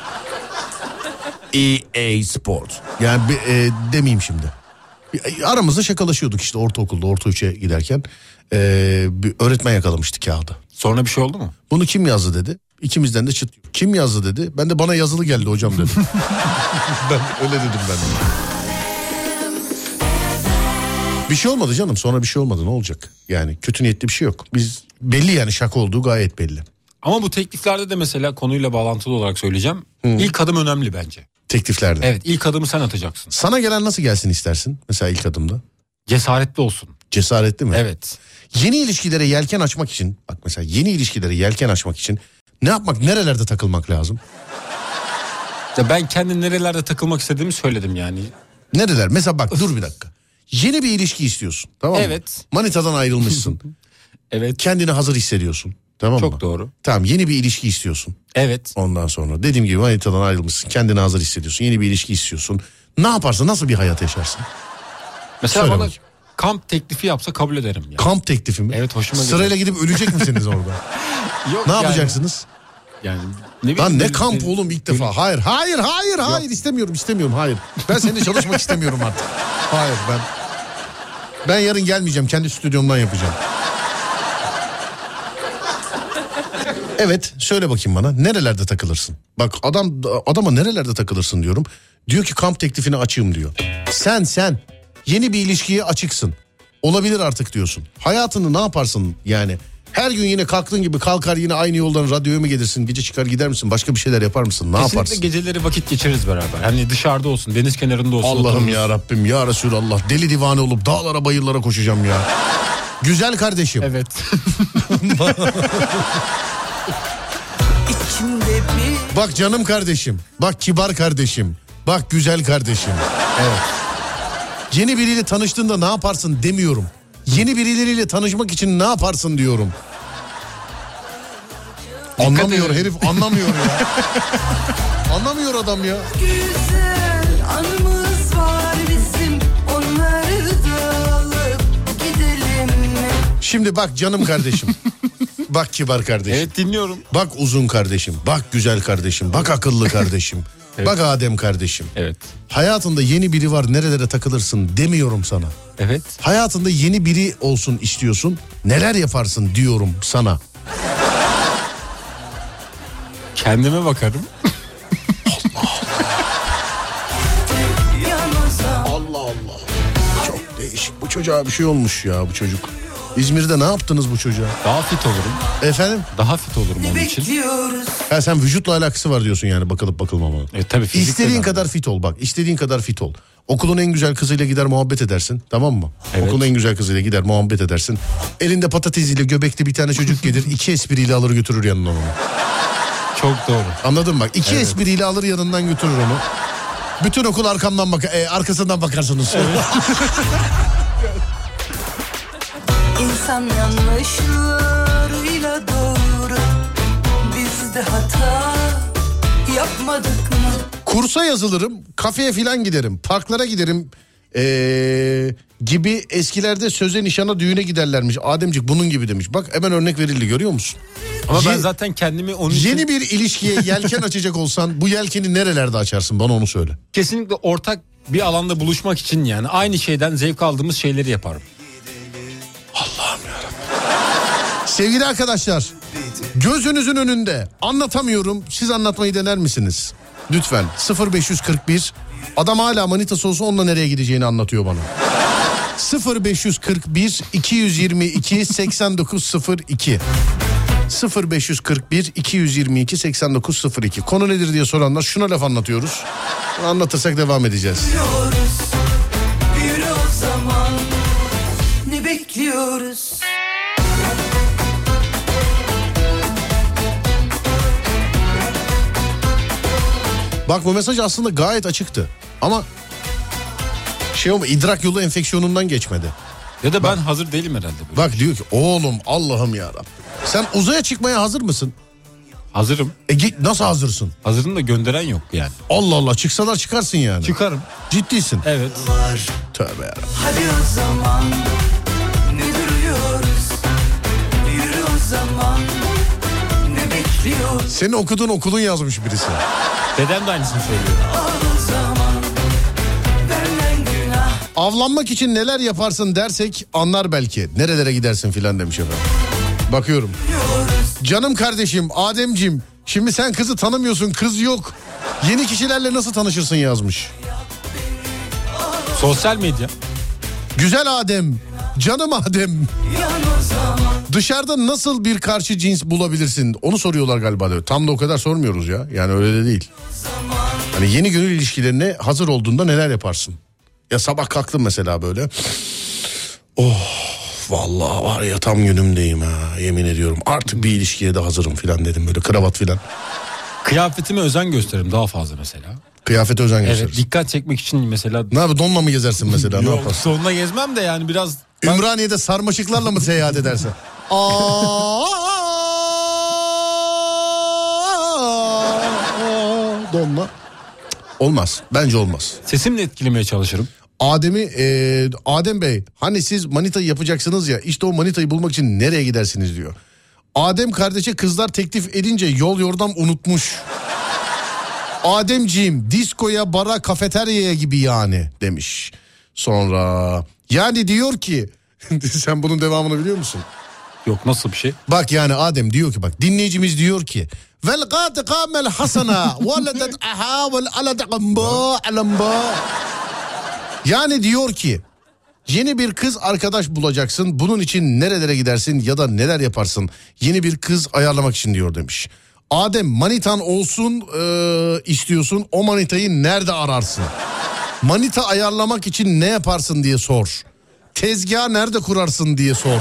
E A Sport. Yani e, demeyeyim şimdi. Aramızda şakalaşıyorduk işte ortaokulda, orta üçe giderken. E, bir öğretmen yakalamıştı kağıdı. Sonra bir şey oldu mu? Bunu kim yazdı dedi. İkimizden de çıt. Kim yazdı dedi. Ben de bana yazılı geldi hocam dedim. Ben öyle dedim ben de. Bir şey olmadı canım, sonra bir şey olmadı, ne olacak? Yani kötü niyetli bir şey yok. Biz belli yani, şaka olduğu gayet belli. Ama bu tekliflerde de mesela konuyla bağlantılı olarak söyleyeceğim. Hı. İlk adım önemli bence. Tekliflerde. Evet, ilk adımı sen atacaksın. Sana gelen nasıl gelsin istersin mesela ilk adımda? Cesaretli olsun. Cesaretli mi? Evet. Yeni ilişkilere yelken açmak için, bak mesela yeni ilişkilere yelken açmak için ne yapmak, nerelerde takılmak lazım? Ya ben kendi nerelerde takılmak istediğimi söyledim yani. Nereler? Mesela bak dur bir dakika. Yeni bir ilişki istiyorsun, tamam mı? Evet. Manitadan ayrılmışsın. Evet. Kendini hazır hissediyorsun. Tamam Çok mı? doğru. Tamam, yeni bir ilişki istiyorsun. Evet. Ondan sonra dediğim gibi manitadan ayrılmışsın. Kendini hazır hissediyorsun. Yeni bir ilişki istiyorsun. Ne yaparsın? Nasıl bir hayat yaşarsın? Mesela Söyle bana bakayım. kamp teklifi yapsa kabul ederim. Yani. Kamp teklifi mi? Evet, hoşuma gidiyor. Sırayla gidip ölecek misiniz orada? Yok ne yani, yapacaksınız? Yani ne Lan bileyim, ne ne, kamp ne, oğlum ilk defa. Hayır, hayır, hayır, hayır. Yok. istemiyorum, istemiyorum. Hayır. Ben seninle çalışmak istemiyorum artık. Hayır, ben ben yarın gelmeyeceğim. Kendi stüdyomdan yapacağım. Evet, söyle bakayım bana. Nerelerde takılırsın? Bak adam adama nerelerde takılırsın diyorum. Diyor ki kamp teklifini açayım diyor. Sen sen yeni bir ilişkiye açıksın. Olabilir artık diyorsun. Hayatını ne yaparsın yani? Her gün yine kalktığın gibi kalkar yine aynı yoldan radyoya mı gelirsin? Gece çıkar gider misin? Başka bir şeyler yapar mısın? Ne Kesinlikle yaparsın? geceleri vakit geçiririz beraber. Hani dışarıda olsun, deniz kenarında olsun. Allah'ım otururuz. ya Rabbim ya Resulallah. Deli divane olup dağlara bayırlara koşacağım ya. Güzel kardeşim. Evet. Bak canım kardeşim. Bak kibar kardeşim. Bak güzel kardeşim. Evet. Yeni biriyle tanıştığında ne yaparsın demiyorum. Yeni birileriyle tanışmak için ne yaparsın diyorum. Anlamıyor herif, anlamıyor ya. Anlamıyor adam ya. Güzel anımız var bizim, onları da alıp gidelim mi? Şimdi bak canım kardeşim. Bak kibar kardeşim. Evet, dinliyorum. Bak uzun kardeşim. Bak güzel kardeşim. Bak akıllı kardeşim. Evet. Bak Adem kardeşim. Evet. Hayatında yeni biri var, nerelere takılırsın demiyorum sana. Evet. Hayatında yeni biri olsun istiyorsun. Neler yaparsın diyorum sana. Kendime bakarım. Allah Allah. Çok değişik. Bu çocuğa bir şey olmuş ya, bu çocuk. İzmir'de ne yaptınız bu çocuğa? Daha fit olurum. Efendim? Daha fit olurum onun için. Ha, sen vücutla alakası var diyorsun yani, bakılıp bakılmamanın. E, tabii fizikle İstediğin de. kadar fit ol bak. İstediğin kadar fit ol. Okulun en güzel kızıyla gider muhabbet edersin, tamam mı? Evet. Okulun en güzel kızıyla gider muhabbet edersin. Elinde patatesiyle göbekli bir tane çocuk gelir. iki espriyle alır götürür yanından onu. Çok doğru. Anladın mı bak? İki Evet. espriyle alır yanından götürür onu. Bütün okul arkamdan bak e, arkasından bakarsınız. Evet. İnsan yanlışlarıyla doğru, biz de hata yapmadık mı? Kursa yazılırım, kafeye filan giderim, parklara giderim. Ee, gibi eskilerde söze nişana düğüne giderlermiş. Ademcik bunun gibi demiş. Bak hemen örnek verildi, görüyor musun? Ama Ye- ben zaten kendimi onun için... Yeni bir ilişkiye yelken açacak olsan bu yelkeni nerelerde açarsın, bana onu söyle. Kesinlikle ortak bir alanda buluşmak için, yani aynı şeyden zevk aldığımız şeyleri yaparım. Allah'ım yarabbim. Sevgili arkadaşlar, gözünüzün önünde anlatamıyorum, siz anlatmayı dener misiniz? Lütfen. Sıfır beş yüz kırk bir, adam hala manitası olsa onunla nereye gideceğini anlatıyor bana. Sıfır beş yüz kırk bir iki yüz yirmi iki seksen dokuz sıfır iki sıfır beş yüz kırk bir iki yüz yirmi iki seksen dokuz sıfır iki. Konu nedir diye soranlar, şuna laf anlatıyoruz. Anlatırsak devam edeceğiz. Yürü o zaman, ne bekliyoruz? Bak bu mesaj aslında gayet açıktı. Ama şey olma, idrak yolu enfeksiyonundan geçmedi. Ya da ben Bak, hazır değilim herhalde. Böyle. Bak diyor ki oğlum Allah'ım yarabbim. Sen uzaya çıkmaya hazır mısın? Hazırım. E git, nasıl hazırsın? Hazırım da gönderen yok yani. Allah Allah, çıksalar çıkarsın yani. Çıkarım. Ciddisin. Evet. Tövbe yarabbim. Hadi o zaman, ne duruyoruz? Yürü o zaman, ne bekliyoruz? Senin okuduğun okulun yazmış birisi. Dedem de aynısını söylüyor. O zaman, benden günah. Avlanmak için neler yaparsın dersek anlar belki. Nerelere gidersin filan demiş efendim. Bakıyorum. Canım kardeşim Ademcim, şimdi sen kızı tanımıyorsun, kız yok. Yeni kişilerle nasıl tanışırsın yazmış. Sosyal medya. Güzel Adem, canım Adem. Dışarıda nasıl bir karşı cins bulabilirsin? Onu soruyorlar galiba diyor. Tam da o kadar sormuyoruz ya. Yani öyle de değil. Hani yeni gönül ilişkilerine hazır olduğunda neler yaparsın? Ya sabah kalktım mesela böyle. Oh vallahi var ya tam günümdeyim ha, yemin ediyorum. Artık bir ilişkiye de hazırım filan dedim, böyle kravat filan. Kıyafetime özen gösteririm daha fazla mesela. Kıyafete özen gösterirsin. Evet, dikkat çekmek için mesela. Ne yapayım, donla mı gezersin mesela? Ne Yok, yaparsın? donla gezmem de yani biraz. Ümraniye'de sarmaşıklarla mı seyahat edersin? Aa, donla. Olmaz. Bence olmaz. Sesimle etkilemeye çalışırım. Adem'i e, Adem Bey, hani siz manitayı yapacaksınız ya, işte o manitayı bulmak için nereye gidersiniz diyor. Adem kardeşe kızlar teklif edince yol yordam unutmuş. Ademciğim diskoya, bara, kafeteryaya gibi yani demiş. Sonra yani diyor ki sen bunun devamını biliyor musun? Yok, nasıl bir şey? Bak yani Adem diyor ki, bak dinleyicimiz diyor ki vel qad qamel hasana veledet aha vel alad amba alamba. Yani diyor ki yeni bir kız arkadaş bulacaksın, bunun için nerelere gidersin ya da neler yaparsın yeni bir kız ayarlamak için diyor demiş. Adem manitan olsun e, istiyorsun, o manitayı nerede ararsın? Manita ayarlamak için ne yaparsın diye sor. Tezgah nerede kurarsın diye sor.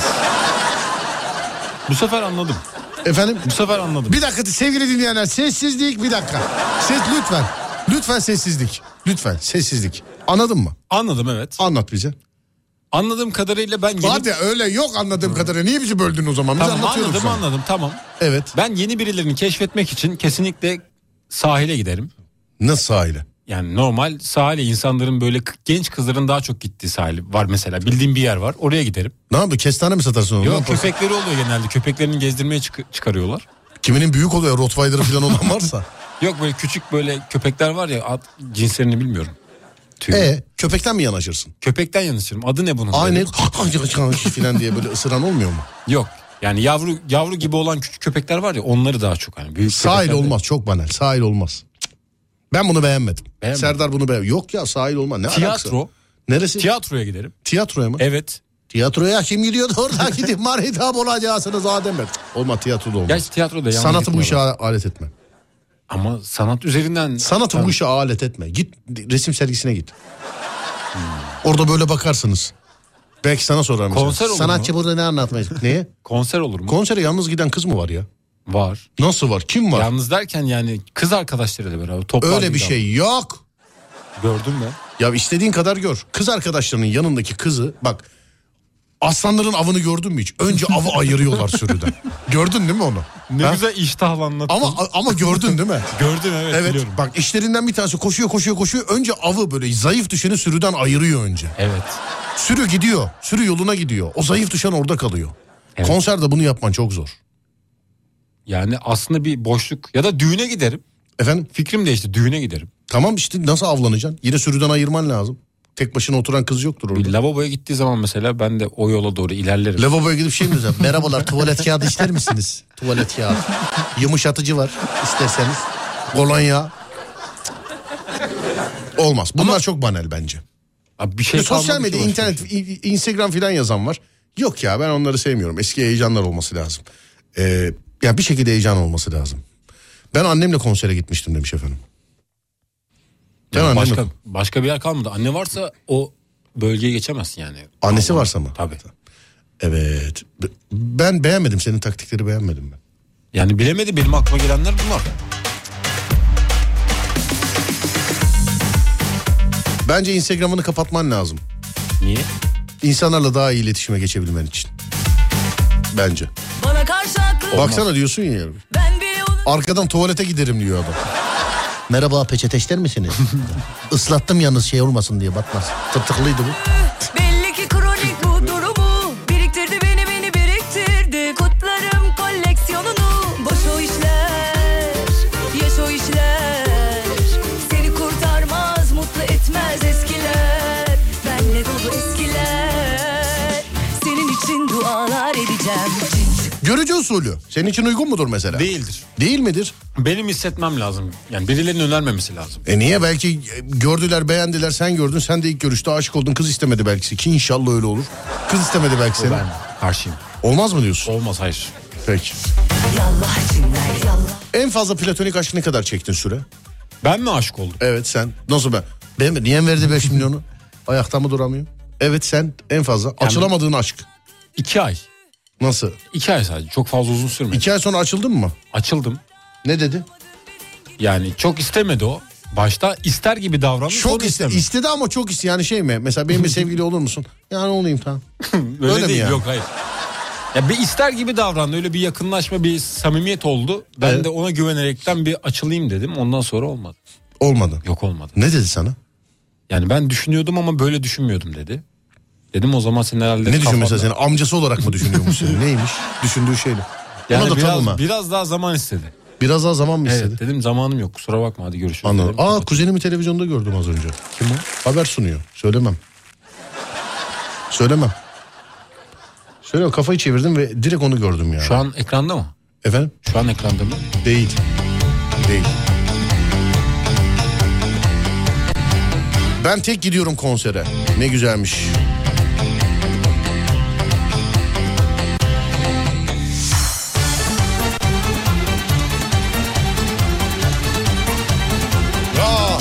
Bu sefer anladım. Efendim? Bu sefer anladım. Bir dakika sevgili dinleyenler, sessizlik bir dakika. Ses lütfen. Lütfen sessizlik. Lütfen sessizlik. Anladın mı? Anladım, evet. Anlat bize. Anladığım kadarıyla ben yeni... Hadi öyle yok anladığım kadarıyla. Niye bizi böldün o zaman? Biz tamam, anlatıyoruz anladım sana. anladım tamam. Evet. Ben yeni birilerini keşfetmek için kesinlikle sahile giderim. Nasıl sahile? Yani normal sahile, insanların böyle genç kızların daha çok gittiği sahil var mesela. Bildiğim bir yer var, oraya giderim. Ne yapıyor? Kestane mi satarsın onu? Yok, köpekleri oluyor genelde. Köpeklerini gezdirmeye çık- çıkarıyorlar. Kiminin büyük oluyor, Rottweiler'ı falan olan varsa. Yok, böyle küçük böyle köpekler var ya, ad, cinslerini bilmiyorum. E köpekten mi yanaşırsın? Köpekten yanaşırım. Adı ne bunun? Aynı falan diye böyle ısıran olmuyor mu? Yok. Yani yavru yavru gibi olan küçük köpekler var ya, onları daha çok hani büyük. Sahil olmaz, çok banal. Sahil olmaz. Ben bunu beğenmedim. Beğenmedim. Serdar bunu beğenmedi. Yok ya, sahil olmaz. Ne Tiyatro. alakası? Neresi? Tiyatroya giderim. Tiyatroya mı? Evet. Tiyatroya kim gidiyordu orada? Gidip marhitap olacaksınız Adem Bey. Olmaz, tiyatroda olmaz. Gerçi tiyatroda yalnız sanatı bu işe gitmiyorlar. alet etme. Ama sanat üzerinden... Sanatı bu işe alet etme. Git resim sergisine git. Hmm. Orada böyle bakarsınız. Belki sana sorar mesela. Konser olur Sanatçı mu? burada ne anlatmaya? Neye? Konser olur mu? Konsere yalnız giden kız mı var ya? Var. Nasıl var? Kim var? Yalnız derken yani kız arkadaşlarıyla beraber toplar. Öyle bir şey yok. Gördün mü? Ya istediğin kadar gör. Kız arkadaşlarının yanındaki kızı bak, Aslanların avını gördün mü hiç? Önce avı ayırıyorlar sürüden. Gördün değil mi onu? Ne Ha? güzel iştahla anlattın. Ama ama gördün değil mi? Gördüm evet, Evet biliyorum. bak işlerinden bir tanesi koşuyor koşuyor koşuyor. Önce avı böyle zayıf düşeni sürüden ayırıyor önce. Evet. Sürü gidiyor. Sürü yoluna gidiyor. O zayıf düşen orada kalıyor. Evet. Konserde bunu yapman çok zor. Yani aslında bir boşluk ya da düğüne giderim. Efendim? Fikrim değişti, düğüne giderim. Tamam işte nasıl avlanacaksın? Yine sürüden ayırman lazım. Tek başına oturan kız yoktur orada. Bir lavaboya gittiği zaman mesela ben de o yola doğru ilerlerim. Lavaboya gidip şey mi diyeceğim? Merhabalar, tuvalet kağıdı ister misiniz? Tuvalet kağıdı. Yumuşatıcı var isterseniz. Kolonya. Olmaz. Bunlar Ama çok banal bence. Abi bir şey Sosyal kalmadı medya, ki internet, başka bir şey. i- Instagram filan yazan var. Yok ya ben onları sevmiyorum. Eski heyecanlar olması lazım. Ee, ya bir şekilde heyecan olması lazım. Ben annemle konsere gitmiştim demiş efendim. Ben Yani annemle- başka başka bir yer kalmadı. Anne varsa o bölgeye geçemezsin yani. Annesi Allah. varsa mı? Tabii. Evet. B- Ben beğenmedim. Senin taktikleri beğenmedim ben. Yani bilemedi, benim aklıma gelenler bunlar. Bence Instagram'ını kapatman lazım. Niye? İnsanlarla daha iyi iletişime geçebilmen için. Bence. Bana karşı aklı Baksana diyorsun ya. ben bir yolu Arkadan tuvalete giderim diyor adam. Merhaba peçete ister misiniz? Islattım yalnız şey olmasın diye batmaz. Tırtıklıydı bu. belli ki kronik bu durumu biriktirdi beni beni biriktirdi kutlarım koleksiyonunu boş o işler yaş o işler seni kurtarmaz mutlu etmez eskiler benle dolu eskiler senin için dualar edeceğim. Görücü usulü. Senin için uygun mudur mesela? Değildir. Değil midir? Benim hissetmem lazım. Yani birilerinin önermemesi lazım. E niye? Belki gördüler, beğendiler, sen gördün. Sen de ilk görüşte aşık oldun. Kız istemedi belki. Ki inşallah öyle olur. Kız istemedi belki seni. Ben karşıyım. Olmaz mı diyorsun? Olmaz, hayır. Peki. Yallah cinler yallah. En fazla platonik aşk ne kadar çektin süre? Ben mi aşık oldum? Evet sen. Nasıl ben? Ben mi? Niye verdi beş milyonu? Ayakta mı duramıyor? Evet sen en fazla. Açılamadığın aşk. İki ay. Nasıl? İki ay sadece. Çok fazla uzun sürmedi. İki ay sonra açıldın mı? Açıldım. Ne dedi? Yani çok istemedi o. Başta ister gibi davrandı. Çok sonra iste, istemedi. istedi ama çok iste yani şey mi? Mesela benim bir sevgili olur musun? Yani olayım tamam. Öyle Öyle mi değil, yani? yok hayır. Ya bir ister gibi davrandı. Öyle bir yakınlaşma, bir samimiyet oldu. Ben Evet. de ona güvenerekten bir açılayım dedim. Ondan sonra olmadı. Olmadı. Yok olmadı. Ne dedi sana? Yani ben düşünüyordum ama böyle düşünmüyordum dedi. Dedim o zaman sen herhalde... Ne düşün mesela kafanda- seni? Amcası olarak mı düşünüyormuş seni? Neymiş? Düşündüğü şeyle. Yani Ona da biraz, tanıma. biraz daha zaman istedi. Biraz daha zaman mı istedi? Evet dedim, zamanım yok, kusura bakma, hadi görüşürüz. Anladım. dedim. Aa kuzenimi televizyonda gördüm az önce. Kim o? Haber sunuyor. Söylemem. Söylemem. Söylemem. Kafayı çevirdim ve direkt onu gördüm yani. Şu an ekranda mı? Efendim? Şu an ekranda mı? Değil. Değil. Ben tek gidiyorum konsere. Ne güzelmiş. Ya.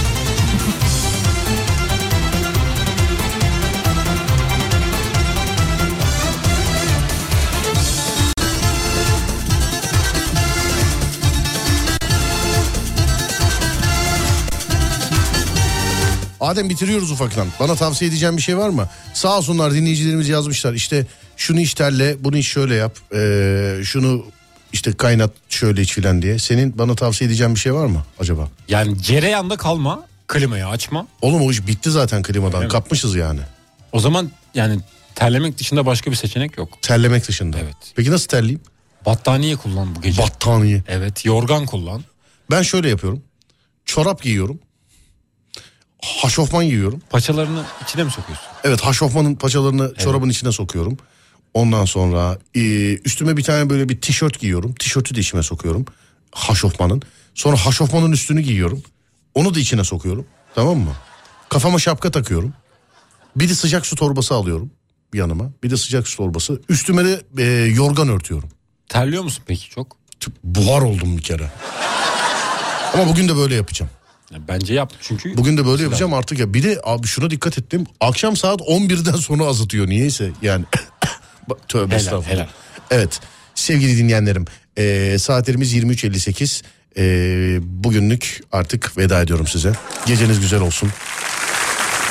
Adem bitiriyoruz ufaktan. Bana tavsiye edeceğin bir şey var mı? Sağ olsunlar dinleyicilerimiz yazmışlar. İşte şunu iç terle, bunu iç şöyle yap. Ee, şunu işte kaynat şöyle iç filan diye. Senin bana tavsiye edeceğin bir şey var mı acaba? Yani cereyanda kalma, klimayı açma. Oğlum o iş bitti zaten klimadan. Öyle mi? Kapmışız yani. O zaman yani terlemek dışında başka bir seçenek yok. Terlemek dışında. Evet. Peki nasıl terleyeyim? Battaniye kullan bu gece. Battaniye. Evet, yorgan kullan. Ben şöyle yapıyorum. Çorap giyiyorum. Haşofman giyiyorum. Paçalarını içine mi sokuyorsun? Evet, haşofmanın paçalarını çorabın içine sokuyorum. Ondan sonra e, üstüme bir tane böyle bir tişört giyiyorum. Tişörtü de içime sokuyorum. Haşofmanın. Sonra haşofmanın üstünü giyiyorum. Onu da içine sokuyorum. Tamam mı? Kafama şapka takıyorum. Bir de sıcak su torbası alıyorum yanıma. Bir de sıcak su torbası. Üstüme de e, yorgan örtüyorum. Terliyor musun peki çok? Buhar oldum bir kere. Ama bugün de böyle yapacağım. Yani bence yap çünkü. Bugün de böyle yapacağım artık ya. Bir de abi şuna dikkat ettim. Akşam saat on birden sonra azıtıyor niyeyse yani. Tövbe Helal, estağfurullah. helal. Evet sevgili dinleyenlerim. E, saatlerimiz yirmi üç elli sekiz. E, bugünlük artık veda ediyorum size. Geceniz güzel olsun.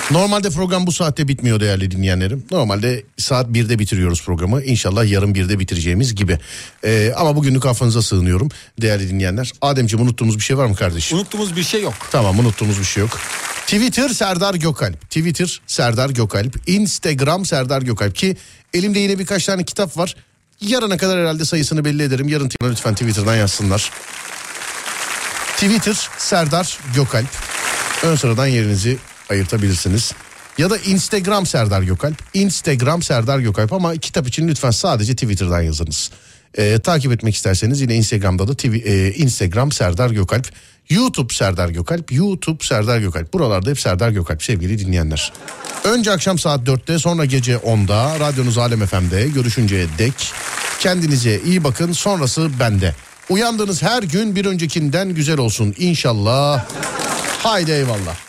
Normalde program bu saatte bitmiyor değerli dinleyenlerim. Normalde saat birde bitiriyoruz programı. İnşallah yarın birde bitireceğimiz gibi. Ee, ama bugünlük affınıza sığınıyorum değerli dinleyenler. Ademciğim unuttuğumuz bir şey var mı kardeşim? Unuttuğumuz bir şey yok. Tamam, unuttuğumuz bir şey yok. Twitter Serdar Gökalp. Twitter Serdar Gökalp. Instagram Serdar Gökalp ki elimde yine birkaç tane kitap var. Yarına kadar herhalde sayısını belli ederim. Yarın lütfen Twitter'dan yazsınlar. Twitter Serdar Gökalp. Ön sıradan yerinizi ayırtabilirsiniz. Ya da Instagram Serdar Gökalp. Instagram Serdar Gökalp ama kitap için lütfen sadece Twitter'dan yazınız. Ee, takip etmek isterseniz yine Instagram'da da T V, e, Instagram Serdar Gökalp. YouTube Serdar Gökalp. YouTube Serdar Gökalp. Buralarda hep Serdar Gökalp sevgili dinleyenler. Önce akşam saat dörtte, sonra gece onda radyonuz Alem F M'de görüşünceye dek kendinize iyi bakın, sonrası bende. Uyandığınız her gün bir öncekinden güzel olsun inşallah. Haydi eyvallah.